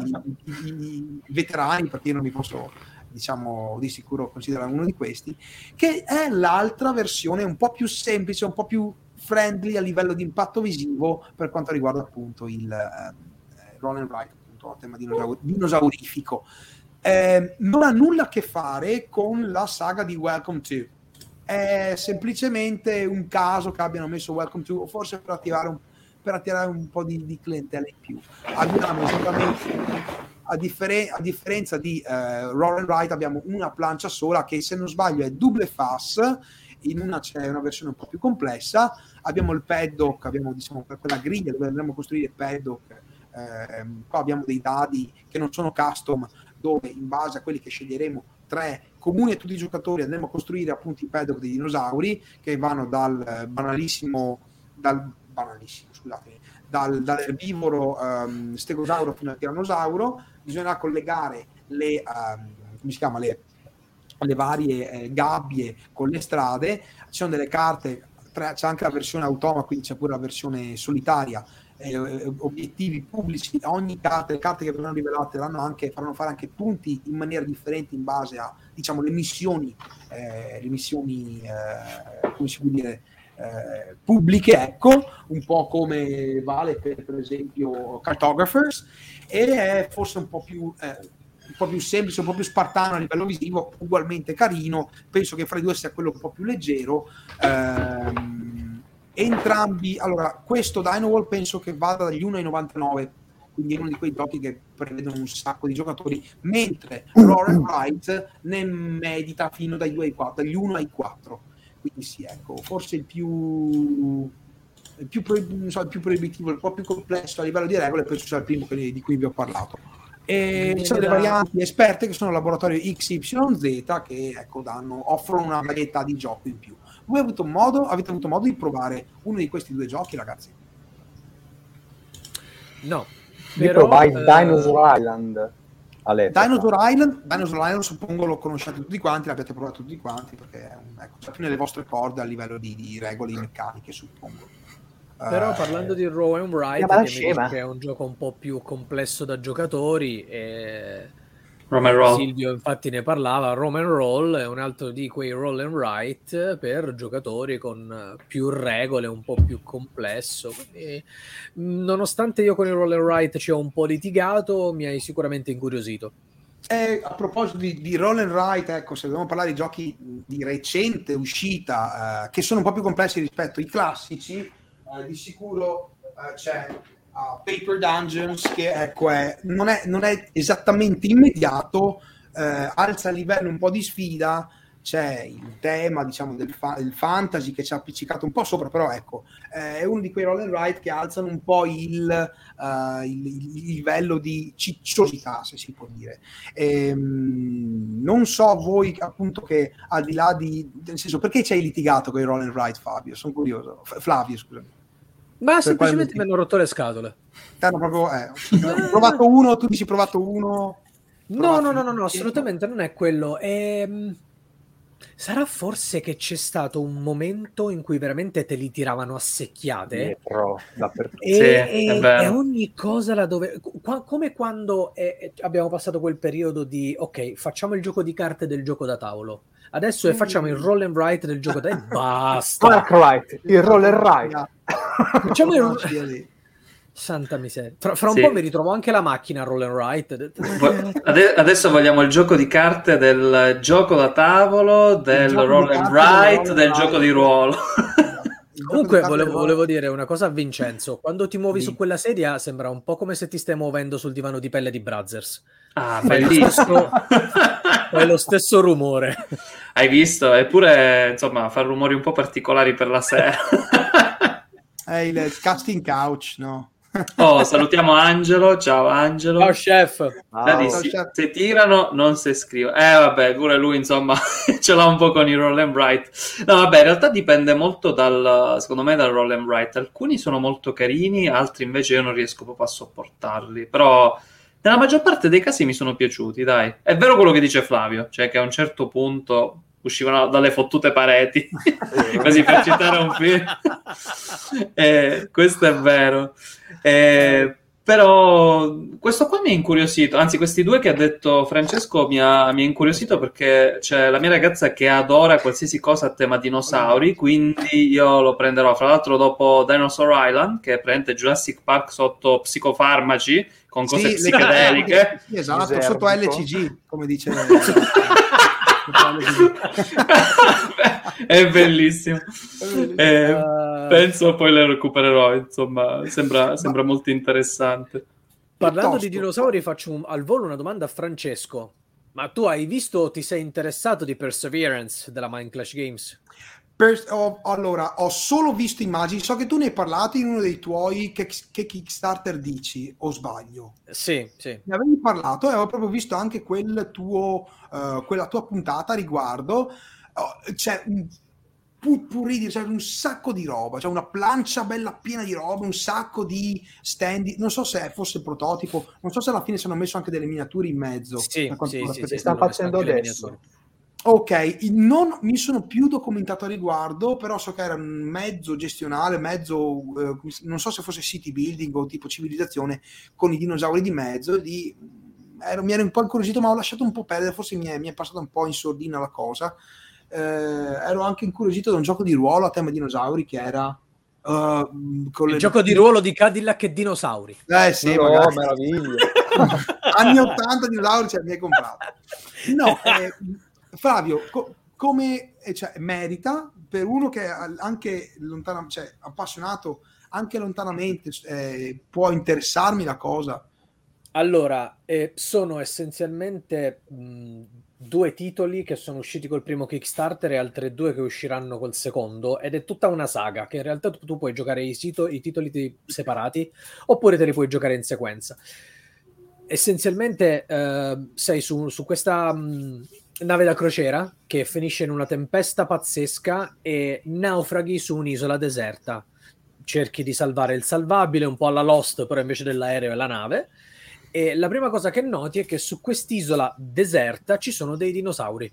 D: i veterani, perché io non mi posso, diciamo, di sicuro considerare uno di questi, che è l'altra versione un po' più semplice, un po' più friendly a livello di impatto visivo per quanto riguarda appunto il roll and write, appunto a tema dinosaurifico. Non ha nulla a che fare con la saga di Welcome to, è semplicemente un caso che abbiano messo Welcome to, o forse per attirare un po' di clientela in più. Abbiamo esattamente, a differenza di Roll and Write, abbiamo una plancia sola che, se non sbaglio, è double face. In una c'è una versione un po' più complessa, abbiamo il paddock, abbiamo, diciamo, quella griglia dove andremo a costruire il paddock. Qua abbiamo dei dadi che non sono custom, dove in base a quelli che sceglieremo, 3 comuni a tutti i giocatori, andremo a costruire appunto i paddock dei dinosauri, che vanno dall'erbivoro stegosauro fino al tirannosauro. Bisognerà collegare le varie gabbie con le strade. Ci sono delle carte, c'è anche la versione automa, quindi c'è pure la versione solitaria, obiettivi pubblici. Ogni le carte che verranno rivelate faranno fare anche punti in maniera differente in base a, diciamo, le missioni come si può dire, pubbliche, ecco, un po' come vale per esempio Cartographers, e è forse un po' più semplice, un po' più spartano a livello visivo, ugualmente carino. Penso che fra i due sia quello un po' più leggero. Entrambi, allora, questo Dino World penso che vada dagli 1 ai 99, quindi è uno di quei giochi che prevedono un sacco di giocatori, mentre Roll and Write ne medita fino dagli 2 ai 4, dagli 1 ai 4. Quindi sì, ecco, forse il più proibitivo, un po' più complesso a livello di regole, penso sia il primo di cui vi ho parlato. E ci sono le varianti esperte che sono il laboratorio XYZ, che, ecco, offrono una varietà di giochi in più. Voi avete avuto modo di provare uno di questi due giochi, ragazzi?
E: No. Io provai Dinosaur Island.
D: Dinosaur Island suppongo lo conosciate tutti quanti, l'abbiate provato tutti quanti, perché ecco, più nelle vostre corde a livello di regole meccaniche, suppongo.
C: Però parlando di Roll and Write, che è un gioco un po' più complesso da giocatori, Silvio infatti ne parlava. Roll and Roll è un altro di quei Roll and Write per giocatori con più regole, un po' più complesso. Quindi, nonostante io con il Roll and Write ci ho un po' litigato, mi hai sicuramente incuriosito.
D: A proposito di Roll and Write, ecco, se dobbiamo parlare di giochi di recente uscita che sono un po' più complessi rispetto ai classici, di sicuro c'è Paper Dungeons, che ecco non è esattamente immediato, alza il livello un po' di sfida, c'è il tema, diciamo, del fantasy che ci ha appiccicato un po' sopra, però ecco, è uno di quei roll and ride che alzano un po' il livello di cicciosità, se si può dire. Non so voi, appunto, che al di là nel senso, perché ci hai litigato con i roll and ride, Fabio? Sono curioso. Flavio, scusami.
C: Ma semplicemente mi hanno rotto le scatole.
D: Hanno proprio, ho provato uno, tu dici provato uno.
C: No, assolutamente non è quello. Sarà forse che c'è stato un momento in cui veramente te li tiravano a secchiate e ogni cosa là dove come quando abbiamo passato quel periodo di ok, facciamo il gioco di carte del gioco da tavolo, adesso facciamo il roll and write del gioco da tavolo, basta.
E: Il roll and write.
C: Facciamo il santa miseria. Fra un po' mi ritrovo anche la macchina roll and write.
B: Adesso vogliamo il gioco di carte del gioco da tavolo, del roll and write, del gioco di ruolo.
C: Comunque volevo dire una cosa a Vincenzo: quando ti muovi su quella sedia sembra un po' come se ti stai muovendo sul divano di pelle di Brothers.
B: Bellissimo.
C: È lo stesso rumore.
B: Hai visto? Eppure insomma fa rumori un po' particolari per la sera.
D: È il casting couch, no?
B: Salutiamo Angelo. Ciao Angelo.
C: Ciao chef.
B: Se tirano non si scrive. Vabbè, pure lui insomma ce l'ha un po' con i roll and write. No, vabbè, in realtà dipende molto secondo me dal roll and write. Alcuni sono molto carini, altri invece io non riesco proprio a sopportarli. Però nella maggior parte dei casi mi sono piaciuti, dai. È vero quello che dice Flavio, cioè che a un certo punto uscivano dalle fottute pareti, così per citare un film. Questo è vero. Però questo qua mi ha incuriosito, anzi questi due che ha detto Francesco mi ha incuriosito, perché c'è la mia ragazza che adora qualsiasi cosa a tema dinosauri, quindi io lo prenderò. Fra l'altro dopo Dinosaur Island, che prende Jurassic Park sotto psicofarmaci, con cose psichedeliche.
D: Sì, esatto, sotto LCG, come dice...
B: È bellissimo. Penso poi le recupererò, insomma sembra molto interessante.
C: Parlando di dinosauri, faccio al volo una domanda a Francesco: ma tu hai visto o ti sei interessato di Perseverance della Mind Clash Games?
D: Allora, ho solo visto immagini, so che tu ne hai parlato in uno dei tuoi che Kickstarter dici, o sbaglio?
C: Sì.
D: Ne avevi parlato e avevo proprio visto anche quella tua puntata a riguardo. C'è c'è un sacco di roba, c'è una plancia bella piena di roba, un sacco di stand, non so se fosse il prototipo, non so se alla fine si hanno messo anche delle miniature in mezzo.
E: Sì, stanno facendo adesso.
D: Ok, non mi sono più documentato a riguardo, però so che era un mezzo gestionale, non so se fosse city building o tipo civilizzazione con i dinosauri di mezzo. Mi ero un po' incuriosito, ma ho lasciato un po' perdere, forse mi è passata un po' in sordina la cosa. Ero anche incuriosito da un gioco di ruolo a tema dinosauri che era...
C: il gioco di ruolo di Cadillac e dinosauri.
D: Sì,
E: magari. Meraviglia.
D: Anni 80 dinosauri, mi hai comprato. No, Flavio, come merita per uno che anche appassionato anche lontanamente, può interessarmi la cosa?
C: Allora, sono essenzialmente due titoli che sono usciti col primo Kickstarter e altre due che usciranno col secondo, ed è tutta una saga che in realtà tu puoi giocare i titoli separati oppure te li puoi giocare in sequenza. Essenzialmente sei su questa nave da crociera che finisce in una tempesta pazzesca e naufraghi su un'isola deserta. Cerchi di salvare il salvabile, un po' alla Lost, però invece dell'aereo è la nave. E la prima cosa che noti è che su quest'isola deserta ci sono dei dinosauri.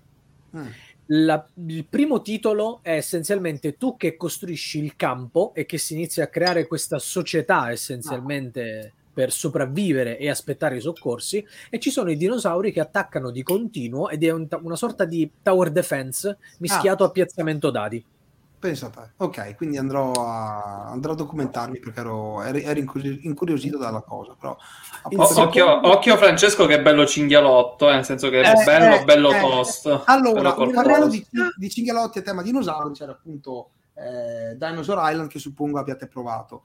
C: Il primo titolo è essenzialmente tu che costruisci il campo e che si inizia a creare questa società essenzialmente per sopravvivere e aspettare i soccorsi, e ci sono i dinosauri che attaccano di continuo ed è una sorta di tower defense mischiato a piazzamento dadi.
D: Pensa a te. Ok, quindi andrò a documentarmi perché ero incuriosito dalla cosa. Però
B: occhio Francesco, che è bello cinghialotto, nel senso che è bello tosto.
D: Allora, parlando di cinghialotti a tema dinosauri, c'era appunto Dinosaur Island, che suppongo abbiate provato.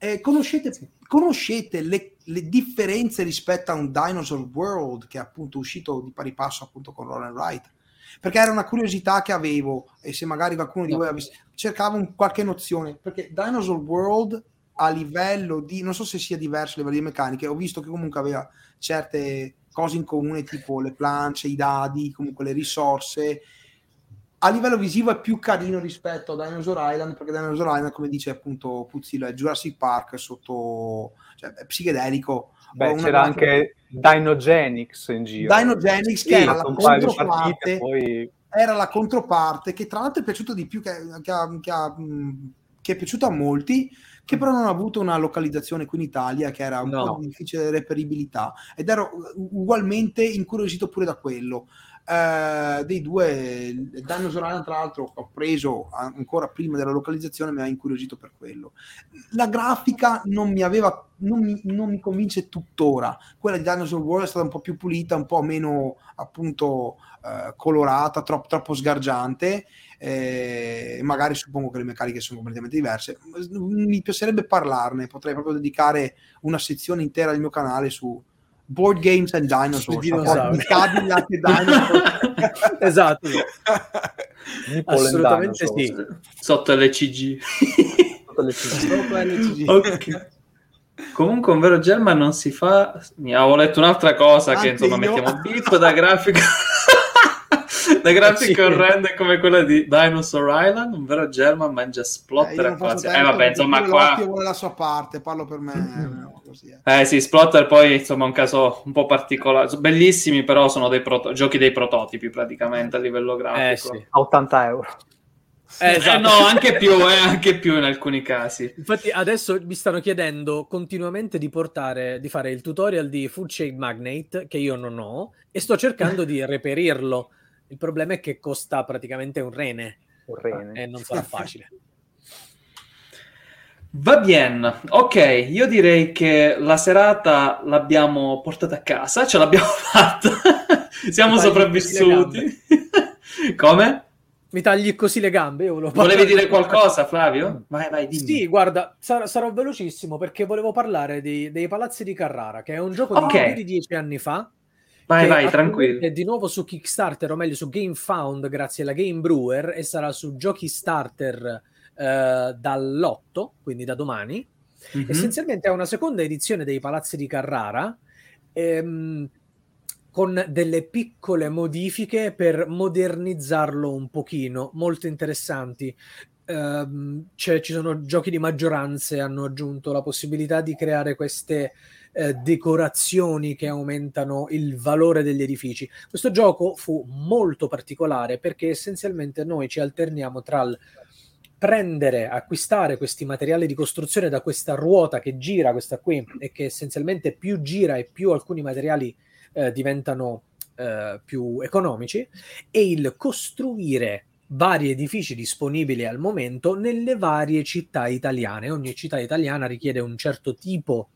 D: Conoscete le differenze rispetto a un Dinosaur World che è appunto uscito di pari passo appunto con Roll and Write? perché era una curiosità che avevo, e se magari qualcuno di voi cercava qualche nozione, perché Dinosaur World a livello di, non so se sia diverso a livello di meccaniche, ho visto che comunque aveva certe cose in comune, tipo le planche, i dadi, comunque le risorse. A livello visivo è più carino rispetto a Dinosaur Island, perché Dinosaur Island, come dice appunto Puzzillo, è Jurassic Park sotto, cioè è psichedelico.
E: Beh, c'era anche Dinogenix in giro.
D: Dinogenix, che era la controparte, era la controparte, che tra l'altro è piaciuto di più, che è piaciuto a molti, che però non ha avuto una localizzazione qui in Italia, che era un po' di difficile reperibilità, ed ero ugualmente incuriosito pure da quello. Dei due, Dinosaur Island tra l'altro ho preso ancora prima della localizzazione, mi ha incuriosito per quello. La grafica non mi convince tuttora. Quella di Dinosaur World è stata un po' più pulita, un po' meno appunto colorata, troppo sgargiante. Magari suppongo che le meccaniche sono completamente diverse. Mi piacerebbe parlarne, potrei proprio dedicare una sezione intera del mio canale su Board Games and Dinosaurs, Cadillac e Dinosaur.
C: Esatto. Assolutamente sì.
B: Sotto LCG. Okay. Comunque un vero German non si fa. Avevo letto un'altra cosa, anche che insomma mettiamo bip da grafica. Le grafiche orrende come quella di Dinosaur Island, un vero German mangia Splotter a quasi. Vabbè, insomma, qua
D: vuole la sua parte, parlo per me. Così,
B: sì, Splotter poi insomma è un caso un po' particolare. Sono bellissimi, però sono giochi dei prototipi praticamente a livello grafico.
E: Sì. A 80 euro.
C: Esatto.
B: No, anche più in alcuni casi.
C: Infatti adesso mi stanno chiedendo continuamente di fare il tutorial di Food Shade Magnate, che io non ho, e sto cercando di reperirlo. Il problema è che costa praticamente un rene. E non sarà facile.
B: Va bene, ok, io direi che la serata l'abbiamo portata a casa, ce l'abbiamo fatta, siamo sopravvissuti. Come?
C: Mi tagli così le gambe? Io
B: Volevi dire qualcosa, Flavio? Vai, dimmi.
C: Sì, guarda, sarò velocissimo, perché volevo parlare dei Palazzi di Carrara, che è un gioco di più di 10 anni fa.
B: Vai, tranquillo.
C: È di nuovo su Kickstarter, o meglio su GameFound, grazie alla Game Brewer, e sarà su Giochi Starter dall'8, quindi da domani. Mm-hmm. Essenzialmente è una seconda edizione dei Palazzi di Carrara, con delle piccole modifiche per modernizzarlo un pochino, molto interessanti. Ci sono giochi di maggioranze, hanno aggiunto la possibilità di creare queste decorazioni che aumentano il valore degli edifici. Questo gioco fu molto particolare perché essenzialmente noi ci alterniamo tra il acquistare questi materiali di costruzione da questa ruota che gira, questa qui, e che essenzialmente più gira e più alcuni materiali diventano più economici, e il costruire vari edifici disponibili al momento nelle varie città italiane. Ogni città italiana richiede un certo tipo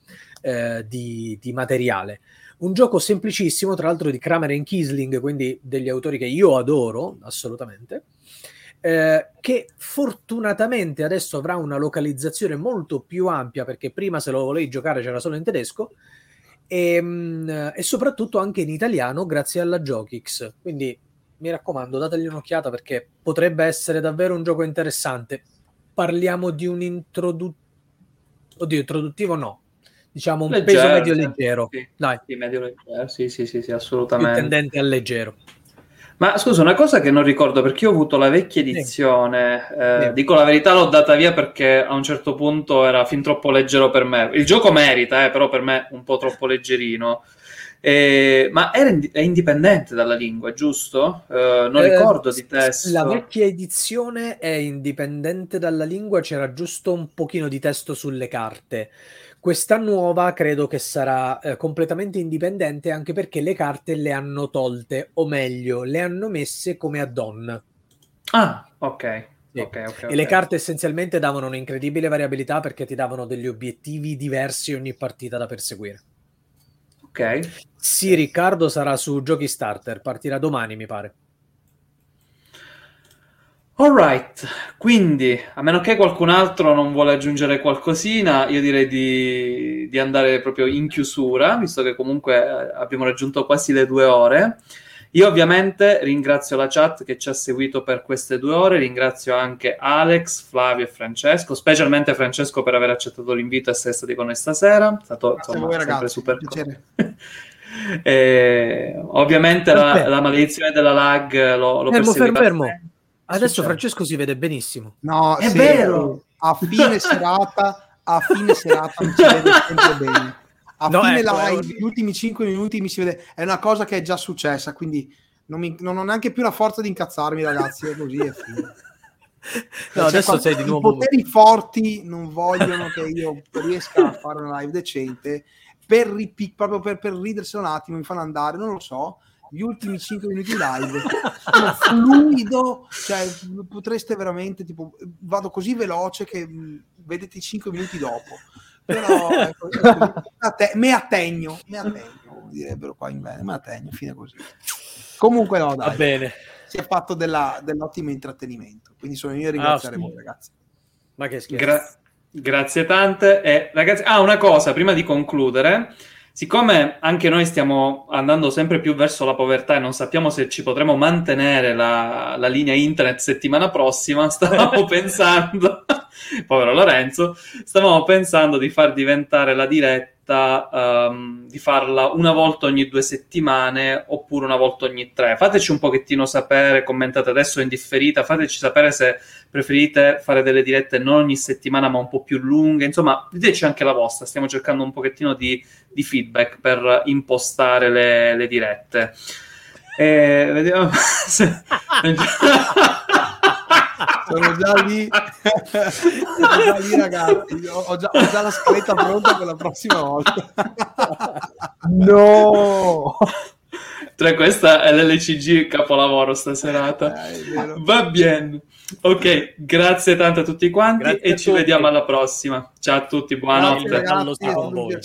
C: di materiale. Un gioco semplicissimo, tra l'altro di Kramer e Kiesling, quindi degli autori che io adoro assolutamente, che fortunatamente adesso avrà una localizzazione molto più ampia, perché prima, se lo volevi giocare, c'era solo in tedesco, e soprattutto anche in italiano grazie alla Jockix. Quindi mi raccomando, dategli un'occhiata, perché potrebbe essere davvero un gioco interessante. Parliamo di un introduttivo no, diciamo un leggero, peso medio leggero.
B: Sì,
C: dai.
B: Sì, medio leggero. Sì, assolutamente.
C: Più tendente al leggero.
B: Ma scusa, una cosa che non ricordo, perché io ho avuto la vecchia edizione, dico la verità, l'ho data via perché a un certo punto era fin troppo leggero per me. Il gioco merita, però per me un po' troppo leggerino. Ma è indipendente dalla lingua, giusto? Non ricordo di testo.
C: La vecchia edizione è indipendente dalla lingua, c'era giusto un pochino di testo sulle carte. Questa nuova credo che sarà completamente indipendente, anche perché le carte le hanno tolte, o meglio, le hanno messe come add-on.
B: Ah, ok.
C: Sì.
B: Okay.
C: E le carte essenzialmente davano un'incredibile variabilità, perché ti davano degli obiettivi diversi ogni partita da perseguire.
B: Ok.
C: Sì, Riccardo sarà su Giochi Starter, partirà domani, mi pare.
B: Alright, quindi a meno che qualcun altro non vuole aggiungere qualcosina, io direi di andare proprio in chiusura, visto che comunque abbiamo raggiunto quasi le 2 ore. Io ovviamente ringrazio la chat che ci ha seguito per queste 2 ore, ringrazio anche Alex, Flavio e Francesco, specialmente Francesco per aver accettato l'invito e essere stati con noi stasera. È stato
D: Grazie a voi, ragazzi,
B: super
D: piacere.
B: Ovviamente la maledizione della lag lo perseguita.
C: Fermo. Adesso Francesco si vede benissimo.
D: No,
B: è vero.
D: A fine serata mi si vede sempre bene. A fine live, gli ultimi 5 minuti mi si vede. È una cosa che è già successa, quindi non ho neanche più la forza di incazzarmi, ragazzi. È così, è fine.
C: No, adesso sei di nuovo.
D: I poteri forti non vogliono che io riesca a fare una live decente. Proprio per ridersene un attimo, mi fanno andare, non lo so. Gli ultimi 5 minuti di live sono fluido, cioè potreste veramente, tipo, vado così veloce che vedete i 5 minuti dopo, però ecco, me attegno, direbbero qua in bene, me attegno, fine così. Comunque no, dai,
C: va bene,
D: si è fatto dell'ottimo intrattenimento, quindi sono io a ringraziare voi, ragazzi.
C: Ma che scherzo.
B: Grazie tante. E ragazzi, una cosa prima di concludere. Siccome anche noi stiamo andando sempre più verso la povertà e non sappiamo se ci potremo mantenere la linea internet settimana prossima, stavamo pensando, povero Lorenzo, stavamo pensando di far diventare la diretta, di farla una volta ogni 2 settimane oppure una volta ogni 3. Fateci un pochettino sapere, commentate adesso in differita, fateci sapere se preferite fare delle dirette non ogni settimana ma un po' più lunghe, insomma diteci anche la vostra, stiamo cercando un pochettino di feedback per impostare le dirette. Vediamo se...
D: Sono già lì, ragazzi. Ho già la scaletta pronta per la prossima volta.
E: No!
B: Questa è l'LCG capolavoro sta serata. Va bene. Ok, grazie tanto a tutti quanti e ci vediamo alla prossima. Ciao a tutti, buonanotte.
C: Ragazzi, con voi.